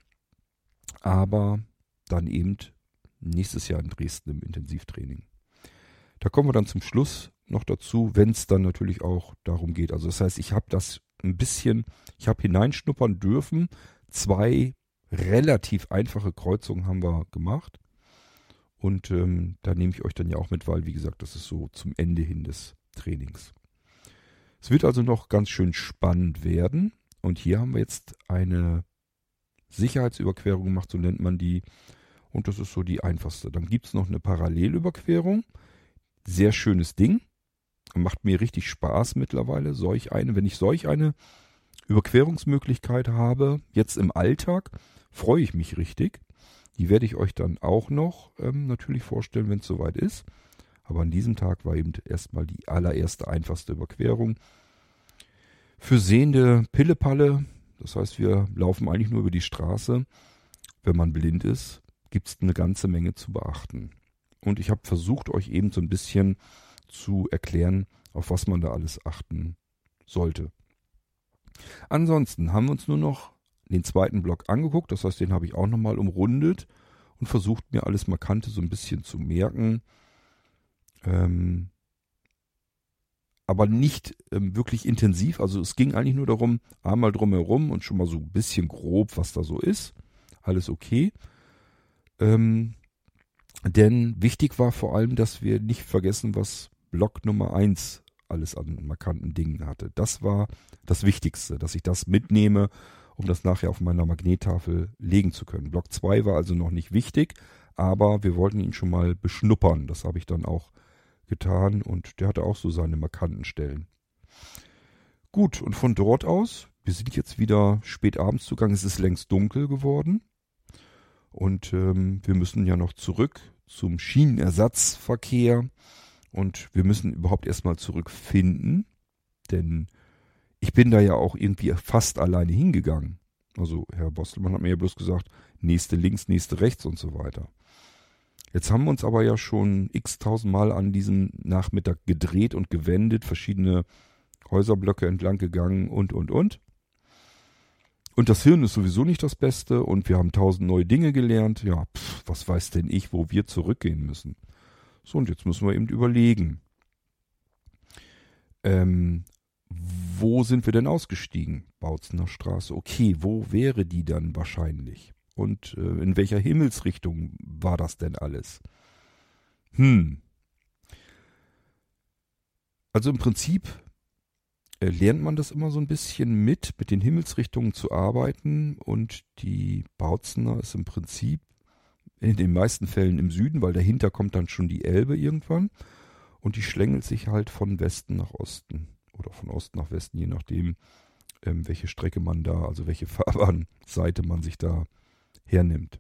aber dann eben nächstes Jahr in Dresden im Intensivtraining. Da kommen wir dann zum Schluss noch dazu, wenn es dann natürlich auch darum geht. Also das heißt, ich habe das ein bisschen, ich habe hineinschnuppern dürfen. Zwei relativ einfache Kreuzungen haben wir gemacht. Und ähm, da nehme ich euch dann ja auch mit, weil wie gesagt, das ist so zum Ende hin des Trainings. Es wird also noch ganz schön spannend werden. Und hier haben wir jetzt eine Sicherheitsüberquerung gemacht, so nennt man die. Und das ist so die einfachste. Dann gibt es noch eine Parallelüberquerung. Sehr schönes Ding. Macht mir richtig Spaß mittlerweile, solch eine. Wenn ich solch eine Überquerungsmöglichkeit habe, jetzt im Alltag, freue ich mich richtig. Die werde ich euch dann auch noch ähm, natürlich vorstellen, wenn es soweit ist. Aber an diesem Tag war eben erstmal die allererste, einfachste Überquerung. Für Sehende Pillepalle, das heißt, wir laufen eigentlich nur über die Straße. Wenn man blind ist, gibt es eine ganze Menge zu beachten. Und ich habe versucht, euch eben so ein bisschen zu erklären, auf was man da alles achten sollte. Ansonsten haben wir uns nur noch den zweiten Block angeguckt, das heißt, den habe ich auch nochmal umrundet und versucht, mir alles Markante so ein bisschen zu merken. Ähm, aber nicht ähm, wirklich intensiv, also es ging eigentlich nur darum, einmal drumherum und schon mal so ein bisschen grob, was da so ist. Alles okay. Ähm, denn wichtig war vor allem, dass wir nicht vergessen, was Block Nummer eins alles an markanten Dingen hatte. Das war das Wichtigste, dass ich das mitnehme, um das nachher auf meiner Magnettafel legen zu können. Block zwei war also noch nicht wichtig, aber wir wollten ihn schon mal beschnuppern. Das habe ich dann auch getan und der hatte auch so seine markanten Stellen. Gut, und von dort aus, wir sind jetzt wieder spät abends zugange, es ist längst dunkel geworden und ähm, wir müssen ja noch zurück zum Schienenersatzverkehr und wir müssen überhaupt erstmal zurückfinden, denn ich bin da ja auch irgendwie fast alleine hingegangen. Also Herr Bostelmann hat mir ja bloß gesagt, nächste links, nächste rechts und so weiter. Jetzt haben wir uns aber ja schon x-tausend Mal an diesem Nachmittag gedreht und gewendet, verschiedene Häuserblöcke entlang gegangen und, und, und. Und das Hirn ist sowieso nicht das Beste und wir haben tausend neue Dinge gelernt. Ja, pff, was weiß denn ich, wo wir zurückgehen müssen. So, und jetzt müssen wir eben überlegen. Ähm, wo sind wir denn ausgestiegen? Bautzener Straße. Okay, wo wäre die dann wahrscheinlich? Und äh, in welcher Himmelsrichtung war das denn alles? Hm. Also im Prinzip äh, lernt man das immer so ein bisschen mit, mit den Himmelsrichtungen zu arbeiten. Und die Bautzener ist im Prinzip in den meisten Fällen im Süden, weil dahinter kommt dann schon die Elbe irgendwann. Und die schlängelt sich halt von Westen nach Osten oder von Osten nach Westen, je nachdem, ähm, welche Strecke man da, also welche Fahrbahnseite man sich da hernimmt.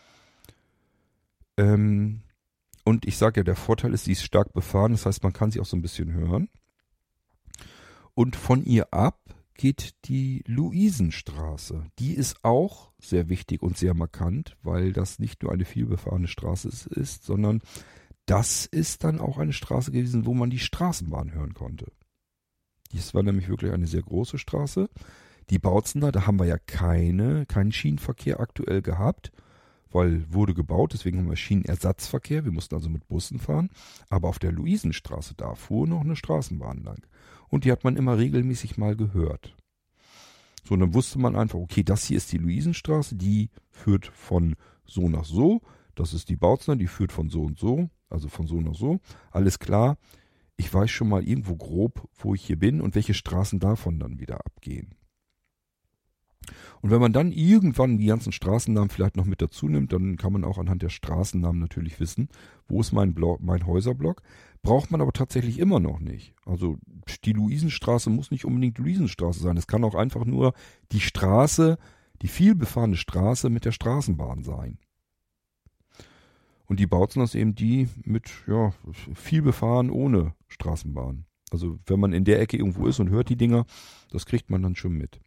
Ähm, und ich sage ja, der Vorteil ist, sie ist stark befahren, das heißt, man kann sie auch so ein bisschen hören. Und von ihr ab geht die Luisenstraße. Die ist auch sehr wichtig und sehr markant, weil das nicht nur eine vielbefahrene Straße ist, ist, sondern das ist dann auch eine Straße gewesen, wo man die Straßenbahn hören konnte. Dies war nämlich wirklich eine sehr große Straße. Die Bautzener, da haben wir ja keine, keinen Schienenverkehr aktuell gehabt, weil wurde gebaut, deswegen haben wir Schienenersatzverkehr. Wir mussten also mit Bussen fahren. Aber auf der Luisenstraße, da fuhr noch eine Straßenbahn lang. Und die hat man immer regelmäßig mal gehört. So, und dann wusste man einfach, okay, das hier ist die Luisenstraße, die führt von so nach so. Das ist die Bautzener, die führt von so und so, also von so nach so. Alles klar, ich weiß schon mal irgendwo grob, wo ich hier bin und welche Straßen davon dann wieder abgehen. Und wenn man dann irgendwann die ganzen Straßennamen vielleicht noch mit dazu nimmt, dann kann man auch anhand der Straßennamen natürlich wissen, wo ist mein, Blo- mein Häuserblock. Braucht man aber tatsächlich immer noch nicht. Also die Luisenstraße muss nicht unbedingt Luisenstraße sein. Es kann auch einfach nur die Straße, die vielbefahrene Straße mit der Straßenbahn sein. Und die Bautzener ist eben die mit ja, viel befahren ohne Straßenbahn. Also wenn man in der Ecke irgendwo ist und hört die Dinger, das kriegt man dann schon mit.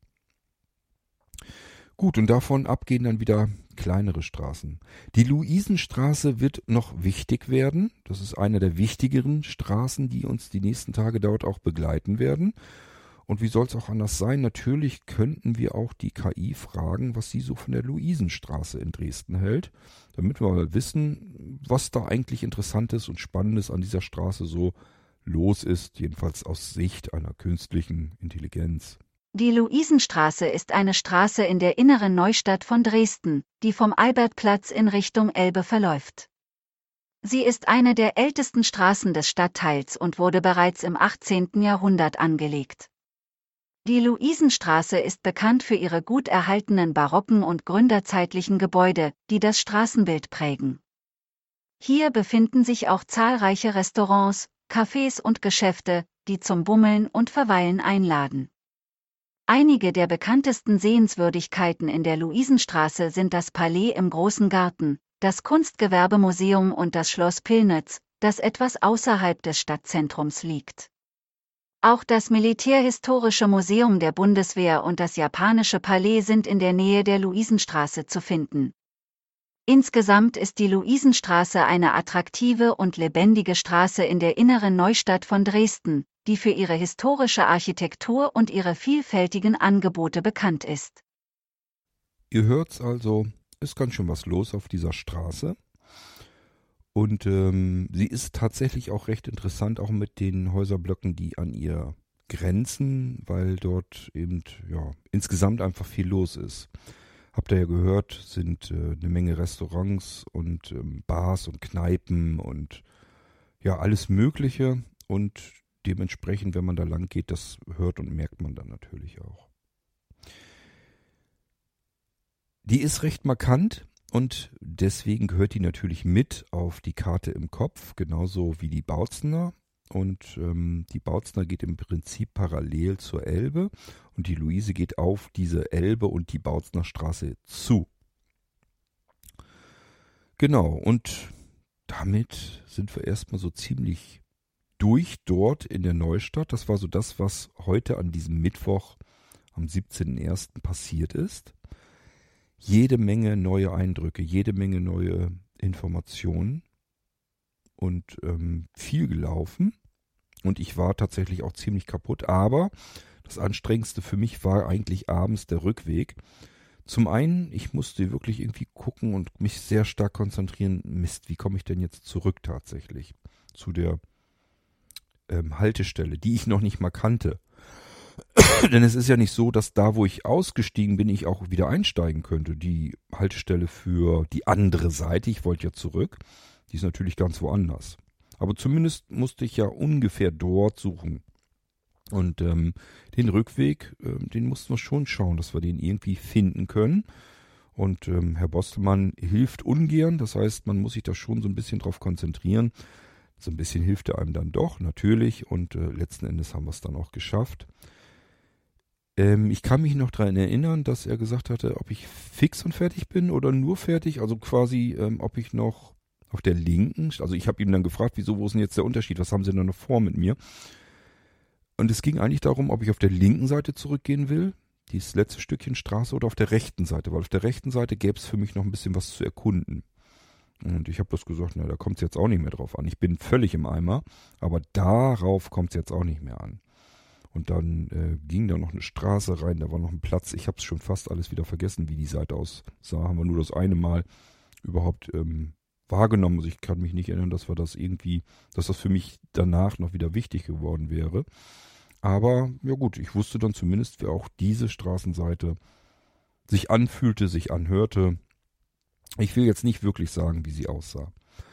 Gut, und davon abgehen dann wieder kleinere Straßen. Die Luisenstraße wird noch wichtig werden. Das ist eine der wichtigeren Straßen, die uns die nächsten Tage dort auch begleiten werden. Und wie soll es auch anders sein? Natürlich könnten wir auch die K I fragen, was sie so von der Luisenstraße in Dresden hält, damit wir mal wissen, was da eigentlich Interessantes und Spannendes an dieser Straße so los ist, jedenfalls aus Sicht einer künstlichen Intelligenz. Die Luisenstraße ist eine Straße in der inneren Neustadt von Dresden, die vom Albertplatz in Richtung Elbe verläuft. Sie ist eine der ältesten Straßen des Stadtteils und wurde bereits im achtzehnten Jahrhundert angelegt. Die Luisenstraße ist bekannt für ihre gut erhaltenen barocken und gründerzeitlichen Gebäude, die das Straßenbild prägen. Hier befinden sich auch zahlreiche Restaurants, Cafés und Geschäfte, die zum Bummeln und Verweilen einladen. Einige der bekanntesten Sehenswürdigkeiten in der Luisenstraße sind das Palais im Großen Garten, das Kunstgewerbemuseum und das Schloss Pillnitz, das etwas außerhalb des Stadtzentrums liegt. Auch das Militärhistorische Museum der Bundeswehr und das japanische Palais sind in der Nähe der Luisenstraße zu finden. Insgesamt ist die Luisenstraße eine attraktive und lebendige Straße in der inneren Neustadt von Dresden, die für ihre historische Architektur und ihre vielfältigen Angebote bekannt ist. Ihr hört's also, ist ganz schön was los auf dieser Straße. Und ähm, sie ist tatsächlich auch recht interessant, auch mit den Häuserblöcken, die an ihr grenzen, weil dort eben ja insgesamt einfach viel los ist. Habt ihr ja gehört, sind äh, eine Menge Restaurants und ähm, Bars und Kneipen und ja, alles Mögliche. Und dementsprechend, wenn man da lang geht, das hört und merkt man dann natürlich auch. Die ist recht markant und deswegen gehört die natürlich mit auf die Karte im Kopf, genauso wie die Bautzener. Und ähm, die Bautzener geht im Prinzip parallel zur Elbe und die Luise geht auf diese Elbe und die Bautzener Straße zu. Genau, und damit sind wir erstmal so ziemlich durch dort in der Neustadt. Das war so das, was heute an diesem Mittwoch am siebzehnten ersten passiert ist. Jede Menge neue Eindrücke, jede Menge neue Informationen und ähm, viel gelaufen. Und ich war tatsächlich auch ziemlich kaputt. Aber das Anstrengendste für mich war eigentlich abends der Rückweg. Zum einen, ich musste wirklich irgendwie gucken und mich sehr stark konzentrieren. Mist, wie komme ich denn jetzt zurück tatsächlich zu der ähm, Haltestelle, die ich noch nicht mal kannte. Denn es ist ja nicht so, dass da, wo ich ausgestiegen bin, ich auch wieder einsteigen könnte. Die Haltestelle für die andere Seite, ich wollte ja zurück, die ist natürlich ganz woanders. Aber zumindest musste ich ja ungefähr dort suchen. Und ähm, den Rückweg, ähm, den mussten wir schon schauen, dass wir den irgendwie finden können. Und ähm, Herr Bostelmann hilft ungern, das heißt, man muss sich da schon so ein bisschen drauf konzentrieren. So ein bisschen hilft er einem dann doch, natürlich. Und äh, letzten Endes haben wir es dann auch geschafft. Ähm, ich kann mich noch daran erinnern, dass er gesagt hatte, ob ich fix und fertig bin oder nur fertig. Also quasi, ähm, ob ich noch auf der linken, also ich habe ihm dann gefragt, wieso, wo ist denn jetzt der Unterschied? Was haben Sie denn noch vor mit mir? Und es ging eigentlich darum, ob ich auf der linken Seite zurückgehen will, dieses letzte Stückchen Straße, oder auf der rechten Seite. Weil auf der rechten Seite gäbe es für mich noch ein bisschen was zu erkunden. Und ich habe das gesagt, na, da kommt es jetzt auch nicht mehr drauf an. Ich bin völlig im Eimer, aber darauf kommt es jetzt auch nicht mehr an. Und dann äh, ging da noch eine Straße rein, da war noch ein Platz. Ich habe es schon fast alles wieder vergessen, wie die Seite aussah. Haben wir nur das eine Mal überhaupt ähm, wahrgenommen. Also ich kann mich nicht erinnern, dass wir das irgendwie, dass das für mich danach noch wieder wichtig geworden wäre. Aber ja gut, ich wusste dann zumindest, wie auch diese Straßenseite sich anfühlte, sich anhörte. Ich will jetzt nicht wirklich sagen, wie sie aussah.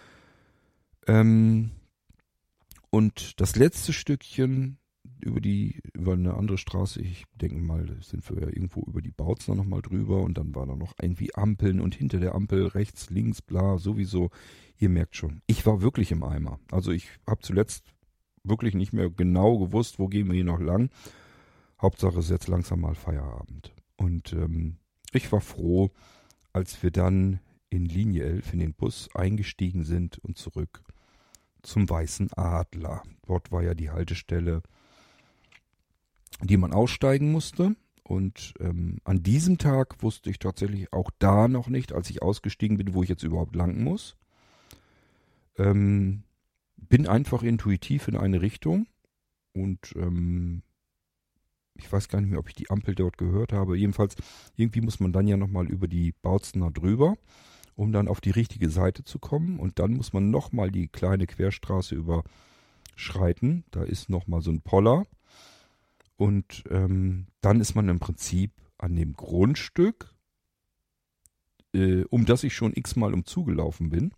Ähm, und das letzte Stückchen über die, über eine andere Straße, ich denke mal, sind wir ja irgendwo über die Bautzner nochmal drüber und dann war da noch irgendwie Ampeln und hinter der Ampel rechts, links, bla, sowieso. Ihr merkt schon, ich war wirklich im Eimer. Also ich habe zuletzt wirklich nicht mehr genau gewusst, wo gehen wir hier noch lang. Hauptsache ist jetzt langsam mal Feierabend. Und ähm, ich war froh, als wir dann in Linie elf in den Bus eingestiegen sind und zurück zum Weißen Adler. Dort war ja die Haltestelle, die man aussteigen musste. Und ähm, an diesem Tag wusste ich tatsächlich auch da noch nicht, als ich ausgestiegen bin, wo ich jetzt überhaupt lang muss. Ähm, bin einfach intuitiv in eine Richtung und ähm, ich weiß gar nicht mehr, ob ich die Ampel dort gehört habe. Jedenfalls, irgendwie muss man dann ja nochmal über die Bautzner drüber, um dann auf die richtige Seite zu kommen. Und dann muss man nochmal die kleine Querstraße überschreiten. Da ist nochmal so ein Poller. Und ähm, dann ist man im Prinzip an dem Grundstück, äh, um das ich schon x-mal umzugelaufen bin,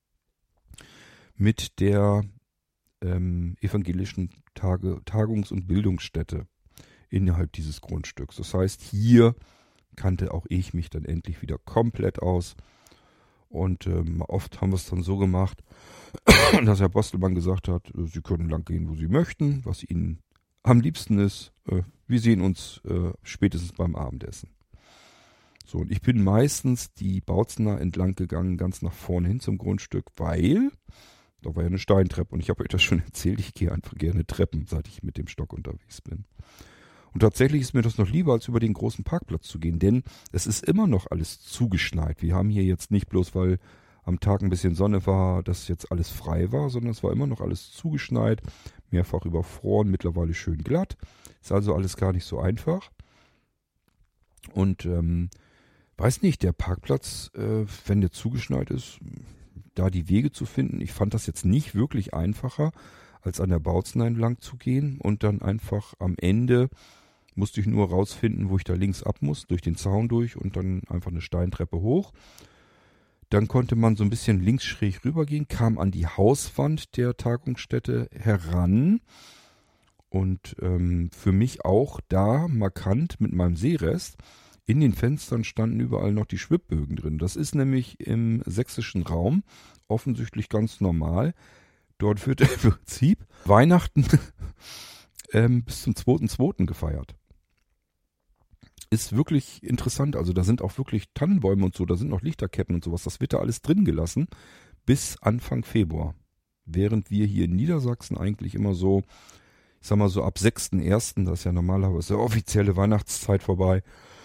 mit der ähm, evangelischen Tage, Tagungs- und Bildungsstätte innerhalb dieses Grundstücks. Das heißt, hier kannte auch ich mich dann endlich wieder komplett aus. Und ähm, oft haben wir es dann so gemacht, dass Herr Bostelmann gesagt hat, Sie können lang gehen, wo Sie möchten, was Ihnen am liebsten ist. Äh, wir sehen uns äh, spätestens beim Abendessen. So, und ich bin meistens die Bautzner entlang gegangen, ganz nach vorne hin zum Grundstück, weil da war ja eine Steintreppe. Und ich habe euch das schon erzählt, ich gehe einfach gerne Treppen, seit ich mit dem Stock unterwegs bin. Und tatsächlich ist mir das noch lieber, als über den großen Parkplatz zu gehen, denn es ist immer noch alles zugeschneit. Wir haben hier jetzt nicht bloß, weil am Tag ein bisschen Sonne war, dass jetzt alles frei war, sondern es war immer noch alles zugeschneit, mehrfach überfroren, mittlerweile schön glatt. Ist also alles gar nicht so einfach. Und ähm, weiß nicht, der Parkplatz, äh, wenn der zugeschneit ist, da die Wege zu finden, ich fand das jetzt nicht wirklich einfacher, als an der Bautzen entlang zu gehen und dann einfach am Ende musste ich nur rausfinden, wo ich da links ab muss, durch den Zaun durch und dann einfach eine Steintreppe hoch. Dann konnte man so ein bisschen links schräg rübergehen, kam an die Hauswand der Tagungsstätte heran und ähm, für mich auch da markant mit meinem Seerest. In den Fenstern standen überall noch die Schwibbögen drin. Das ist nämlich im sächsischen Raum offensichtlich ganz normal. Dort wird im Prinzip Weihnachten ähm, bis zum zweiten zweiten gefeiert. Ist wirklich interessant. Also da sind auch wirklich Tannenbäume und so, da sind noch Lichterketten und sowas. Das wird da alles drin gelassen bis Anfang Februar. Während wir hier in Niedersachsen eigentlich immer so, ich sag mal so ab sechsten ersten, das ist ja normalerweise die offizielle Weihnachtszeit vorbei.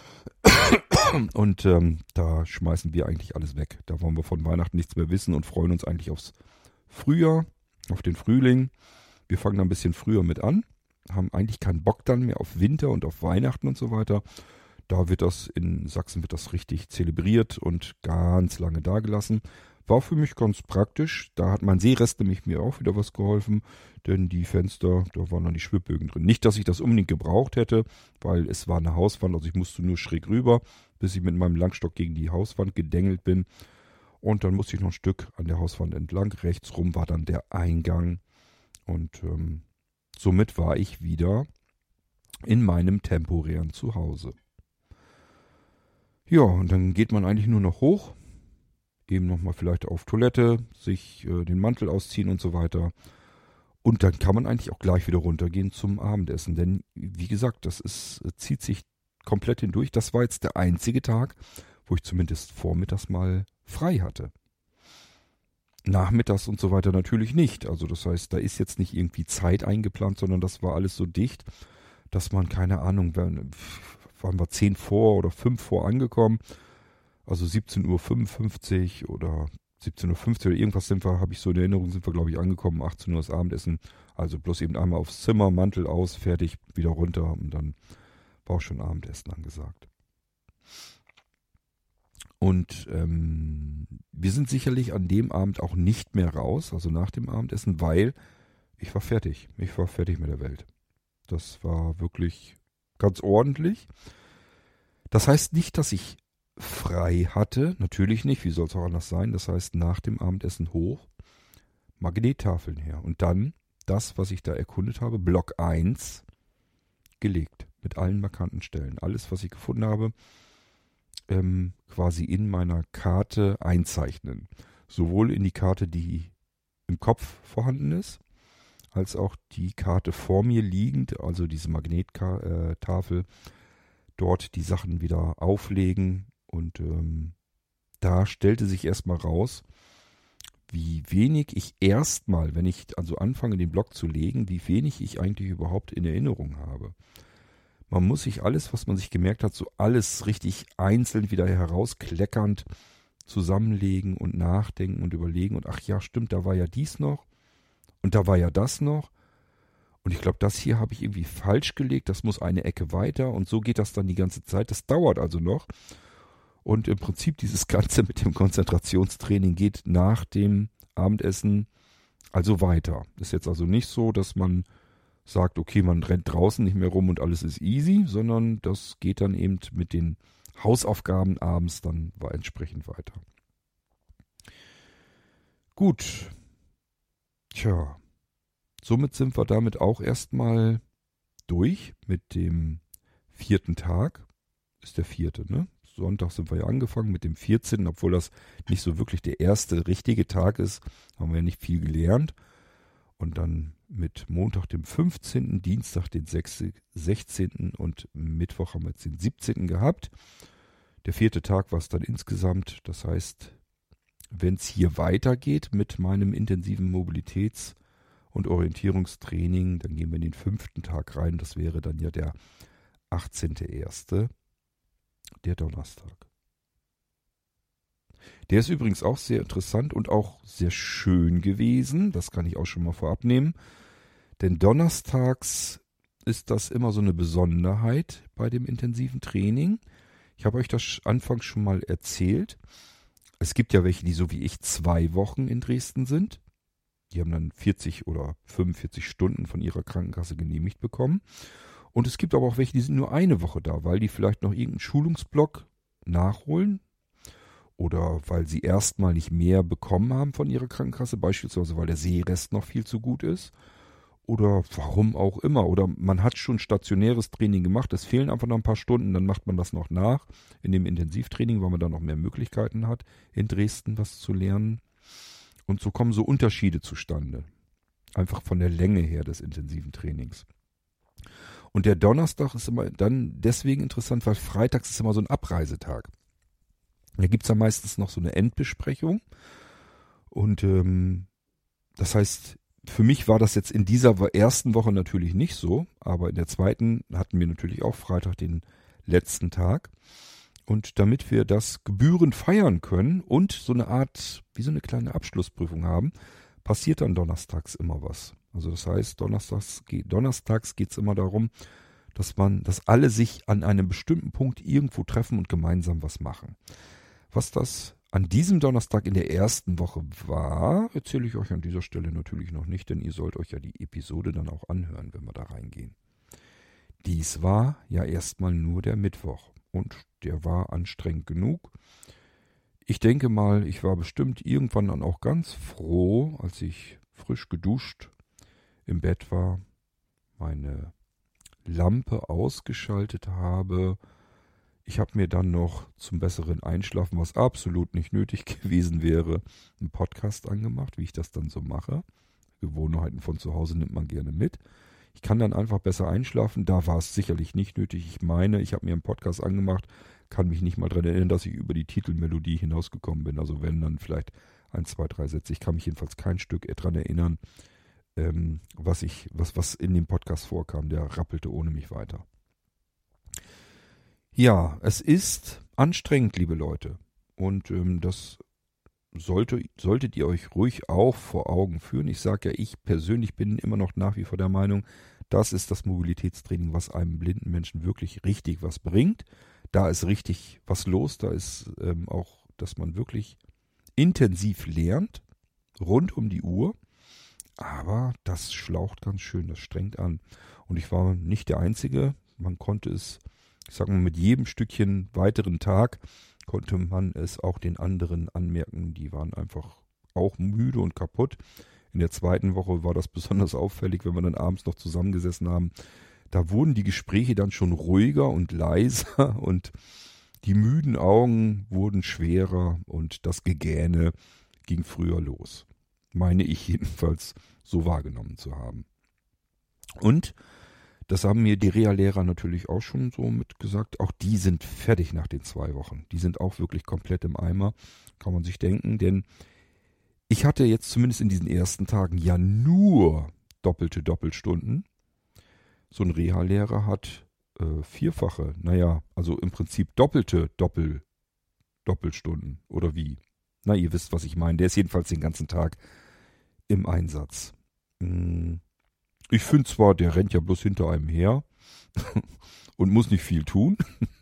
Und ähm, da schmeißen wir eigentlich alles weg. Da wollen wir von Weihnachten nichts mehr wissen und freuen uns eigentlich aufs Frühjahr, auf den Frühling. Wir fangen da ein bisschen früher mit an, haben eigentlich keinen Bock dann mehr auf Winter und auf Weihnachten und so weiter. Da wird das, in Sachsen wird das richtig zelebriert und ganz lange dagelassen. War für mich ganz praktisch. Da hat mein Seerest nämlich mir auch wieder was geholfen, denn die Fenster, da waren dann die Schwibbögen drin. Nicht, dass ich das unbedingt gebraucht hätte, weil es war eine Hauswand, also ich musste nur schräg rüber, bis ich mit meinem Langstock gegen die Hauswand gedengelt bin. Und dann musste ich noch ein Stück an der Hauswand entlang. Rechts rum war dann der Eingang. Und ähm, somit war ich wieder in meinem temporären Zuhause. Ja, und dann geht man eigentlich nur noch hoch, eben nochmal vielleicht auf Toilette, sich äh, den Mantel ausziehen und so weiter. Und dann kann man eigentlich auch gleich wieder runtergehen zum Abendessen. Denn, wie gesagt, das ist, zieht sich komplett hindurch. Das war jetzt der einzige Tag, wo ich zumindest vormittags mal frei hatte. Nachmittags und so weiter natürlich nicht. Also das heißt, da ist jetzt nicht irgendwie Zeit eingeplant, sondern das war alles so dicht, dass man, keine Ahnung, waren wir zehn vor oder fünf vor angekommen. Also siebzehn Uhr fünfundfünfzig oder siebzehn Uhr fünfzig oder irgendwas sind wir, habe ich so in Erinnerung, sind wir glaube ich angekommen, achtzehn Uhr das Abendessen. Also bloß eben einmal aufs Zimmer, Mantel aus, fertig, wieder runter und dann war auch schon Abendessen angesagt. Und ähm, wir sind sicherlich an dem Abend auch nicht mehr raus, also nach dem Abendessen, weil ich war fertig. Ich war fertig mit der Welt. Das war wirklich ganz ordentlich. Das heißt nicht, dass ich frei hatte. Natürlich nicht. Wie soll es auch anders sein? Das heißt, nach dem Abendessen hoch, Magnettafeln her. Und dann das, was ich da erkundet habe, Block eins, gelegt. Mit allen markanten Stellen. Alles, was ich gefunden habe, ähm, quasi in meiner Karte einzeichnen. Sowohl in die Karte, die im Kopf vorhanden ist, als auch die Karte vor mir liegend, also diese Magnettafel, dort die Sachen wieder auflegen. Und ähm, da stellte sich erstmal raus, wie wenig ich erstmal, wenn ich also anfange, den Block zu legen, wie wenig ich eigentlich überhaupt in Erinnerung habe. Man muss sich alles, was man sich gemerkt hat, so alles richtig einzeln wieder herauskleckernd zusammenlegen und nachdenken und überlegen. Und ach ja, stimmt, da war ja dies noch und da war ja das noch. Und ich glaube, das hier habe ich irgendwie falsch gelegt, das muss eine Ecke weiter und so geht das dann die ganze Zeit. Das dauert also noch. Und im Prinzip dieses Ganze mit dem Konzentrationstraining geht nach dem Abendessen also weiter. Ist jetzt also nicht so, dass man sagt, okay, man rennt draußen nicht mehr rum und alles ist easy, sondern das geht dann eben mit den Hausaufgaben abends dann war entsprechend weiter. Gut. Tja. Somit sind wir damit auch erstmal durch mit dem vierten Tag. Ist der vierte, ne? Sonntag sind wir ja angefangen mit dem vierzehnten Obwohl das nicht so wirklich der erste richtige Tag ist, haben wir ja nicht viel gelernt. Und dann mit Montag, dem fünfzehnten, Dienstag, den sechzehnten und Mittwoch haben wir jetzt den siebzehnten gehabt. Der vierte Tag war es dann insgesamt. Das heißt, wenn es hier weitergeht mit meinem intensiven Mobilitäts- und Orientierungstraining, dann gehen wir in den fünften Tag rein. Das wäre dann ja der achtzehnte erste, der Donnerstag. Der ist übrigens auch sehr interessant und auch sehr schön gewesen. Das kann ich auch schon mal vorab nehmen. Denn donnerstags ist das immer so eine Besonderheit bei dem intensiven Training. Ich habe euch das anfangs schon mal erzählt. Es gibt ja welche, die so wie ich zwei Wochen in Dresden sind. Die haben dann vierzig oder fünfundvierzig Stunden von ihrer Krankenkasse genehmigt bekommen. Und es gibt aber auch welche, die sind nur eine Woche da, weil die vielleicht noch irgendeinen Schulungsblock nachholen. Oder weil sie erstmal nicht mehr bekommen haben von ihrer Krankenkasse, beispielsweise weil der Sehrest noch viel zu gut ist. Oder warum auch immer. Oder man hat schon stationäres Training gemacht, es fehlen einfach noch ein paar Stunden, dann macht man das noch nach in dem Intensivtraining, weil man da noch mehr Möglichkeiten hat, in Dresden was zu lernen. Und so kommen so Unterschiede zustande. Einfach von der Länge her des intensiven Trainings. Und der Donnerstag ist immer dann deswegen interessant, weil freitags ist immer so ein Abreisetag. Da gibt es ja meistens noch so eine Endbesprechung. Und ähm, das heißt, für mich war das jetzt in dieser ersten Woche natürlich nicht so, aber in der zweiten hatten wir natürlich auch Freitag den letzten Tag. Und damit wir das gebührend feiern können und so eine Art, wie so eine kleine Abschlussprüfung haben, passiert dann donnerstags immer was. Also das heißt, donnerstags, donnerstags geht es immer darum, dass man, dass alle sich an einem bestimmten Punkt irgendwo treffen und gemeinsam was machen. Was das an diesem Donnerstag in der ersten Woche war, erzähle ich euch an dieser Stelle natürlich noch nicht, denn ihr sollt euch ja die Episode dann auch anhören, wenn wir da reingehen. Dies war ja erstmal nur der Mittwoch und der war anstrengend genug. Ich denke mal, ich war bestimmt irgendwann dann auch ganz froh, als ich frisch geduscht im Bett war, meine Lampe ausgeschaltet habe. Ich habe mir dann noch zum besseren Einschlafen, was absolut nicht nötig gewesen wäre, einen Podcast angemacht, wie ich das dann so mache. Gewohnheiten von zu Hause nimmt man gerne mit. Ich kann dann einfach besser einschlafen. Da war es sicherlich nicht nötig. Ich meine, ich habe mir einen Podcast angemacht, kann mich nicht mal daran erinnern, dass ich über die Titelmelodie hinausgekommen bin. Also wenn, dann vielleicht ein, zwei, drei Sätze. Ich kann mich jedenfalls kein Stück daran erinnern, ähm, was ich, was, was in dem Podcast vorkam. Der rappelte ohne mich weiter. Ja, es ist anstrengend, liebe Leute. Und ähm, das sollte, solltet ihr euch ruhig auch vor Augen führen. Ich sage ja, ich persönlich bin immer noch nach wie vor der Meinung, das ist das Mobilitätstraining, was einem blinden Menschen wirklich richtig was bringt. Da ist richtig was los. Da ist ähm, auch, dass man wirklich intensiv lernt, rund um die Uhr. Aber das schlaucht ganz schön, das strengt an. Und ich war nicht der Einzige. Man konnte es, ich sage mal, mit jedem Stückchen weiteren Tag konnte man es auch den anderen anmerken. Die waren einfach auch müde und kaputt. In der zweiten Woche war das besonders auffällig, wenn wir dann abends noch zusammengesessen haben. Da wurden die Gespräche dann schon ruhiger und leiser und die müden Augen wurden schwerer und das Gegähne ging früher los. Meine ich jedenfalls so wahrgenommen zu haben. Und das haben mir die Reha-Lehrer natürlich auch schon so mitgesagt. Auch die sind fertig nach den zwei Wochen. Die sind auch wirklich komplett im Eimer, kann man sich denken. Denn ich hatte jetzt zumindest in diesen ersten Tagen ja nur doppelte Doppelstunden. So ein Reha-Lehrer hat äh, vierfache, naja, also im Prinzip doppelte Doppel, Doppelstunden. Oder wie? Na, ihr wisst, was ich meine. Der ist jedenfalls den ganzen Tag im Einsatz. Hm. Ich finde zwar, der rennt ja bloß hinter einem her und muss nicht viel tun,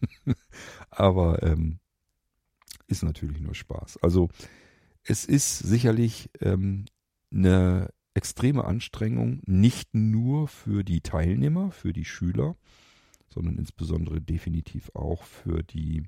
aber ähm, ist natürlich nur Spaß. Also es ist sicherlich ähm, eine extreme Anstrengung, nicht nur für die Teilnehmer, für die Schüler, sondern insbesondere definitiv auch für die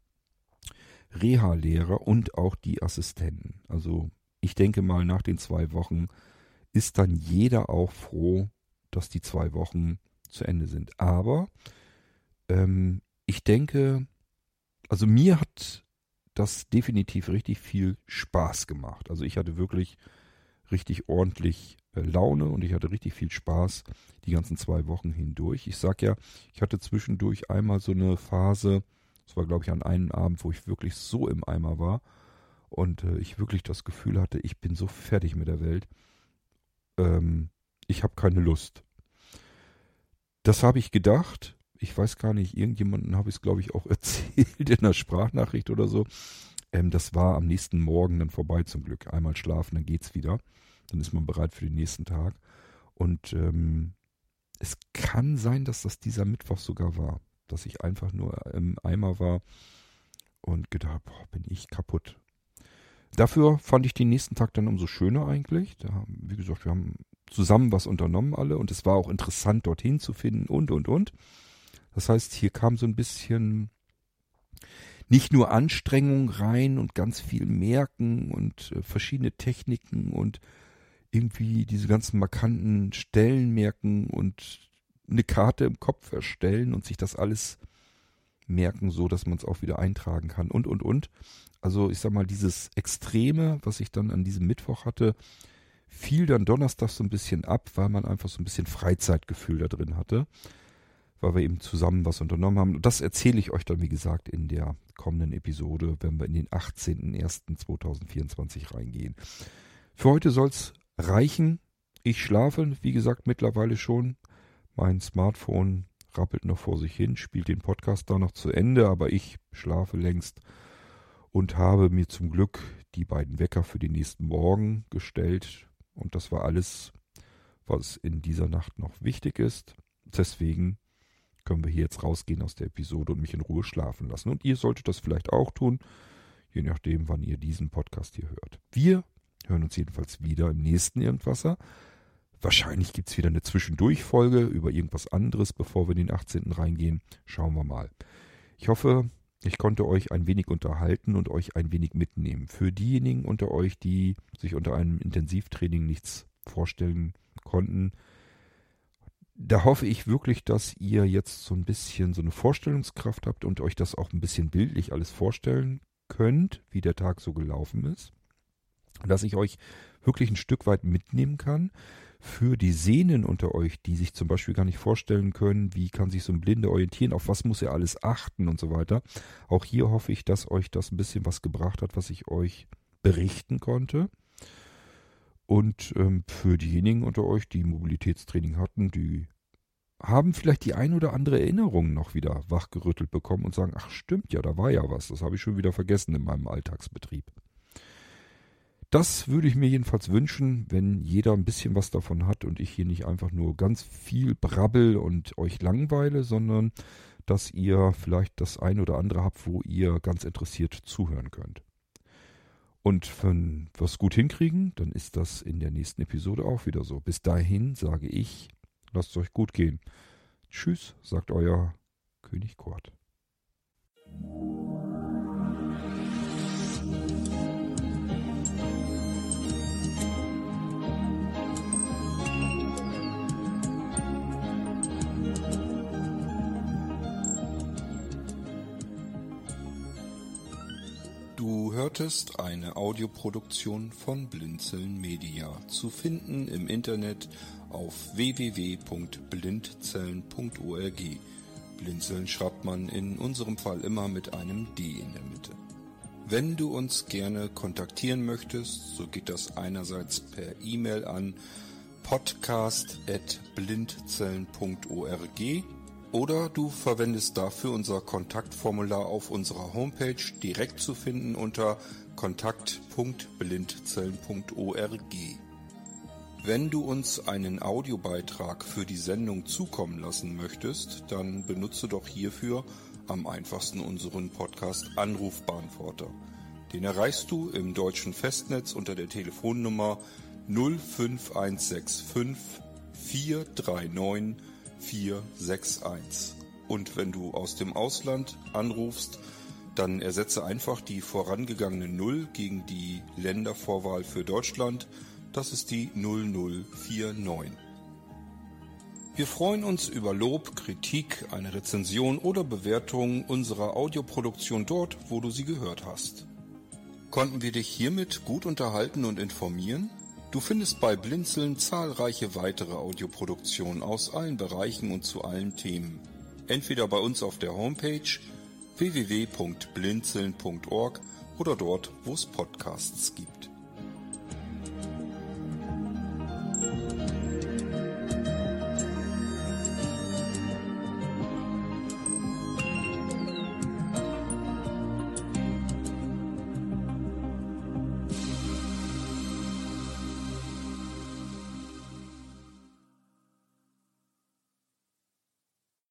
Reha-Lehrer und auch die Assistenten. Also ich denke mal, nach den zwei Wochen ist dann jeder auch froh, dass die zwei Wochen zu Ende sind. Aber ähm, ich denke, also mir hat das definitiv richtig viel Spaß gemacht. Also ich hatte wirklich richtig ordentlich äh, Laune und ich hatte richtig viel Spaß die ganzen zwei Wochen hindurch. Ich sag ja, ich hatte zwischendurch einmal so eine Phase, das war glaube ich an einem Abend, wo ich wirklich so im Eimer war und äh, ich wirklich das Gefühl hatte, ich bin so fertig mit der Welt. Ähm, ich habe keine Lust. Das habe ich gedacht. Ich weiß gar nicht, irgendjemandem habe ich es, glaube ich, auch erzählt in einer Sprachnachricht oder so. Ähm, das war am nächsten Morgen dann vorbei zum Glück. Einmal schlafen, dann geht's wieder. Dann ist man bereit für den nächsten Tag. Und ähm, es kann sein, dass das dieser Mittwoch sogar war. Dass ich einfach nur im Eimer war und gedacht, boah, bin ich kaputt. Dafür fand ich den nächsten Tag dann umso schöner eigentlich. Da, wie gesagt, wir haben zusammen was unternommen alle und es war auch interessant, dorthin zu finden und, und, und. Das heißt, hier kam so ein bisschen nicht nur Anstrengung rein und ganz viel Merken und äh, verschiedene Techniken und irgendwie diese ganzen markanten Stellen merken und eine Karte im Kopf erstellen und sich das alles merken, so dass man es auch wieder eintragen kann und, und, und. Also ich sag mal, dieses Extreme, was ich dann an diesem Mittwoch hatte, fiel dann Donnerstag so ein bisschen ab, weil man einfach so ein bisschen Freizeitgefühl da drin hatte, weil wir eben zusammen was unternommen haben. Und das erzähle ich euch dann, wie gesagt, in der kommenden Episode, wenn wir in den achtzehnten ersten zweitausendvierundzwanzig reingehen. Für heute soll es reichen. Ich schlafe, wie gesagt, mittlerweile schon. Mein Smartphone rappelt noch vor sich hin, spielt den Podcast da noch zu Ende, aber ich schlafe längst und habe mir zum Glück die beiden Wecker für den nächsten Morgen gestellt. Und das war alles, was in dieser Nacht noch wichtig ist. Deswegen können wir hier jetzt rausgehen aus der Episode und mich in Ruhe schlafen lassen. Und ihr solltet das vielleicht auch tun, je nachdem, wann ihr diesen Podcast hier hört. Wir hören uns jedenfalls wieder im nächsten Irgendwasser. Wahrscheinlich gibt es wieder eine Zwischendurchfolge über irgendwas anderes, bevor wir in den achtzehnten reingehen. Schauen wir mal. Ich hoffe, ich konnte euch ein wenig unterhalten und euch ein wenig mitnehmen. Für diejenigen unter euch, die sich unter einem Intensivtraining nichts vorstellen konnten, Da hoffe ich wirklich, dass ihr jetzt so ein bisschen so eine Vorstellungskraft habt und euch das auch ein bisschen bildlich alles vorstellen könnt, wie der Tag so gelaufen ist. Dass ich euch wirklich ein Stück weit mitnehmen kann für die Sehnen unter euch, die sich zum Beispiel gar nicht vorstellen können, wie kann sich so ein Blinder orientieren, auf was muss er alles achten und so weiter. Auch hier hoffe ich, dass euch das ein bisschen was gebracht hat, was ich euch berichten konnte. Und ähm, für diejenigen unter euch, die Mobilitätstraining hatten, die haben vielleicht die ein oder andere Erinnerung noch wieder wachgerüttelt bekommen und sagen, ach stimmt ja, da war ja was, das habe ich schon wieder vergessen in meinem Alltagsbetrieb. Das würde ich mir jedenfalls wünschen, wenn jeder ein bisschen was davon hat und ich hier nicht einfach nur ganz viel brabbel und euch langweile, sondern dass ihr vielleicht das ein oder andere habt, wo ihr ganz interessiert zuhören könnt. Und wenn wir es gut hinkriegen, dann ist das in der nächsten Episode auch wieder so. Bis dahin sage ich, lasst es euch gut gehen. Tschüss, sagt euer König Kurt. Du hörtest eine Audioproduktion von Blinzeln Media, zu finden im Internet auf w w w punkt blindzellen punkt org. Blinzeln schreibt man in unserem Fall immer mit einem D in der Mitte. Wenn du uns gerne kontaktieren möchtest, so geht das einerseits per E-Mail an podcast at blindzellen punkt org oder du verwendest dafür unser Kontaktformular auf unserer Homepage, direkt zu finden unter kontakt punkt blindzellen punkt org. Wenn du uns einen Audiobeitrag für die Sendung zukommen lassen möchtest, dann benutze doch hierfür am einfachsten unseren Podcast Anrufbeantworter. Den erreichst du im deutschen Festnetz unter der Telefonnummer null fünf eins sechs fünf vier drei neun vier sechs eins. Und wenn du aus dem Ausland anrufst, dann ersetze einfach die vorangegangene Null gegen die Ländervorwahl für Deutschland. Das ist die null null vier neun. Wir freuen uns über Lob, Kritik, eine Rezension oder Bewertung unserer Audioproduktion dort, wo du sie gehört hast. Konnten wir dich hiermit gut unterhalten und informieren? Du findest bei Blinzeln zahlreiche weitere Audioproduktionen aus allen Bereichen und zu allen Themen. Entweder bei uns auf der Homepage w w w punkt blinzeln punkt org oder dort, wo es Podcasts gibt.